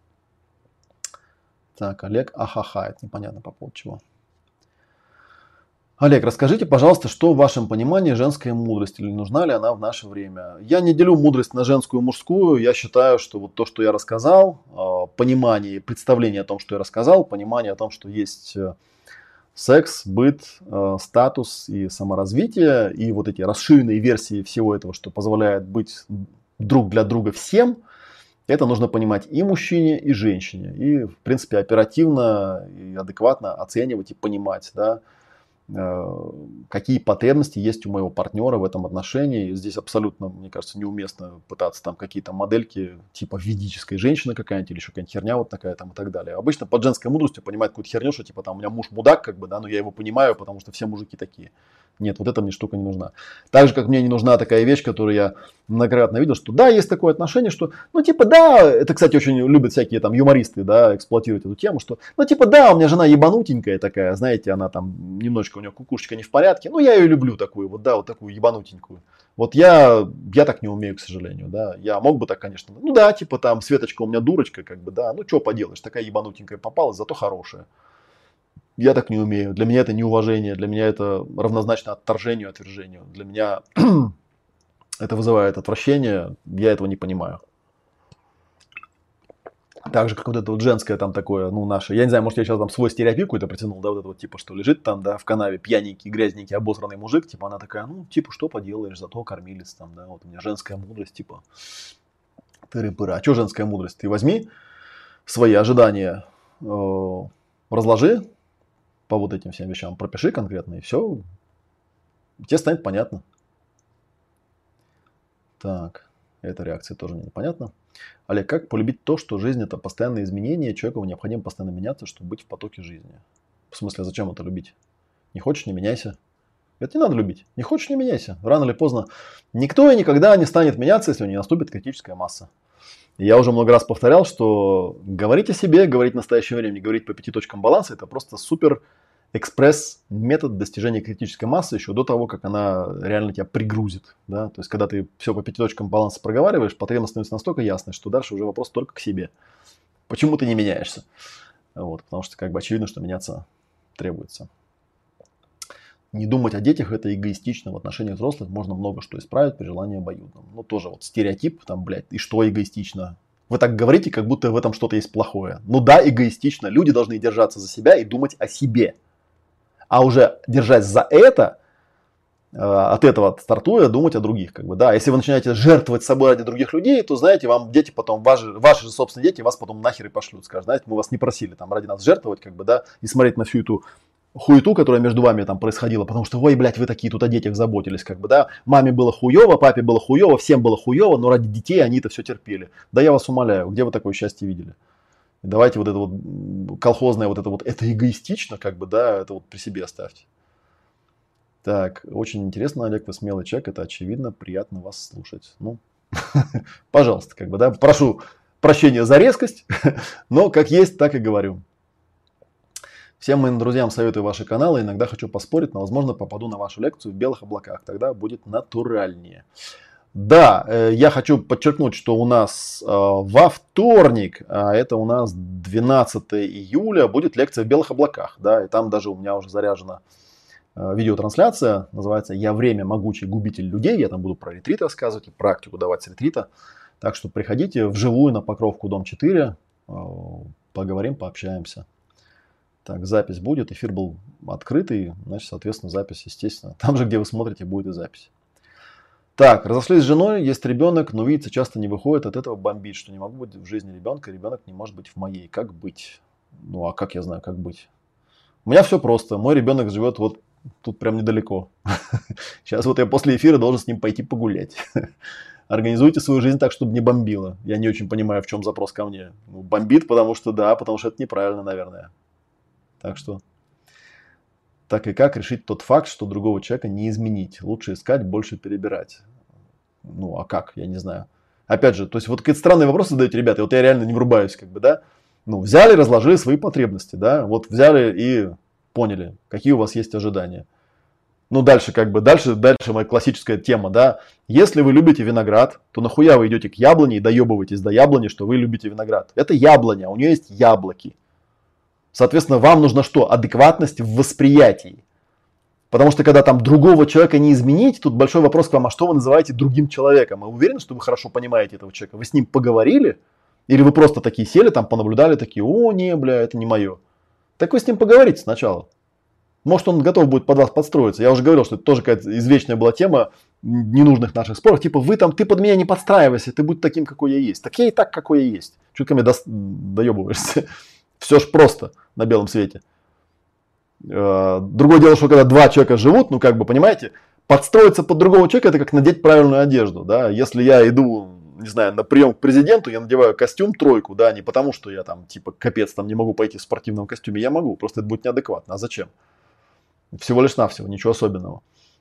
Так, Олег, ахаха, это непонятно по поводу чего. Олег, расскажите, пожалуйста, что в вашем понимании женская мудрость, или нужна ли она в наше время? Я не делю мудрость на женскую и мужскую, я считаю, что вот то, что я рассказал, понимание, представление о том, что я рассказал, понимание о том, что есть секс, быт, статус и саморазвитие, и вот эти расширенные версии всего этого, что позволяет быть друг для друга всем, это нужно понимать и мужчине, и женщине. И, в принципе, оперативно и адекватно оценивать и понимать, да, какие потребности есть у моего партнера в этом отношении. Здесь абсолютно, мне кажется, неуместно пытаться там какие-то модельки типа ведической женщины какая-нибудь или еще какая-нибудь херня вот такая там и так далее. Обычно под женской мудростью понимают какую-то херню, что типа там у меня муж мудак, как бы, да, но я его понимаю, потому что все мужики такие. Нет, вот эта мне штука не нужна. Так же, как мне не нужна такая вещь, которую я многократно видел, что да, есть такое отношение, что, ну, типа, да, это, кстати, очень любят всякие там юмористы, да, эксплуатировать эту тему, что, ну, типа, да, у меня жена ебанутенькая такая, знаете, она там немножечко, у нее кукушечка не в порядке, ну, я ее люблю такую, вот, да, вот такую ебанутенькую. Вот я так не умею, к сожалению, да, я мог бы так, конечно, ну, да, типа, там, Светочка у меня дурочка, как бы, да, ну, что поделаешь, такая ебанутенькая попалась, зато хорошая. Я так не умею. Для меня это неуважение, для меня это равнозначно отторжению, отвержению. Для меня это вызывает отвращение, я этого не понимаю. Так же, как вот это вот женское там такое, ну, наше. Я не знаю, может, я сейчас там свой стереотип какой-то притянул, да, вот это вот типа, что лежит там, да, в канаве пьяненький, грязненький, обосранный мужик, типа, она такая, ну, типа, что поделаешь, зато кормилец там, да, вот у меня женская мудрость, типа, тыры-пыры. А что женская мудрость? Ты возьми свои ожидания, разложи по вот этим всем вещам, пропиши конкретно, и все, тебе станет понятно. Так, эта реакция тоже непонятна. Олег, как полюбить то, что жизнь это постоянные изменения, человеку необходимо постоянно меняться, чтобы быть в потоке жизни? В смысле, зачем это любить? Не хочешь, не меняйся. Это не надо любить. Не хочешь, не меняйся. Рано или поздно никто и никогда не станет меняться, если не наступит критическая масса. И я уже много раз повторял, что говорить о себе, говорить в настоящее время, говорить по 5 точкам баланса, это просто супер экспресс-метод достижения критической массы еще до того, как она реально тебя пригрузит. Да? То есть, когда ты все по 5 точкам баланса проговариваешь, потребность становится настолько ясной, что дальше уже вопрос только к себе. Почему ты не меняешься? Вот, потому что как бы очевидно, что меняться требуется. Не думать о детях – это эгоистично. В отношениях взрослых можно много что исправить при желании обоюдном. Ну, тоже вот стереотип, там, блядь, и что эгоистично? Вы так говорите, как будто в этом что-то есть плохое. Ну да, эгоистично. Люди должны держаться за себя и думать о себе. А уже держась за это, от этого стартуя, думать о других. Как бы, да. Если вы начинаете жертвовать собой ради других людей, то, знаете, вам дети потом, ваши же собственные дети вас потом нахер и пошлют. Скажут, знаете, мы вас не просили там ради нас жертвовать, как бы, да, и смотреть на всю эту хуету, которая между вами там происходила, потому что, ой, блядь, вы такие тут о детях заботились, как бы, да, маме было хуево, папе было хуево, всем было хуево, но ради детей они это все терпели. Да я вас умоляю, где вы такое счастье видели? Давайте вот это вот колхозное, вот это эгоистично, как бы, да, это вот при себе оставьте. Так, очень интересно, Олег, вы смелый человек, это очевидно, приятно вас слушать. Ну, пожалуйста, как бы, да, прошу прощения за резкость, но как есть, так и говорю. Всем моим друзьям советую ваши каналы, иногда хочу поспорить, но, возможно, попаду на вашу лекцию в белых облаках, тогда будет натуральнее. Да, я хочу подчеркнуть, что у нас во вторник, а это у нас 12 июля, будет лекция в белых облаках. Да, и там даже у меня уже заряжена видеотрансляция, называется «Я время, могучий губитель людей». Я там буду про ретрит рассказывать и практику давать с ретрита. Так что приходите вживую на Покровку, дом 4, поговорим, пообщаемся. Так, запись будет, эфир был открытый, значит, соответственно, запись, естественно. Там же, где вы смотрите, будет и запись. Так, разошлись с женой, есть ребенок, но видится, часто не выходит, от этого бомбит, что не могу быть в жизни ребенка, ребенок не может быть в моей. Как быть? Ну, а как я знаю, как быть? У меня все просто. Мой ребенок живет вот тут прям недалеко. Сейчас вот я после эфира должен с ним пойти погулять. Организуйте свою жизнь так, чтобы не бомбило. Я не очень понимаю, в чем запрос ко мне. Ну, бомбит, потому что да, потому что это неправильно, наверное. Так что... Так и как решить тот факт, что другого человека не изменить? Лучше искать, больше перебирать. Ну, а как? Я не знаю. Опять же, то есть вот какие-то странные вопросы задаете, ребята, и вот я реально не врубаюсь, как бы, да. Ну, взяли, разложили свои потребности, да. Вот взяли и поняли, какие у вас есть ожидания. Ну, дальше, как бы, дальше моя классическая тема, да. Если вы любите виноград, то нахуя вы идете к яблоне и доебываетесь до яблони, что вы любите виноград? Это яблоня, у нее есть яблоки. Соответственно, вам нужна что? Адекватность в восприятии. Потому что когда там другого человека не изменить, тут большой вопрос к вам, а что вы называете другим человеком? Вы уверены, что вы хорошо понимаете этого человека? Вы с ним поговорили? Или вы просто такие сели, там понаблюдали, такие, о, не, бля, это не мое. Так вы с ним поговорите сначала. Может, он готов будет под вас подстроиться. Я уже говорил, что это тоже какая-то извечная была тема ненужных наших споров. Типа, ты под меня не подстраивайся, ты будь таким, какой я есть. Так я и так, какой я есть. Чего ты ко мне доебываешься? Все ж просто на белом свете. Другое дело, что когда два человека живут, ну как бы, понимаете, подстроиться под другого человека, это как надеть правильную одежду. Да? Если я иду, не знаю, на прием к президенту, я надеваю костюм тройку, да, не потому что я там типа капец, там не могу пойти в спортивном костюме, я могу, просто это будет неадекватно. А зачем? Всего лишь навсего, ничего особенного.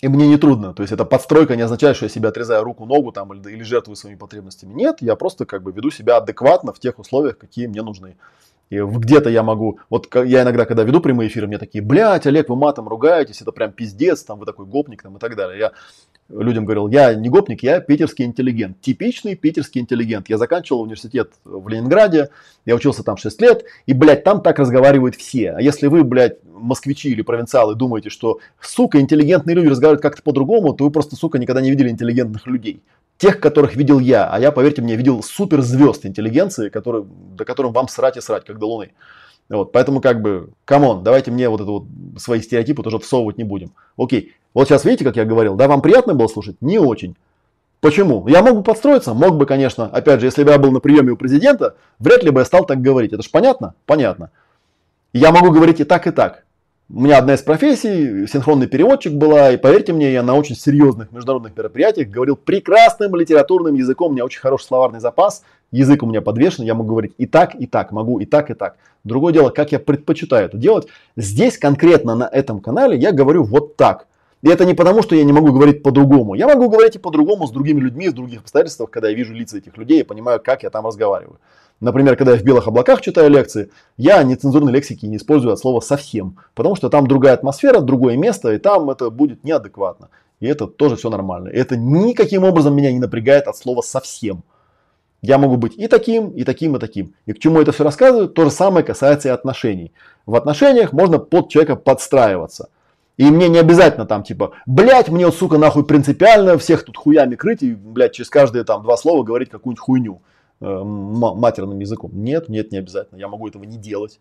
И мне не трудно. То есть это подстройка не означает, что я себе отрезаю руку, ногу там, или жертвую своими потребностями. Нет, я просто как бы веду себя адекватно в тех условиях, какие мне нужны. И где-то я могу, вот я иногда, когда веду прямые эфиры, мне такие, блядь, Олег, вы матом ругаетесь, это прям пиздец, там вы такой гопник там, и так далее. Я людям говорил, я не гопник, я питерский интеллигент, типичный питерский интеллигент. Я заканчивал университет в Ленинграде, я учился там 6 лет, и, блядь, там так разговаривают все. А если вы, блядь, москвичи или провинциалы думаете, что, сука, интеллигентные люди разговаривают как-то по-другому, то вы просто, сука, никогда не видели интеллигентных людей. Тех, которых видел я, а я, поверьте мне, видел суперзвезд интеллигенции, до которым вам срать и срать, как до Луны. Вот, поэтому как бы, камон, давайте мне вот это вот свои стереотипы тоже всовывать не будем. Окей, вот сейчас видите, как я говорил, да, вам приятно было слушать? Не очень. Почему? Я мог бы подстроиться? Мог бы, конечно. Опять же, если бы я был на приеме у президента, вряд ли бы я стал так говорить. Это же понятно? Понятно. Я могу говорить и так, и так. У меня одна из профессий, синхронный переводчик была, и поверьте мне, я на очень серьезных международных мероприятиях говорил прекрасным литературным языком, у меня очень хороший словарный запас, язык у меня подвешен, я могу говорить и так, могу и так, и так. Другое дело, как я предпочитаю это делать. Здесь конкретно на этом канале я говорю вот так. И это не потому, что я не могу говорить по-другому. Я могу говорить и по-другому с другими людьми, в других обстоятельствах, когда я вижу лица этих людей и понимаю, как я там разговариваю. Например, когда я в белых облаках читаю лекции, я нецензурной лексики не использую от слова совсем, потому что там другая атмосфера, другое место, и там это будет неадекватно. И это тоже все нормально. И это никаким образом меня не напрягает от слова совсем. Я могу быть и таким, и таким, и таким. И к чему это все рассказываю, то же самое касается и отношений. В отношениях можно под человека подстраиваться. И мне не обязательно там типа, блять, мне вот, сука, нахуй принципиально всех тут хуями крыть и, блядь, через каждые там 2 слова говорить какую-нибудь хуйню матерным языком. Нет, не обязательно. Я могу этого не делать.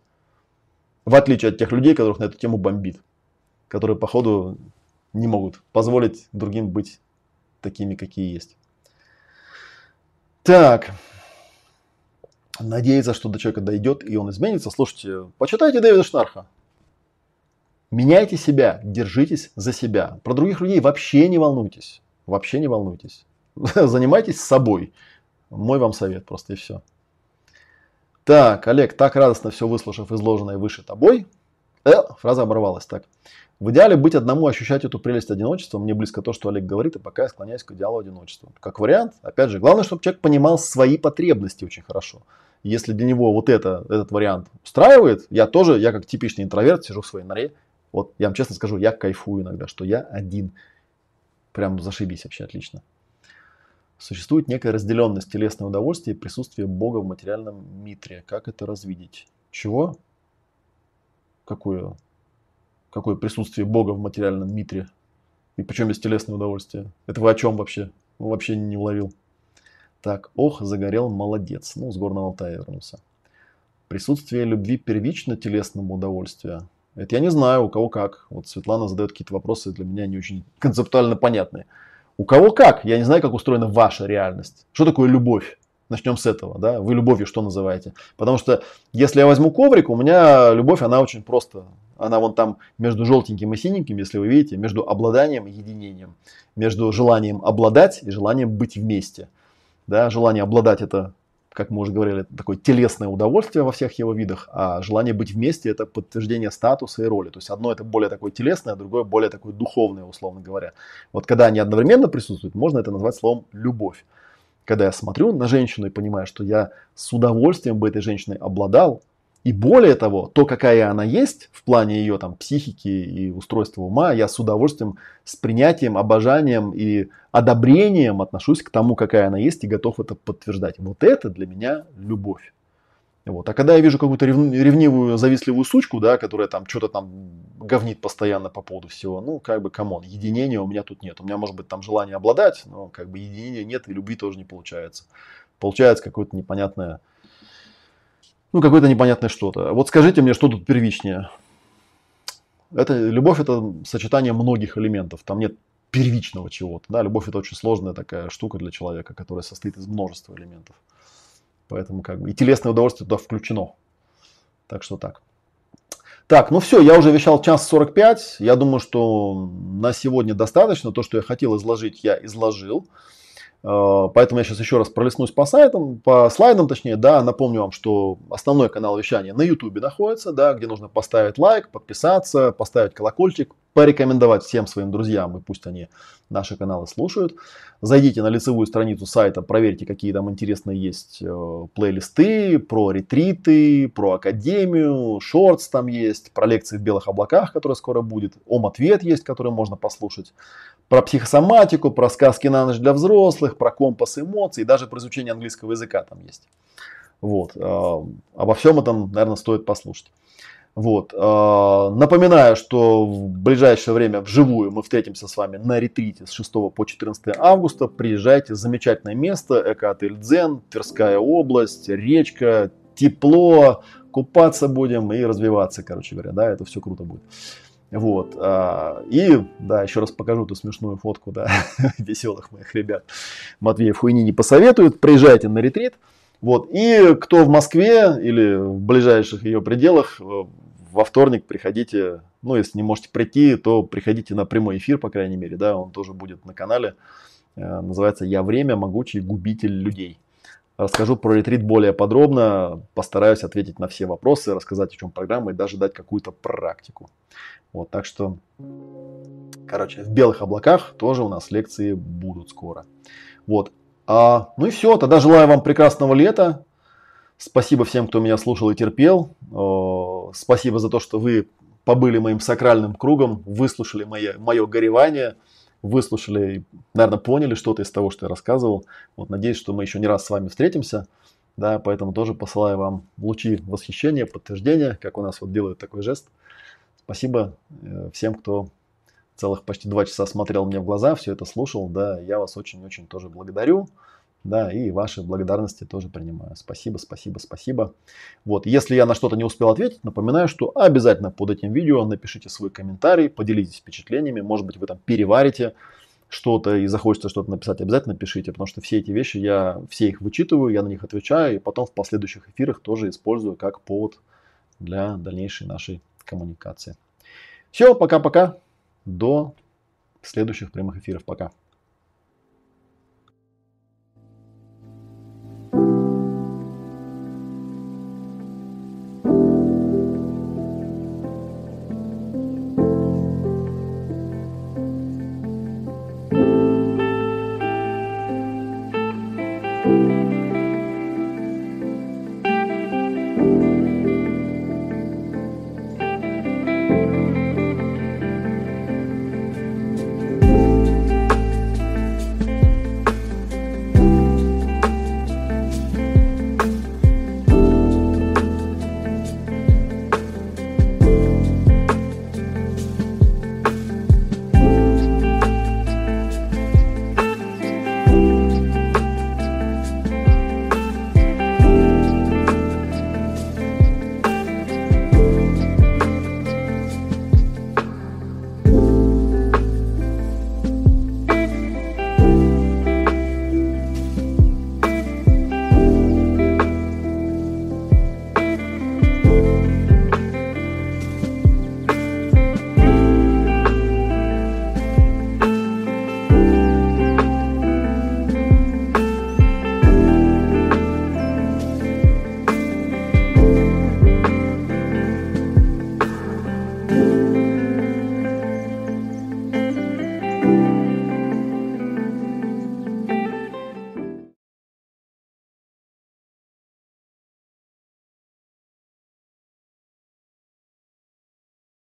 В отличие от тех людей, которых на эту тему бомбит. Которые, походу, не могут позволить другим быть такими, какие есть. Так. Надеяться, что до человека дойдет и он изменится. Слушайте, почитайте Дэвида Шнарха. Меняйте себя, держитесь за себя. Про других людей вообще не волнуйтесь. Вообще не волнуйтесь. Занимайтесь собой. Мой вам совет просто и все. Так, Олег, так радостно все выслушав изложенное выше тобой. Фраза оборвалась. Так. В идеале быть одному, ощущать эту прелесть одиночества. Мне близко то, что Олег говорит, и пока я склоняюсь к идеалу одиночества. Как вариант, опять же, главное, чтобы человек понимал свои потребности очень хорошо. Если для него вот этот вариант устраивает, я как типичный интроверт, сижу в своей норе. Вот я вам честно скажу, я кайфую иногда, что я один. Прям зашибись вообще, отлично. Существует некая разделенность телесного удовольствия и присутствие Бога в материальном мире. Как это развидеть? Чего? Какое присутствие Бога в материальном мире? И причем без телесного удовольствия? Это вы о чем вообще? Вообще не уловил. Так, загорел, молодец. С Горного Алтая вернулся. Присутствие любви первично телесному удовольствию. Это я не знаю, у кого как. Вот Светлана задает какие-то вопросы, для меня не очень концептуально понятные. У кого как? Я не знаю, как устроена ваша реальность. Что такое любовь? Начнем с этого. Да? Вы любовью что называете? Потому что если я возьму коврик, у меня любовь, она очень просто. Она вон там между желтеньким и синеньким, если вы видите, между обладанием и единением. Между желанием обладать и желанием быть вместе. Да? Желание обладать это, как мы уже говорили, такое телесное удовольствие во всех его видах, а желание быть вместе это подтверждение статуса и роли. То есть одно это более такое телесное, а другое более такое духовное, условно говоря. Вот когда они одновременно присутствуют, можно это назвать словом любовь. Когда я смотрю на женщину и понимаю, что я с удовольствием бы этой женщиной обладал, и более того, то, какая она есть в плане ее там психики и устройства ума, я с удовольствием, с принятием, обожанием и одобрением отношусь к тому, какая она есть, и готов это подтверждать. Вот это для меня любовь. Вот. А когда я вижу какую-то ревнивую, завистливую сучку, да, которая там что-то там говнит постоянно по поводу всего, камон, единения у меня тут нет. У меня может быть там желание обладать, но единения нет, и любви тоже не получается. Получается какое-то непонятное что-то. Вот скажите мне, что тут первичнее? Любовь это сочетание многих элементов. Там нет первичного чего-то. Да? Любовь это очень сложная такая штука для человека, которая состоит из множества элементов. Поэтому и телесное удовольствие туда включено. Так что так. Так, все, я уже вещал 1:45. Я думаю, что на сегодня достаточно. То, что я хотел изложить, я изложил. Поэтому я сейчас еще раз пролистнусь по слайдам, точнее, да, напомню вам, что основной канал вещания на YouTube находится, да, где нужно поставить лайк, подписаться, поставить колокольчик, порекомендовать всем своим друзьям, и пусть они наши каналы слушают. Зайдите на лицевую страницу сайта, проверьте, какие там интересные есть плейлисты про ретриты, про академию, шортс там есть, про лекции в белых облаках, которые скоро будет, ом-ответ есть, который можно послушать, про психосоматику, про сказки на ночь для взрослых, про компас эмоций, даже про изучение английского языка там есть. Вот. Обо всем этом, наверное, стоит послушать. Вот. Напоминаю, что в ближайшее время вживую мы встретимся с вами на ретрите с 6 по 14 августа. Приезжайте, замечательное место, эко-отель Дзен, Тверская область, речка, тепло, купаться будем и развиваться, короче говоря, да, это все круто будет. Вот. И, да, еще раз покажу эту смешную фотку, да, веселых моих ребят. Матвеев хуйни не посоветует, приезжайте на ретрит. Вот. И кто в Москве или в ближайших ее пределах, во вторник приходите, ну, если не можете прийти, то приходите на прямой эфир, по крайней мере, да, он тоже будет на канале. Называется «Я время, могучий губитель людей». Расскажу про ретрит более подробно, постараюсь ответить на все вопросы, рассказать, о чем программа и даже дать какую-то практику. Вот, так что, короче, в белых облаках тоже у нас лекции будут скоро. Вот. Ну и все, тогда желаю вам прекрасного лета. Спасибо всем, кто меня слушал и терпел. Спасибо за то, что вы побыли моим сакральным кругом, выслушали мое горевание, выслушали, наверное, поняли что-то из того, что я рассказывал. Вот, надеюсь, что мы еще не раз с вами встретимся. Да, поэтому тоже посылаю вам лучи восхищения, подтверждения, как у нас вот делают такой жест. Спасибо всем, кто целых почти 2 часа смотрел мне в глаза, все это слушал. Да, я вас очень-очень тоже благодарю. Да, и ваши благодарности тоже принимаю. Спасибо, спасибо, спасибо. Вот, если я на что-то не успел ответить, напоминаю, что обязательно под этим видео напишите свой комментарий, поделитесь впечатлениями. Может быть, вы там переварите что-то и захочется что-то написать, обязательно пишите, потому что все эти вещи, я все их вычитываю, я на них отвечаю, и потом в последующих эфирах тоже использую как повод для дальнейшей нашей коммуникации. Все, пока-пока. До следующих прямых эфиров. Пока.